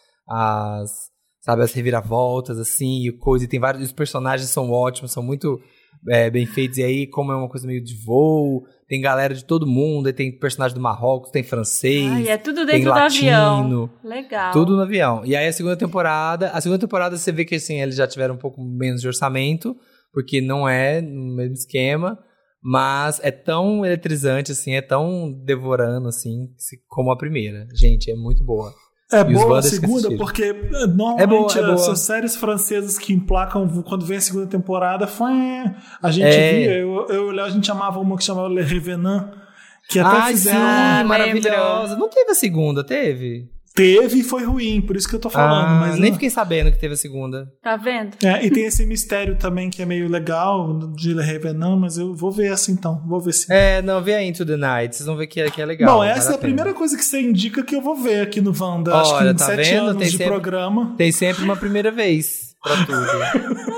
sabe, as reviravoltas, assim, e coisa. E tem vários... Os personagens são ótimos, são muito bem feitos. E aí, como é uma coisa meio de voo, tem galera de todo mundo. Aí tem personagem do Marrocos, tem francês. E é tudo dentro do avião. Legal. Tudo no avião. E aí a segunda temporada você vê que assim, eles já tiveram um pouco menos de orçamento, porque não é no mesmo esquema, mas é tão eletrizante, assim, é tão devorando, assim, como a primeira. Gente, é muito boa. É boa a segunda, porque normalmente essas séries francesas que emplacam quando vem a segunda temporada, a gente via, eu e o Léo, a gente amava uma que chamava Le Revenant, que até fizeram... maravilhosa. Não teve a segunda, teve? Teve e foi ruim, por isso que eu tô falando. Mas nem fiquei sabendo que teve a segunda. Tá vendo? E tem esse mistério também que é meio legal, de Le Revenant, mas eu vou ver essa então. Vou ver se... não, vê a Into the Night, vocês vão ver que é legal. Bom, essa é a primeira coisa que você indica que eu vou ver aqui no Wanda. Acho que em 7 anos de programa. Tem sempre uma primeira vez pra tudo.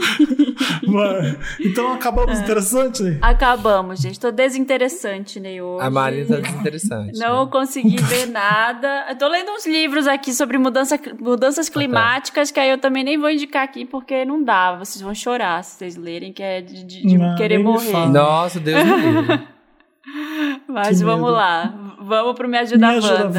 Então acabamos interessante, né? Acabamos, gente. Tô desinteressante, né, hoje. A Marina tá desinteressante. Não consegui ver nada. Eu tô lendo uns livros aqui sobre mudanças climáticas, que aí eu também nem vou indicar aqui, porque não dá. Vocês vão chorar se vocês lerem, que é de querer morrer. Nossa, Deus me livre. Mas vamos lá. Vamos pro Me Ajuda Wanda.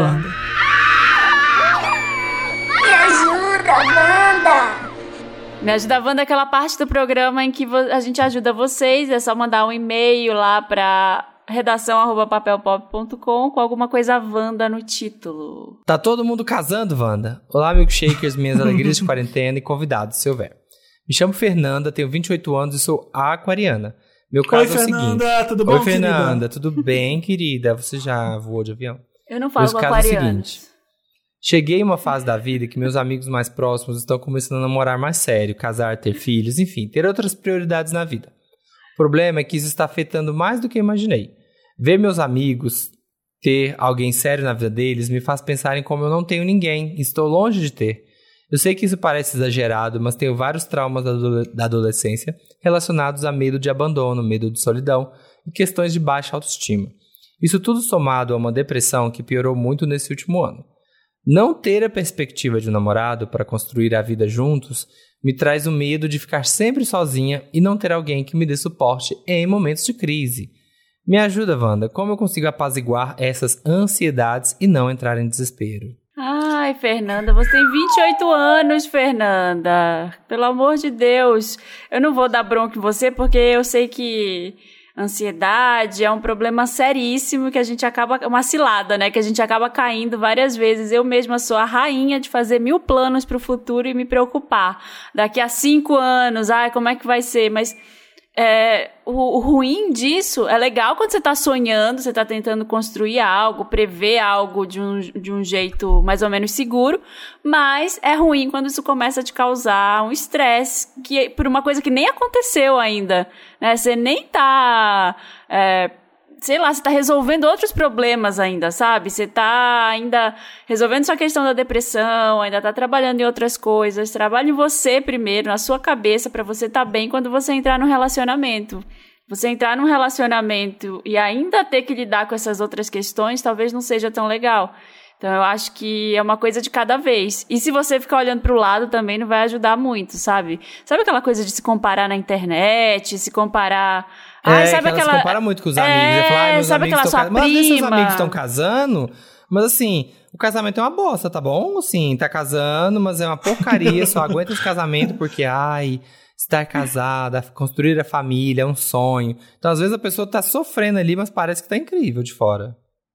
Me ajuda, Wanda! Me Ajuda Wanda é aquela parte do programa em que a gente ajuda vocês. É só mandar um e-mail lá pra redação@papelpop.com com alguma coisa Wanda no título. Tá todo mundo casando, Wanda? Olá, milkshakers, minhas alegrias de quarentena e convidados, se houver. Me chamo Fernanda, tenho 28 anos e sou aquariana. Meu caso é o seguinte... Tudo bom, Oi, Fernanda, querida? tudo bem, querida? Você já voou de avião? Eu não falo com aquarianos. Cheguei em uma fase da vida que meus amigos mais próximos estão começando a namorar mais sério, casar, ter filhos, enfim, ter outras prioridades na vida. O problema é que isso está afetando mais do que eu imaginei. Ver meus amigos ter alguém sério na vida deles me faz pensar em como eu não tenho ninguém, estou longe de ter. Eu sei que isso parece exagerado, mas tenho vários traumas da adolescência relacionados a medo de abandono, medo de solidão e questões de baixa autoestima. Isso tudo somado a uma depressão que piorou muito nesse último ano. Não ter a perspectiva de um namorado para construir a vida juntos me traz o medo de ficar sempre sozinha e não ter alguém que me dê suporte em momentos de crise. Me ajuda, Wanda, como eu consigo apaziguar essas ansiedades e não entrar em desespero? Ai, Fernanda, você tem 28 anos, Fernanda. Pelo amor de Deus. Eu não vou dar bronca em você porque eu sei que ansiedade, é um problema seríssimo que a gente acaba, uma cilada, né, que a gente acaba caindo várias vezes. Eu mesma sou a rainha de fazer 1000 planos pro futuro e me preocupar. Daqui a 5 anos, como é que vai ser? Mas o ruim disso é legal quando você tá sonhando, você tá tentando construir algo, prever algo de um jeito mais ou menos seguro, mas é ruim quando isso começa a te causar um estresse por uma coisa que nem aconteceu ainda, né? Você nem tá... sei lá, você tá resolvendo outros problemas ainda, sabe? Você tá ainda resolvendo sua questão da depressão, ainda tá trabalhando em outras coisas. Trabalhe em você primeiro, na sua cabeça, pra você tá bem quando você entrar num relacionamento. Você entrar num relacionamento e ainda ter que lidar com essas outras questões, talvez não seja tão legal. Então, eu acho que é uma coisa de cada vez. E se você ficar olhando pro lado, também não vai ajudar muito, sabe? Sabe aquela coisa de se comparar na internet, se comparar... sabe aquela... se compara muito com os amigos. Fala, meus sabe amigos aquela sua mas prima? seus amigos estão casando, mas assim, o casamento é uma bosta, tá bom? Assim, tá casando, mas é uma porcaria, só aguenta esse casamento porque, estar casada, construir a família é um sonho. Então, às vezes, a pessoa tá sofrendo ali, mas parece que tá incrível de fora.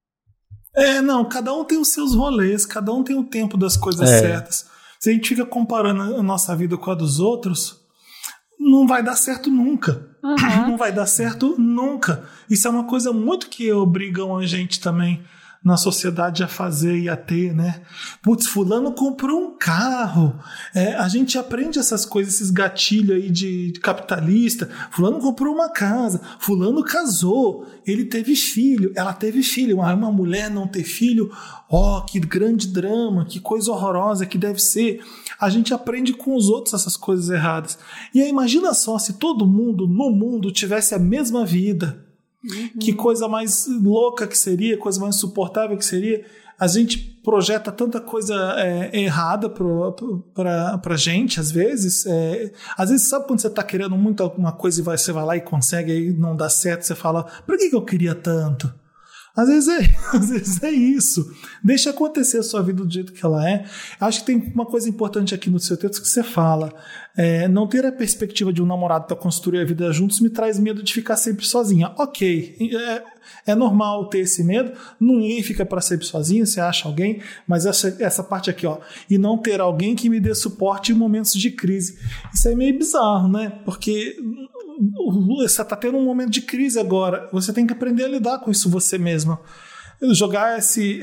Não, cada um tem os seus rolês, cada um tem o tempo das coisas certas. Se a gente fica comparando a nossa vida com a dos outros, não vai dar certo nunca. Uhum. Não vai dar certo nunca. Isso é uma coisa muito que obrigam a gente também na sociedade a fazer e a ter, né? Putz, fulano comprou um carro. A gente aprende essas coisas, esses gatilhos aí de capitalista. Fulano comprou uma casa. Fulano casou. Ele teve filho. Ela teve filho. Uma mulher não ter filho. Que grande drama. Que coisa horrorosa que deve ser. A gente aprende com os outros essas coisas erradas. E aí, imagina só se todo mundo no mundo tivesse a mesma vida. Uhum. Que coisa mais louca que seria, coisa mais insuportável que seria. A gente projeta tanta coisa errada pra gente, às vezes. Às vezes, sabe quando você tá querendo muito alguma coisa e você vai lá e consegue, aí não dá certo, você fala, por que eu queria tanto? Às vezes é isso. Deixa acontecer a sua vida do jeito que ela é. Acho que tem uma coisa importante aqui no seu texto que você fala. Não ter a perspectiva de um namorado para construir a vida juntos me traz medo de ficar sempre sozinha. Ok, é normal ter esse medo. Ninguém fica para sempre sozinho, você acha alguém. Mas essa parte aqui, e não ter alguém que me dê suporte em momentos de crise. Isso é meio bizarro, né? Porque... você está tendo um momento de crise agora. Você tem que aprender a lidar com isso você mesma. Jogar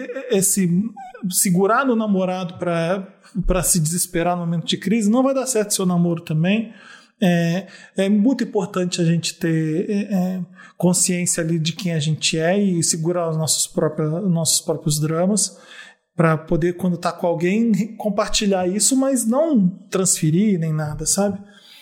segurar no namorado para se desesperar no momento de crise não vai dar certo seu namoro também. É muito importante a gente ter consciência ali de quem a gente é e segurar os nossos próprios dramas para poder, quando tá com alguém, compartilhar isso, mas não transferir nem nada, sabe?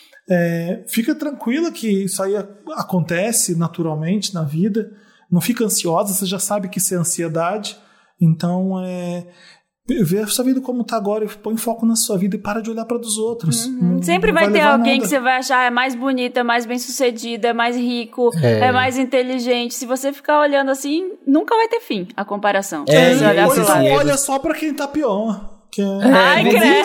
Fica tranquila que isso aí acontece naturalmente na vida. Não fica ansiosa, você já sabe que isso é ansiedade. Então, vê a sua vida como está agora e põe foco na sua vida e para de olhar para dos outros. Uhum. Sempre vai ter alguém que você vai achar mais bonito, é mais bem sucedido, é mais rico, é mais inteligente. Se você ficar olhando assim, nunca vai ter fim a comparação. Olha só para quem está pior. Ai,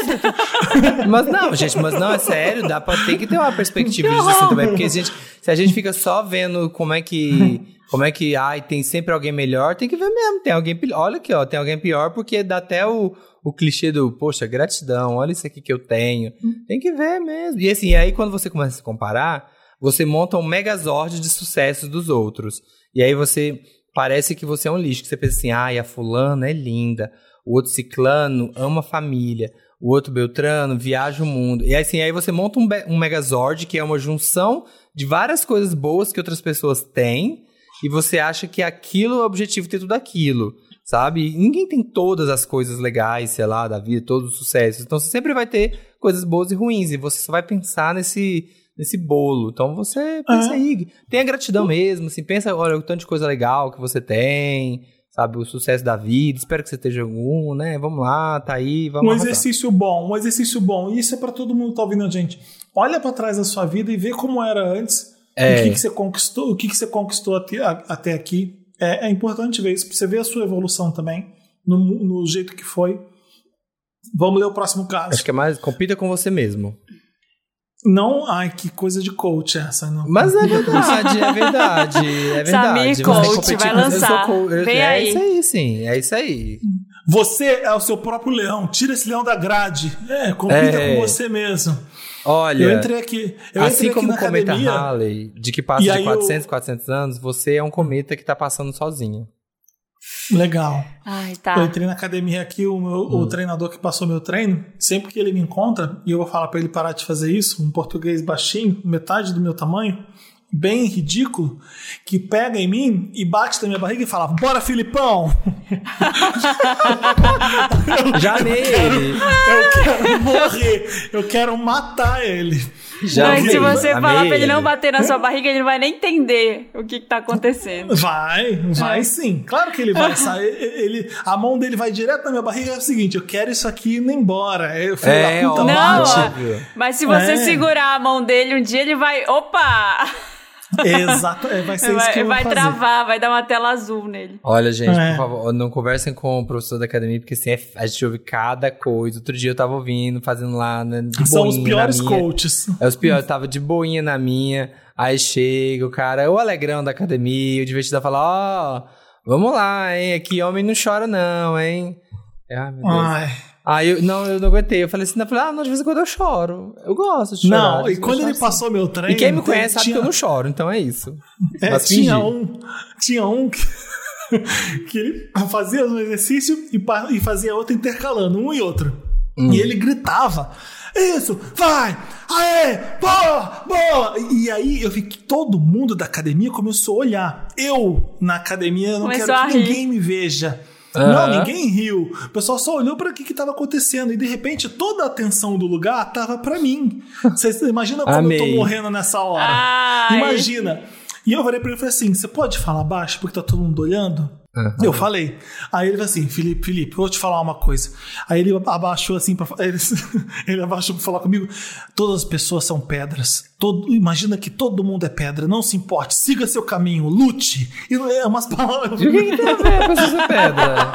credo. Mas não, é sério, tem que ter uma perspectiva disso assim também, porque se a gente fica só vendo como é que tem sempre alguém melhor, tem que ver mesmo, tem alguém pior. Olha aqui, tem alguém pior, porque dá até o clichê do, poxa, gratidão, olha isso aqui que eu tenho. Tem que ver mesmo. E assim, aí quando você começa a se comparar, você monta um megazord de sucessos dos outros. E aí parece que você é um lixo, que você pensa assim, a fulana é linda, o outro ciclano ama a família, o outro beltrano viaja o mundo. E assim, aí você monta um megazord, que é uma junção de várias coisas boas que outras pessoas têm, e você acha que aquilo é o objetivo, ter tudo aquilo, sabe? E ninguém tem todas as coisas legais, sei lá, da vida, todos os sucessos. Então você sempre vai ter coisas boas e ruins, e você só vai pensar nesse bolo. Então você pensa aí, tenha gratidão mesmo, assim, pensa, olha, o tanto de coisa legal que você tem, sabe, o sucesso da vida, espero que você esteja algum, né? Vamos lá, tá aí, vamos lá. Um exercício bom. E isso é pra todo mundo que tá ouvindo a gente. Olha pra trás da sua vida e vê como era antes, o que você conquistou até aqui. É importante ver isso, pra você ver a sua evolução também, no jeito que foi. Vamos ler o próximo caso. Acho que é mais, compita com você mesmo. Não, ai, que coisa de coach essa. Não. Mas é verdade, é verdade. É verdade. Samir Coach vai lançar. Vem aí. É isso aí, sim. É isso aí. Você é o seu próprio leão. Tira esse leão da grade. Compita com você mesmo. Olha, eu entrei aqui assim como na o cometa academia, Halley, de que passa de 400 anos, você é um cometa que tá passando sozinho. Legal. Ai, tá. Eu entrei na academia aqui, o treinador que passou meu treino, sempre que ele me encontra, e eu vou falar pra ele parar de fazer isso, um português baixinho, metade do meu tamanho, bem ridículo, que pega em mim e bate na minha barriga e fala: bora, Filipão! Já amei ele. Eu quero morrer, eu quero matar ele. Mas se você falar pra ele não bater na sua barriga, ele não vai nem entender o que tá acontecendo. Vai sim. Claro que ele vai sair. A mão dele vai direto na minha barriga. É o seguinte: eu quero isso aqui indo embora. Eu fui da puta não, mas se você segurar a mão dele um dia, ele vai... Opa! Exato, vai ser isso que eu vou fazer. Vai travar, vai dar uma tela azul nele. Olha, gente, por favor, não conversem com o professor da academia, porque assim, a gente ouve cada coisa. Outro dia eu tava ouvindo, fazendo lá, né, de São boinha os piores na minha. coaches. É os piores, eu tava de boinha na minha. Aí chega o cara, o alegrão da academia, o divertido, fala: vamos lá, hein, aqui homem não chora não, hein. Ai, meu Deus. Aí eu não aguentei. Eu falei assim, de vez em quando eu choro. Eu gosto de chorar. Não, e quando ele passou meu treino... E quem me conhece sabe que eu não choro, então é isso. Tinha um que ele fazia um exercício e fazia outro intercalando, um e outro. E ele gritava: isso, vai, aê, boa. E aí eu vi que todo mundo da academia começou a olhar. Eu, na academia, não quero que ninguém me veja. Não, ninguém riu. O pessoal só olhou para o que estava acontecendo. E de repente toda a atenção do lugar estava para mim. Você imagina como eu tô morrendo nessa hora. Imagina. E eu falei para ele e falei assim: você pode falar baixo porque tá todo mundo olhando? Eu falei. Aí ele falou assim: Felipe, eu vou te falar uma coisa. Aí ele abaixou assim ele abaixou pra falar comigo: todas as pessoas são pedras. Imagina que todo mundo é pedra. Não se importe, siga seu caminho, lute. E não é umas palavras. O que tem a ver com pessoas ser pedra?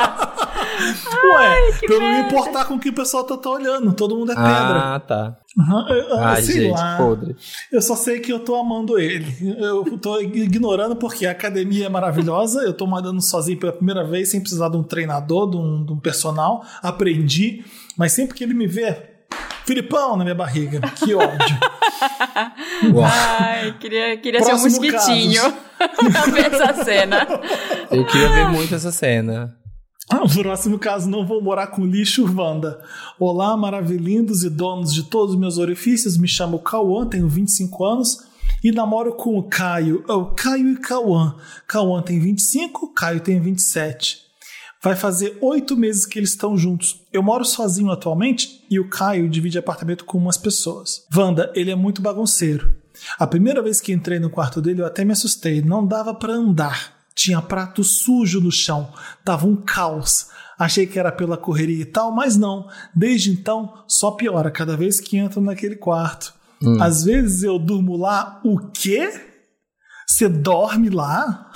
Pra eu não me importar com o que o pessoal tá olhando. Todo mundo é pedra. Ah, tá. Sei gente, lá. podre. Eu só sei que eu tô amando ele. Eu tô ignorando porque a academia é maravilhosa. Eu tô malhando sozinho pela primeira vez, sem precisar de um treinador, de um personal. Aprendi. Mas sempre que ele me vê, Filipão na minha barriga. Que ódio. Ai, queria ser um mosquitinho pra ver essa cena. Eu queria ver muito essa cena. Próximo caso: não vou morar com lixo, Wanda. Olá, maravilhindos e donos de todos os meus orifícios. Me chamo Cauã, tenho 25 anos e namoro com o Caio. Caio e Cauã. Cauã tem 25, Caio tem 27. Vai fazer 8 meses que eles estão juntos. Eu moro sozinho atualmente e o Caio divide apartamento com umas pessoas. Wanda, ele é muito bagunceiro. A primeira vez que entrei no quarto dele eu até me assustei. Não dava pra andar. Tinha prato sujo no chão. Tava um caos. Achei que era pela correria e tal, mas não. Desde então, só piora cada vez que entro naquele quarto. Às vezes eu durmo lá. O quê? Você dorme lá?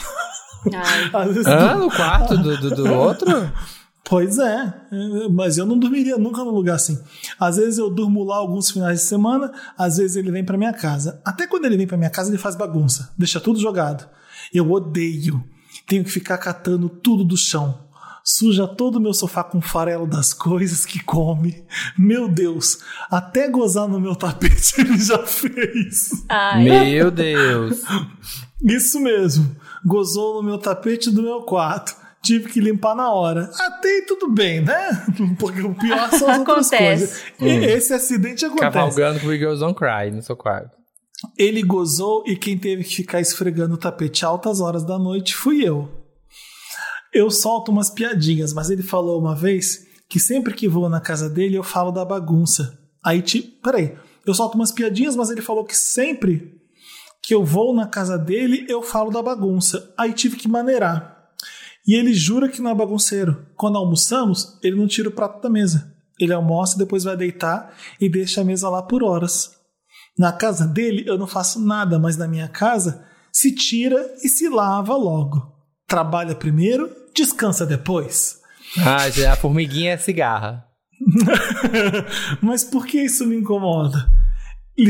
No quarto do outro? Pois é, mas eu não dormiria nunca num lugar assim. Às vezes eu durmo lá alguns finais de semana, às vezes ele vem pra minha casa. Até quando ele vem pra minha casa, ele faz bagunça, deixa tudo jogado. Eu odeio. Tenho que ficar catando tudo do chão. Suja todo o meu sofá com farelo das coisas que come. Meu Deus, até gozar no meu tapete ele já fez. Meu Deus. Isso mesmo, gozou no meu tapete do meu quarto. Tive que limpar na hora. Até aí tudo bem, né? Porque o pior são as outras coisas. Esse acidente acontece. Cavalgando com o Girls Don't Cry no seu quarto. Ele gozou e quem teve que ficar esfregando o tapete altas horas da noite fui eu. Eu solto umas piadinhas, mas ele falou uma vez que sempre que vou na casa dele eu falo da bagunça. Aí, peraí, eu solto umas piadinhas, mas ele falou que sempre que eu vou na casa dele eu falo da bagunça. Aí tive que maneirar. E ele jura que não é bagunceiro. Quando almoçamos, ele não tira o prato da mesa. Ele almoça, depois vai deitar e deixa a mesa lá por horas. Na casa dele eu não faço nada, mas na minha casa se tira e se lava logo. Trabalha primeiro, descansa depois. A formiguinha é cigarra. Mas por que isso me incomoda?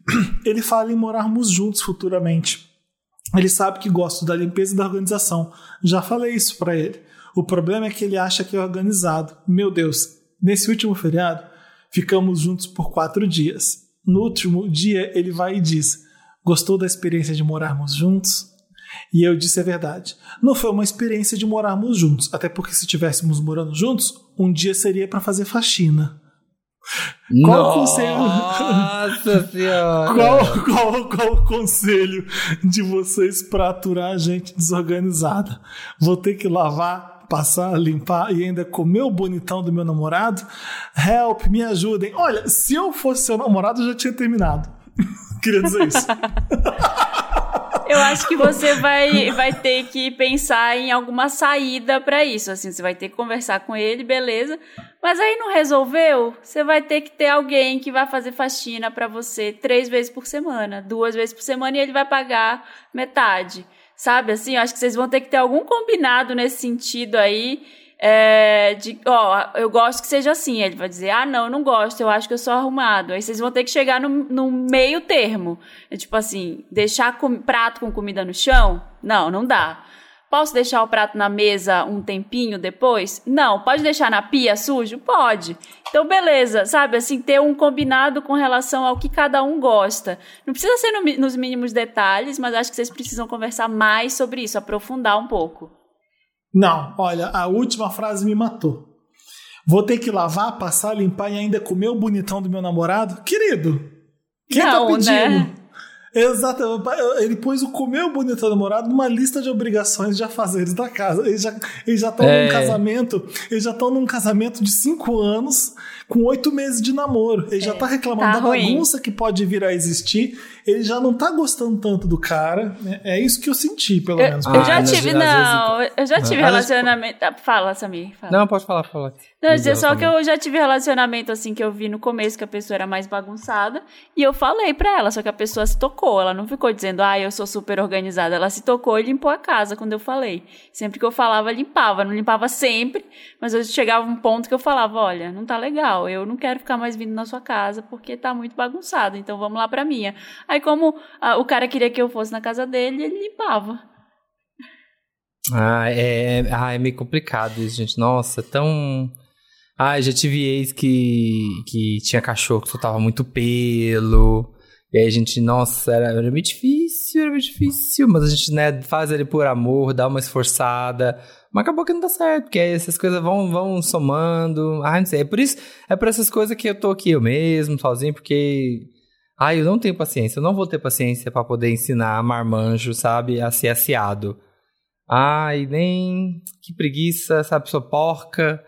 ele fala em morarmos juntos futuramente. Ele sabe que gosto da limpeza e da organização. Já falei isso pra ele. O problema é que ele acha que é organizado. Meu Deus, nesse último feriado, ficamos juntos por 4 dias. No último dia, ele vai e diz: gostou da experiência de morarmos juntos? E eu disse: é verdade. Não foi uma experiência de morarmos juntos, até porque se estivéssemos morando juntos, um dia seria pra fazer faxina. Qual o conselho? Nossa senhora! Qual o conselho de vocês pra aturar a gente desorganizada? Vou ter que lavar, passar, limpar e ainda comer o bonitão do meu namorado? Help, me ajudem. Olha, se eu fosse seu namorado, eu já tinha terminado. Queria dizer isso. Eu acho que você vai ter que pensar em alguma saída pra isso. Assim, você vai ter que conversar com ele, beleza. Mas aí não resolveu? Você vai ter que ter alguém que vai fazer faxina pra você 3 vezes por semana, 2 vezes por semana, e ele vai pagar metade. Sabe, assim, eu acho que vocês vão ter que ter algum combinado nesse sentido aí. Eu gosto que seja assim. Ele vai dizer: não, eu não gosto, eu acho que eu sou arrumado. Aí vocês vão ter que chegar no meio termo. Tipo assim, deixar prato com comida no chão? Não dá. Posso deixar o prato na mesa um tempinho depois? Não. Pode deixar na pia sujo? Pode. Então, beleza, sabe, assim, ter um combinado com relação ao que cada um gosta. Não precisa ser nos mínimos detalhes, mas acho que vocês precisam conversar mais sobre isso, aprofundar um pouco. Não, olha, a última frase me matou. Vou ter que lavar, passar, limpar e ainda comer o bonitão do meu namorado? Querido, quem tá pedindo? Né? Exato, ele pôs o comer o bonitão do namorado numa lista de obrigações de afazeres da casa. Eles já estão num casamento, num casamento de 5 anos com 8 meses de namoro. Ele já tá reclamando da bagunça que pode vir a existir. Ele já não tá gostando tanto do cara. É isso que eu senti, pelo menos. Eu já tive relacionamento. Fala, Samir. Fala. Não, pode falar. Não, dizer só que eu já tive relacionamento assim que eu vi no começo que a pessoa era mais bagunçada e eu falei pra ela, só que a pessoa se tocou. Ela não ficou dizendo: eu sou super organizada. Ela se tocou e limpou a casa quando eu falei. Sempre que eu falava, limpava. Não limpava sempre, mas eu chegava a um ponto que eu falava: olha, não tá legal. Eu não quero ficar mais vindo na sua casa porque tá muito bagunçado. Então vamos lá pra minha. Aí como o cara queria que eu fosse na casa dele, ele limpava. É meio complicado isso, gente. Nossa, tão... já tive ex que tinha cachorro que soltava muito pelo. E aí a gente, nossa, era meio difícil. Mas a gente, né, faz ele por amor, dá uma esforçada. Mas acabou que não dá certo, porque aí essas coisas vão somando. Não sei, é por essas coisas que eu tô aqui eu mesmo, sozinho, porque... eu não tenho paciência, eu não vou ter paciência pra poder ensinar marmanjo, sabe, a ser aciado. Nem... Que preguiça, sabe, pessoa porca.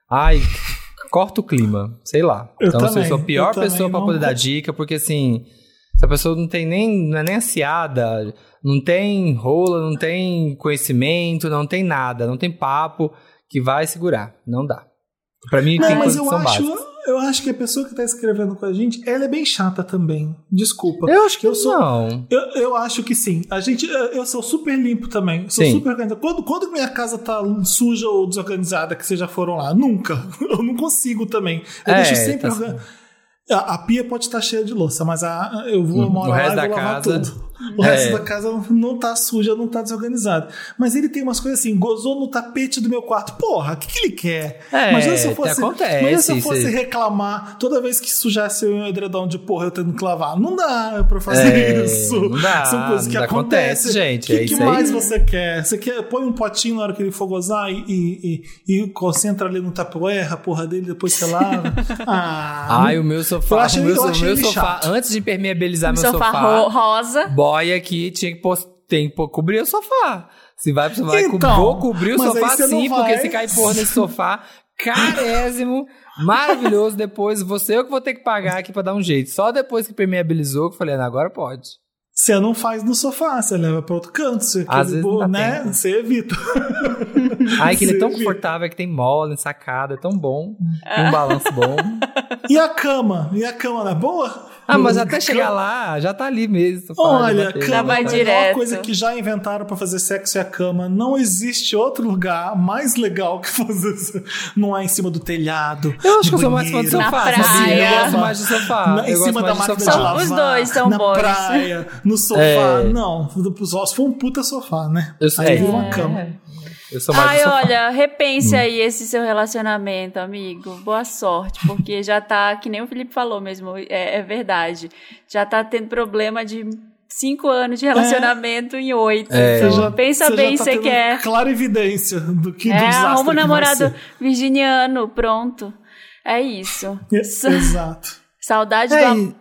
Corta o clima, sei lá. Então, eu sou a pior pessoa pra poder dar dica, porque assim, se a pessoa não é nem aciada, não tem rola, não tem conhecimento, não tem nada, não tem papo que vai segurar. Não dá. Pra mim, tem coisas que são básicas. Eu acho que a pessoa que tá escrevendo com a gente, ela é bem chata também. Desculpa. Eu acho que não. Eu acho que sim. Eu sou super limpo também. Sou super organizado. Quando minha casa tá suja ou desorganizada, que vocês já foram lá? Nunca. Eu não consigo também. Eu deixo sempre organizado. A pia pode estar cheia de louça, mas eu vou morar lá e vou lavar tudo. O resto da casa não tá suja, não tá desorganizado. Mas ele tem umas coisas assim, gozou no tapete do meu quarto. Porra, o que ele quer? Imagina se eu fosse reclamar toda vez que sujasse o edredom de porra, eu tendo que lavar. Não dá pra fazer isso. Não dá, são coisas que acontecem, gente. O que mais você quer? Você põe um potinho na hora que ele for gozar e concentra ali no tapoer, a porra dele, depois você lava. O meu sofá, antes de impermeabilizar meu sofá rosa. Boy aqui tem que cobrir o sofá. Vou cobrir o sofá sim, porque se cair porra nesse sofá, carésimo, maravilhoso, depois eu que vou ter que pagar aqui pra dar um jeito. Só depois que permeabilizou que eu falei, agora pode. Você não faz no sofá, você leva pra outro canto. Às vezes você evita. Que ele é tão confortável, que tem mola, sacada, é tão bom. Tem um balanço bom. E a cama? Não é boa? Mas até chegar lá, já tá ali mesmo. Olha, cama é a melhor direto. coisa que já inventaram pra fazer sexo é a cama. Não existe outro lugar mais legal que fazer. Não é em cima do telhado. Eu acho que eu sou mais fã do sofá, praia. sabia? Eu gosto mais de sofá. Em cima da máquina de lavar. Os dois são na bons. praia, no sofá. Não, só se for um puta sofá, né? Aí vira uma cama. Eu sou mais Ai, do sofá. olha, repense aí esse seu relacionamento, amigo. Boa sorte, porque já tá, que nem o Felipe falou mesmo, é verdade. Já tá tendo problema de 5 anos de relacionamento em 8. Então, pensa bem se você quer. Clara evidência do que do desastre arruma um que vai namorado ser. virginiano, pronto. É isso. Exato. Saudade do...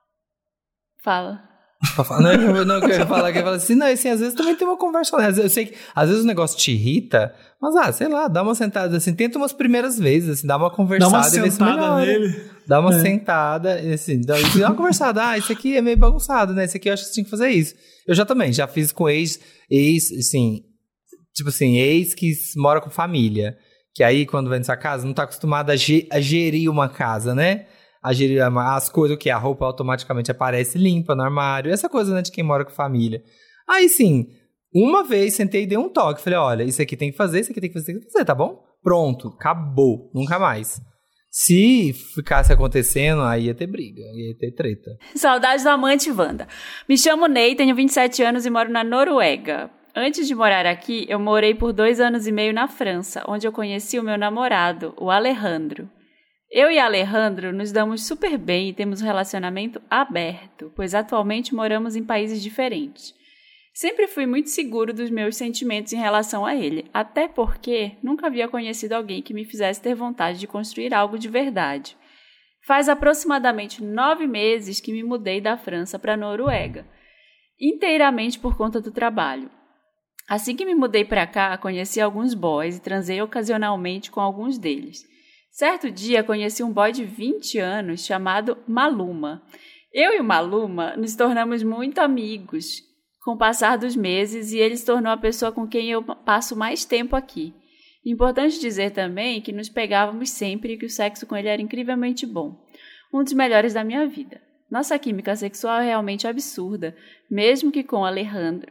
Fala. Não, eu quero falar que eu falo assim, não, assim, às vezes também tem uma conversa, né? Eu sei que às vezes o negócio te irrita, mas sei lá, dá uma sentada assim, tenta umas primeiras vezes, assim, dá uma conversada. Dá uma e vê se sentada melhora. nele. Dá uma sentada, assim, dá uma conversada, isso aqui é meio bagunçado, né? Isso aqui eu acho que você tinha que fazer isso. Eu já fiz com ex, assim, tipo assim, ex que mora com família, que aí quando vem nessa casa não tá acostumado a gerir uma casa, né? A gerir as coisas, o que a roupa automaticamente aparece limpa no armário, essa coisa, né, de quem mora com família. Aí sim, uma vez sentei e dei um toque, falei, olha, isso aqui tem que fazer, isso aqui tem que fazer, tá bom? Pronto, acabou, nunca mais. Se ficasse acontecendo, aí ia ter briga, ia ter treta. Saudades do amante Wanda. Me chamo Ney, tenho 27 anos e moro na Noruega. Antes de morar aqui, eu morei por 2 anos e meio na França, onde eu conheci o meu namorado, o Alejandro. Eu e Alejandro nos damos super bem e temos um relacionamento aberto, pois atualmente moramos em países diferentes. Sempre fui muito seguro dos meus sentimentos em relação a ele, até porque nunca havia conhecido alguém que me fizesse ter vontade de construir algo de verdade. Faz aproximadamente 9 meses que me mudei da França para a Noruega, inteiramente por conta do trabalho. Assim que me mudei para cá, conheci alguns boys e transei ocasionalmente com alguns deles. Certo dia, conheci um boy de 20 anos chamado Maluma. Eu e o Maluma nos tornamos muito amigos com o passar dos meses e ele se tornou a pessoa com quem eu passo mais tempo aqui. Importante dizer também que nos pegávamos sempre e que o sexo com ele era incrivelmente bom. Um dos melhores da minha vida. Nossa química sexual é realmente absurda, mesmo que com Alejandro.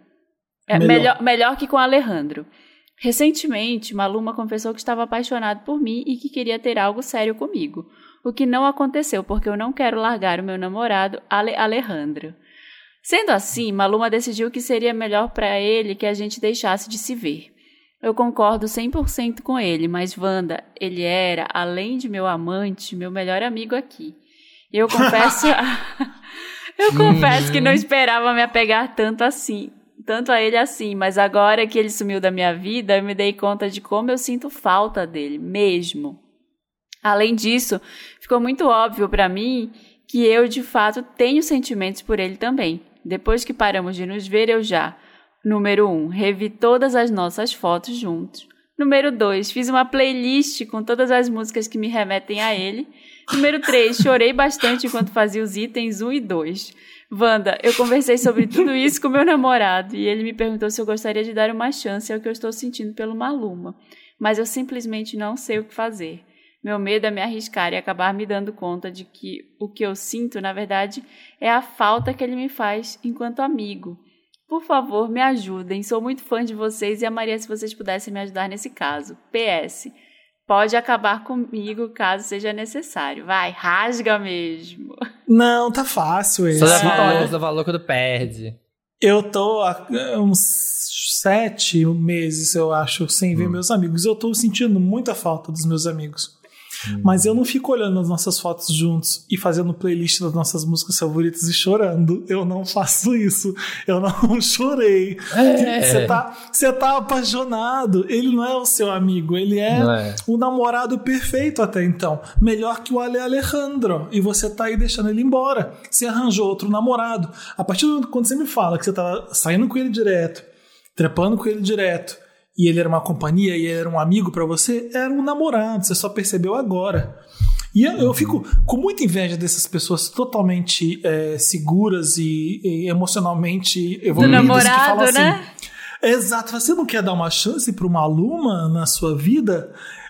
Melhor que com Alejandro. Recentemente, Maluma confessou que estava apaixonado por mim e que queria ter algo sério comigo, o que não aconteceu porque eu não quero largar o meu namorado, Alejandro. Sendo assim, Maluma decidiu que seria melhor para ele que a gente deixasse de se ver. Eu concordo 100% com ele, mas Wanda, ele era, além de meu amante, meu melhor amigo aqui. Eu confesso que não esperava me apegar tanto a ele assim, mas agora que ele sumiu da minha vida, eu me dei conta de como eu sinto falta dele, mesmo. Além disso, ficou muito óbvio para mim que eu, de fato, tenho sentimentos por ele também. Depois que paramos de nos ver, eu já, número 1, revi todas as nossas fotos juntos. Número 2, fiz uma playlist com todas as músicas que me remetem a ele. Número 3, chorei bastante enquanto fazia os itens 1 e 2. Wanda, eu conversei sobre tudo isso com meu namorado e ele me perguntou se eu gostaria de dar uma chance ao que eu estou sentindo pelo Maluma, mas eu simplesmente não sei o que fazer. Meu medo é me arriscar e acabar me dando conta de que o que eu sinto, na verdade, é a falta que ele me faz enquanto amigo. Por favor, me ajudem, sou muito fã de vocês e amaria se vocês pudessem me ajudar nesse caso. PS, pode acabar comigo caso seja necessário. Vai, rasga mesmo. Não, tá fácil esse. Só falou quando perde. Eu tô há uns 7 meses, eu acho, sem ver meus amigos. Eu tô sentindo muita falta dos meus amigos. Mas eu não fico olhando as nossas fotos juntos e fazendo playlist das nossas músicas favoritas e chorando. Eu não faço isso. Eu não chorei. Você tá apaixonado. Ele não é o seu amigo. Ele é o namorado perfeito até então. Melhor que o Alejandro. E você tá aí deixando ele embora. Você arranjou outro namorado. A partir do momento quando você me fala que você tá saindo com ele direto, trepando com ele direto, e ele era uma companhia, e ele era um amigo pra você, era um namorado, você só percebeu agora. E eu fico com muita inveja dessas pessoas totalmente seguras e emocionalmente evoluídas. Do namorado, que falam assim, né? Exato, você não quer dar uma chance pro Maluma na sua vida?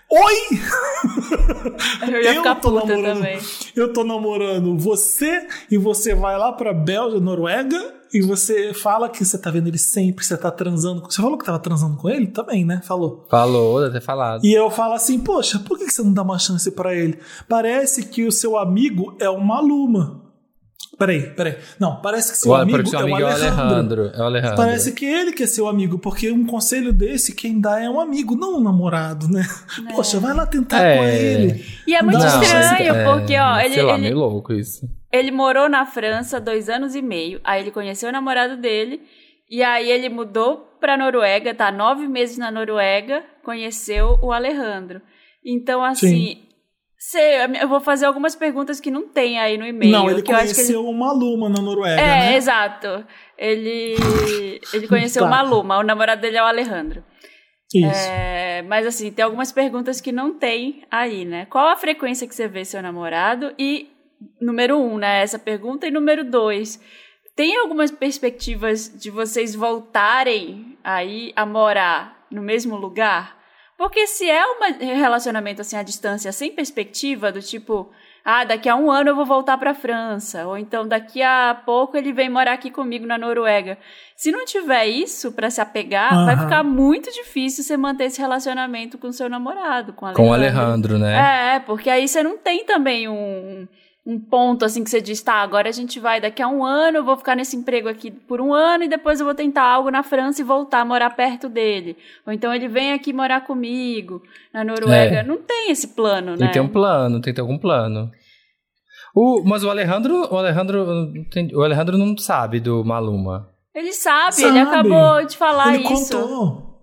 Oi! Eu ia ficar puta também. Eu tô namorando você e você vai lá pra Bélgica, Noruega, e você fala que você tá vendo ele sempre, você tá transando. Você falou que tava transando com ele também, né? Falou. Falou, deve ter falado. E eu falo assim, poxa, por que você não dá uma chance pra ele? Parece que o seu amigo é o Maluma. Peraí. Não, parece que seu amigo é o Alejandro. É o Alejandro. Parece que ele que é seu amigo, porque um conselho desse, quem dá é um amigo, não um namorado, né? Poxa, vai lá tentar com ele. E é muito estranho, porque, ó... Sei lá, meio louco isso. Ele morou na França 2 anos e meio, aí ele conheceu o namorado dele, e aí ele mudou pra Noruega, tá 9 meses na Noruega, conheceu o Alejandro. Então, assim... eu vou fazer algumas perguntas que não tem aí no e-mail. Não, ele conheceu o Maluma na Noruega, né? Exato. Ele conheceu o Maluma, o namorado dele é o Alejandro. Isso. Mas assim, tem algumas perguntas que não tem aí, né? Qual a frequência que você vê seu namorado? E, número 1, né? Essa pergunta. E número 2, tem algumas perspectivas de vocês voltarem aí a morar no mesmo lugar? Porque se é um relacionamento assim à distância, sem perspectiva, do tipo, daqui a 1 ano eu vou voltar pra França, ou então daqui a pouco ele vem morar aqui comigo na Noruega. Se não tiver isso pra se apegar, vai ficar muito difícil você manter esse relacionamento com seu namorado, com o Alejandro. Com o Alejandro, né? Porque aí você não tem também um ponto assim que você diz, agora a gente vai, daqui a 1 ano eu vou ficar nesse emprego aqui por 1 ano e depois eu vou tentar algo na França e voltar a morar perto dele. Ou então ele vem aqui morar comigo na Noruega. Não tem esse plano, né? Tem que ter um plano, tem que ter algum plano. Mas o Alejandro não sabe do Maluma. Ele sabe, ele acabou de falar ele isso. Contou.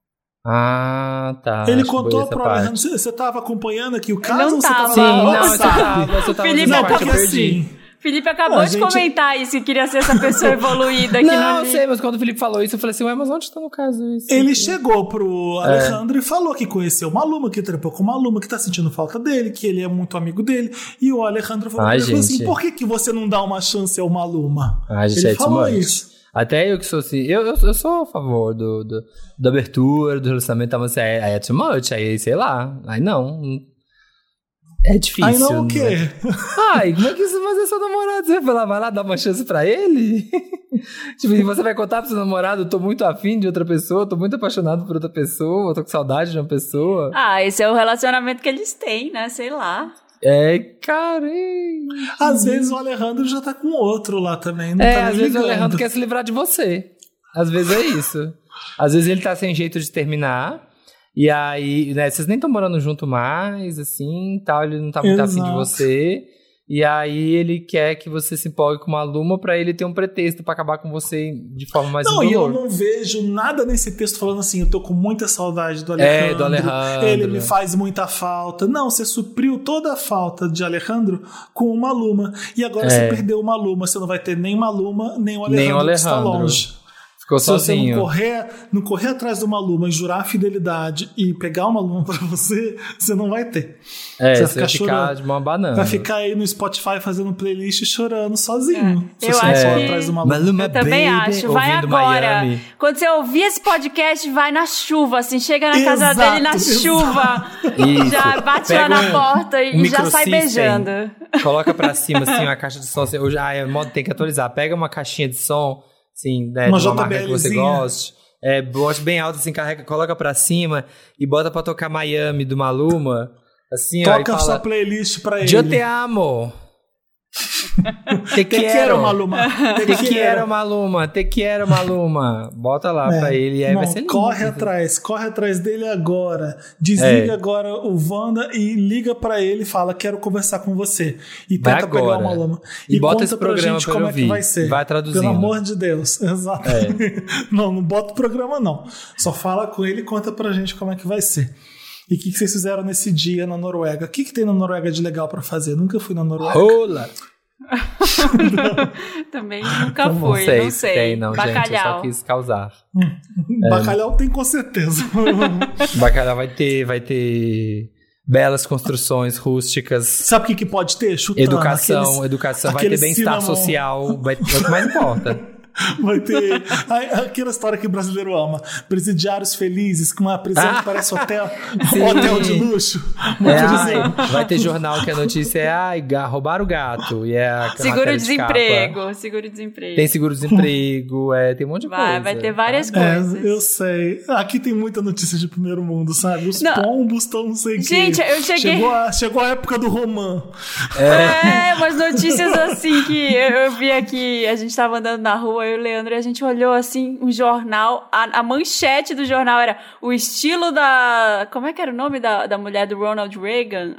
Tá. Ele contou pro Alejandro. Você tava acompanhando aqui o caso? Não ou você tava. Você tava Felipe, não, porque assim... Felipe acabou de comentar isso, que queria ser essa pessoa evoluída aqui Não, eu sei, mas quando o Felipe falou isso, eu falei assim, mas onde tá no caso isso? Ele chegou pro Alejandro e falou que conheceu o Maluma, que trepou com o Maluma, que tá sentindo falta dele, que ele é muito amigo dele. E o Alejandro falou, assim, por que você não dá uma chance ao Maluma? Ele falou isso. Até eu que sou assim, eu sou a favor da abertura, do relacionamento, mas aí é too much, aí sei lá, aí não. É difícil. Aí não o quê? Como é que você vai fazer seu namorado? Você vai lá dar uma chance pra ele? Tipo, você vai contar pro seu namorado, tô muito afim de outra pessoa, tô muito apaixonado por outra pessoa, tô com saudade de uma pessoa. Esse é o relacionamento que eles têm, né? Sei lá. Às vezes o Alejandro já tá com outro lá também. Não às vezes o Alejandro quer se livrar de você. Às vezes é isso. Às vezes ele tá sem jeito de terminar. E aí, né, vocês nem estão morando junto mais, assim, tal. Ele não tá muito afim de você. E aí ele quer que você se empolgue com uma Maluma pra ele ter um pretexto pra acabar com você de forma mais indolor. E eu não vejo nada nesse texto falando assim, eu tô com muita saudade do Alejandro. Do Alejandro. Ele me faz muita falta. Não, você supriu toda a falta de Alejandro com o Maluma. E agora você perdeu o Maluma. Você não vai ter nem Maluma, nem o Alejandro, nem o Alejandro. Que está longe. Ficou Se sozinho. você não correr atrás do Maluma e jurar a fidelidade e pegar o Maluma pra você não vai ter. Você vai ficar de uma banana. Vai ficar aí no Spotify fazendo playlist chorando sozinho. Eu acho que... atrás do Maluma. Eu também acho. Vai agora. Miami. Quando você ouvir esse podcast, vai na chuva, assim. Chega na casa dele na chuva. Isso. Já bate lá na porta e já sai beijando. Coloca pra cima, assim, uma caixa de som. Tem que atualizar. Pega uma caixinha de som, assim, né, de uma marca que você goste. Bote bem alto, assim, coloca pra cima e bota pra tocar Miami do Maluma. Assim, toca sua playlist pra ele. Eu te amo. Te quero, Maluma. Te quero, Maluma. Bota lá pra ele e aí vai ser lindo. Corre atrás dele agora. Desliga agora o Wanda e liga pra ele e fala, quero conversar com você. E tenta pegar o Maluma. E bota esse programa pra como eu é que vai ser. Vai traduzindo. Pelo amor de Deus. Exato. Não bota o programa não. Só fala com ele e conta pra gente como é que vai ser. E o que vocês fizeram nesse dia na Noruega? O que tem na Noruega de legal pra fazer? Nunca fui na Noruega. Rola! Também nunca fui, não sei. Tem, não, Bacalhau. gente, eu só quis causar. Bacalhau tem com certeza. Bacalhau vai ter belas construções rústicas. Sabe o que pode ter? Chutando. Educação, vai ter bem-estar social, é o que mais importa. Vai ter aquela história que o brasileiro ama. Presidiários felizes, com uma prisão que parece hotel de luxo. Vai ter jornal que a notícia é roubaram o gato. E é seguro-desemprego. Tem seguro-desemprego, tem um monte de coisa. Vai ter várias coisas. Eu sei. Aqui tem muita notícia de primeiro mundo, sabe? Os pombos estão, não sei o quê. Gente, eu cheguei... Chegou a época do romã. Umas notícias assim que eu vi aqui, a gente tava andando na rua, eu e o Leandro, e a gente olhou assim, um jornal, a manchete do jornal era o estilo da... Como é que era o nome da mulher do Ronald Reagan?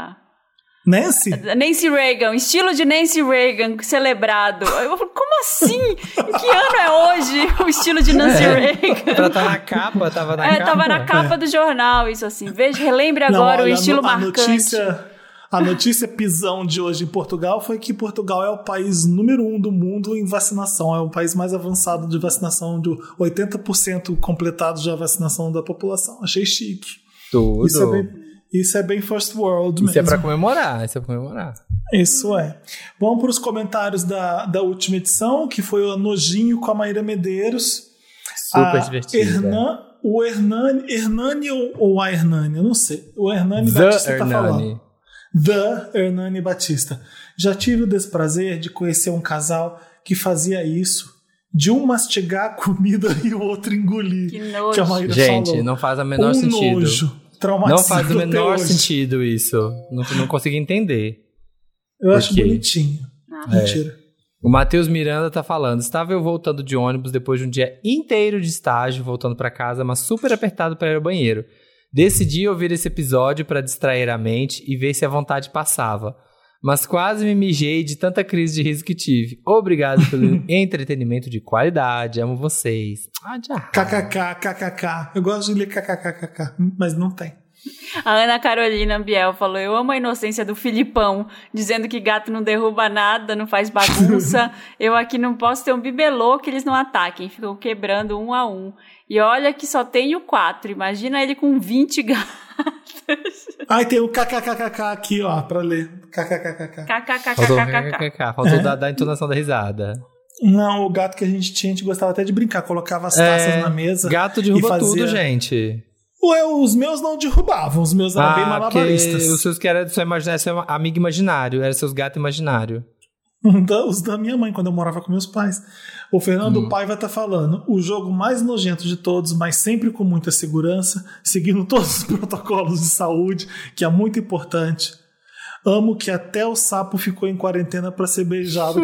Nancy Reagan, estilo de Nancy Reagan celebrado. Eu falei, como assim? Em que ano é hoje o estilo de Nancy Reagan? Ela tá na capa, tava na capa. Tava na capa do jornal, isso assim. Relembre agora o estilo marcante. A notícia pisão de hoje em Portugal foi que Portugal é o país número 1 do mundo em vacinação. É o país mais avançado de vacinação, de 80% completado já a vacinação da população. Achei chique. Tudo. Isso é bem first world mesmo. Isso é pra comemorar, Isso é. Vamos para os comentários da última edição, que foi o Nojinho com a Maíra Medeiros. Super divertida. O Hernani ou a Hernani? Eu não sei. O Hernani Batista tá falando. The Hernani Batista. Já tive o desprazer de conhecer um casal que fazia isso, de um mastigar a comida e o outro engolir. Que nojo. Que a Maíra Gente, falou. Não faz o menor sentido. Nojo. Não faz o menor sentido isso. Não consigo entender. Eu acho bonitinho. Mentira. O Matheus Miranda tá falando. Estava eu voltando de ônibus depois de um dia inteiro de estágio, voltando pra casa, mas super apertado para ir ao banheiro. Decidi ouvir esse episódio para distrair a mente e ver se a vontade passava. Mas quase me mijei de tanta crise de riso que tive. Obrigado pelo entretenimento de qualidade. Amo vocês. KKK. Eu gosto de ler KKK, mas não tem. A Ana Carolina Biel falou: eu amo a inocência do Filipão, dizendo que gato não derruba nada, não faz bagunça. Eu aqui não posso ter um bibelô que eles não ataquem, ficam quebrando um a um. E olha que só tenho 4, imagina ele com 20 gatos. Ai, tem o kkkk aqui, ó, pra ler. Kkkk. Faltou da entonação da risada. Não, o gato que a gente tinha, a gente gostava até de brincar, colocava as taças na mesa. Gato derruba tudo, gente. Ué, os meus não derrubavam, os meus eram bem malabaristas. Os seus que eram do seu amigo imaginário, eram seus gatos imaginários. Os da minha mãe, quando eu morava com meus pais. O Fernando Paiva tá falando: o jogo mais nojento de todos, mas sempre com muita segurança, seguindo todos os protocolos de saúde, que é muito importante. Amo que até o sapo ficou em quarentena pra ser beijado.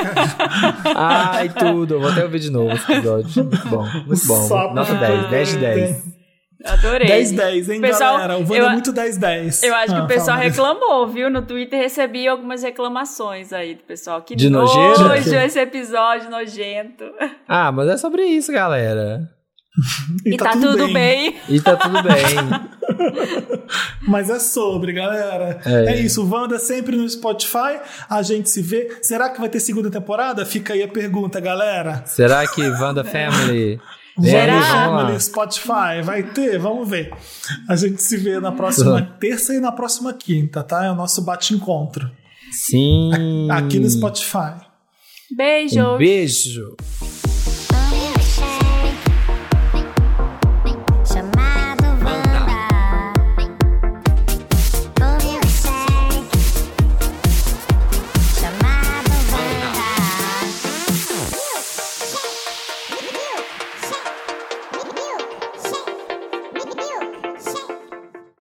Ai, tudo. Eu vou até ouvir de novo esse episódio. Muito bom, muito bom. Nota 10 de 10. Adorei. 10-10, hein, pessoal, galera? O Wanda é muito 10-10. Eu acho que o pessoal reclamou, viu? No Twitter recebi algumas reclamações aí do pessoal. Que de nojo nojeira? Esse episódio nojento. Ah, mas é sobre isso, galera. E tá tudo bem. E tá tudo bem. Mas é sobre, galera. É isso, o Wanda sempre no Spotify. A gente se vê. Será que vai ter segunda temporada? Fica aí a pergunta, galera. Será que Wanda Family... Vamos no Spotify, vai ter, vamos ver. A gente se vê na próxima terça e na próxima quinta, tá? É o nosso bate-encontro. Sim. Aqui no Spotify. Beijo. Um beijo.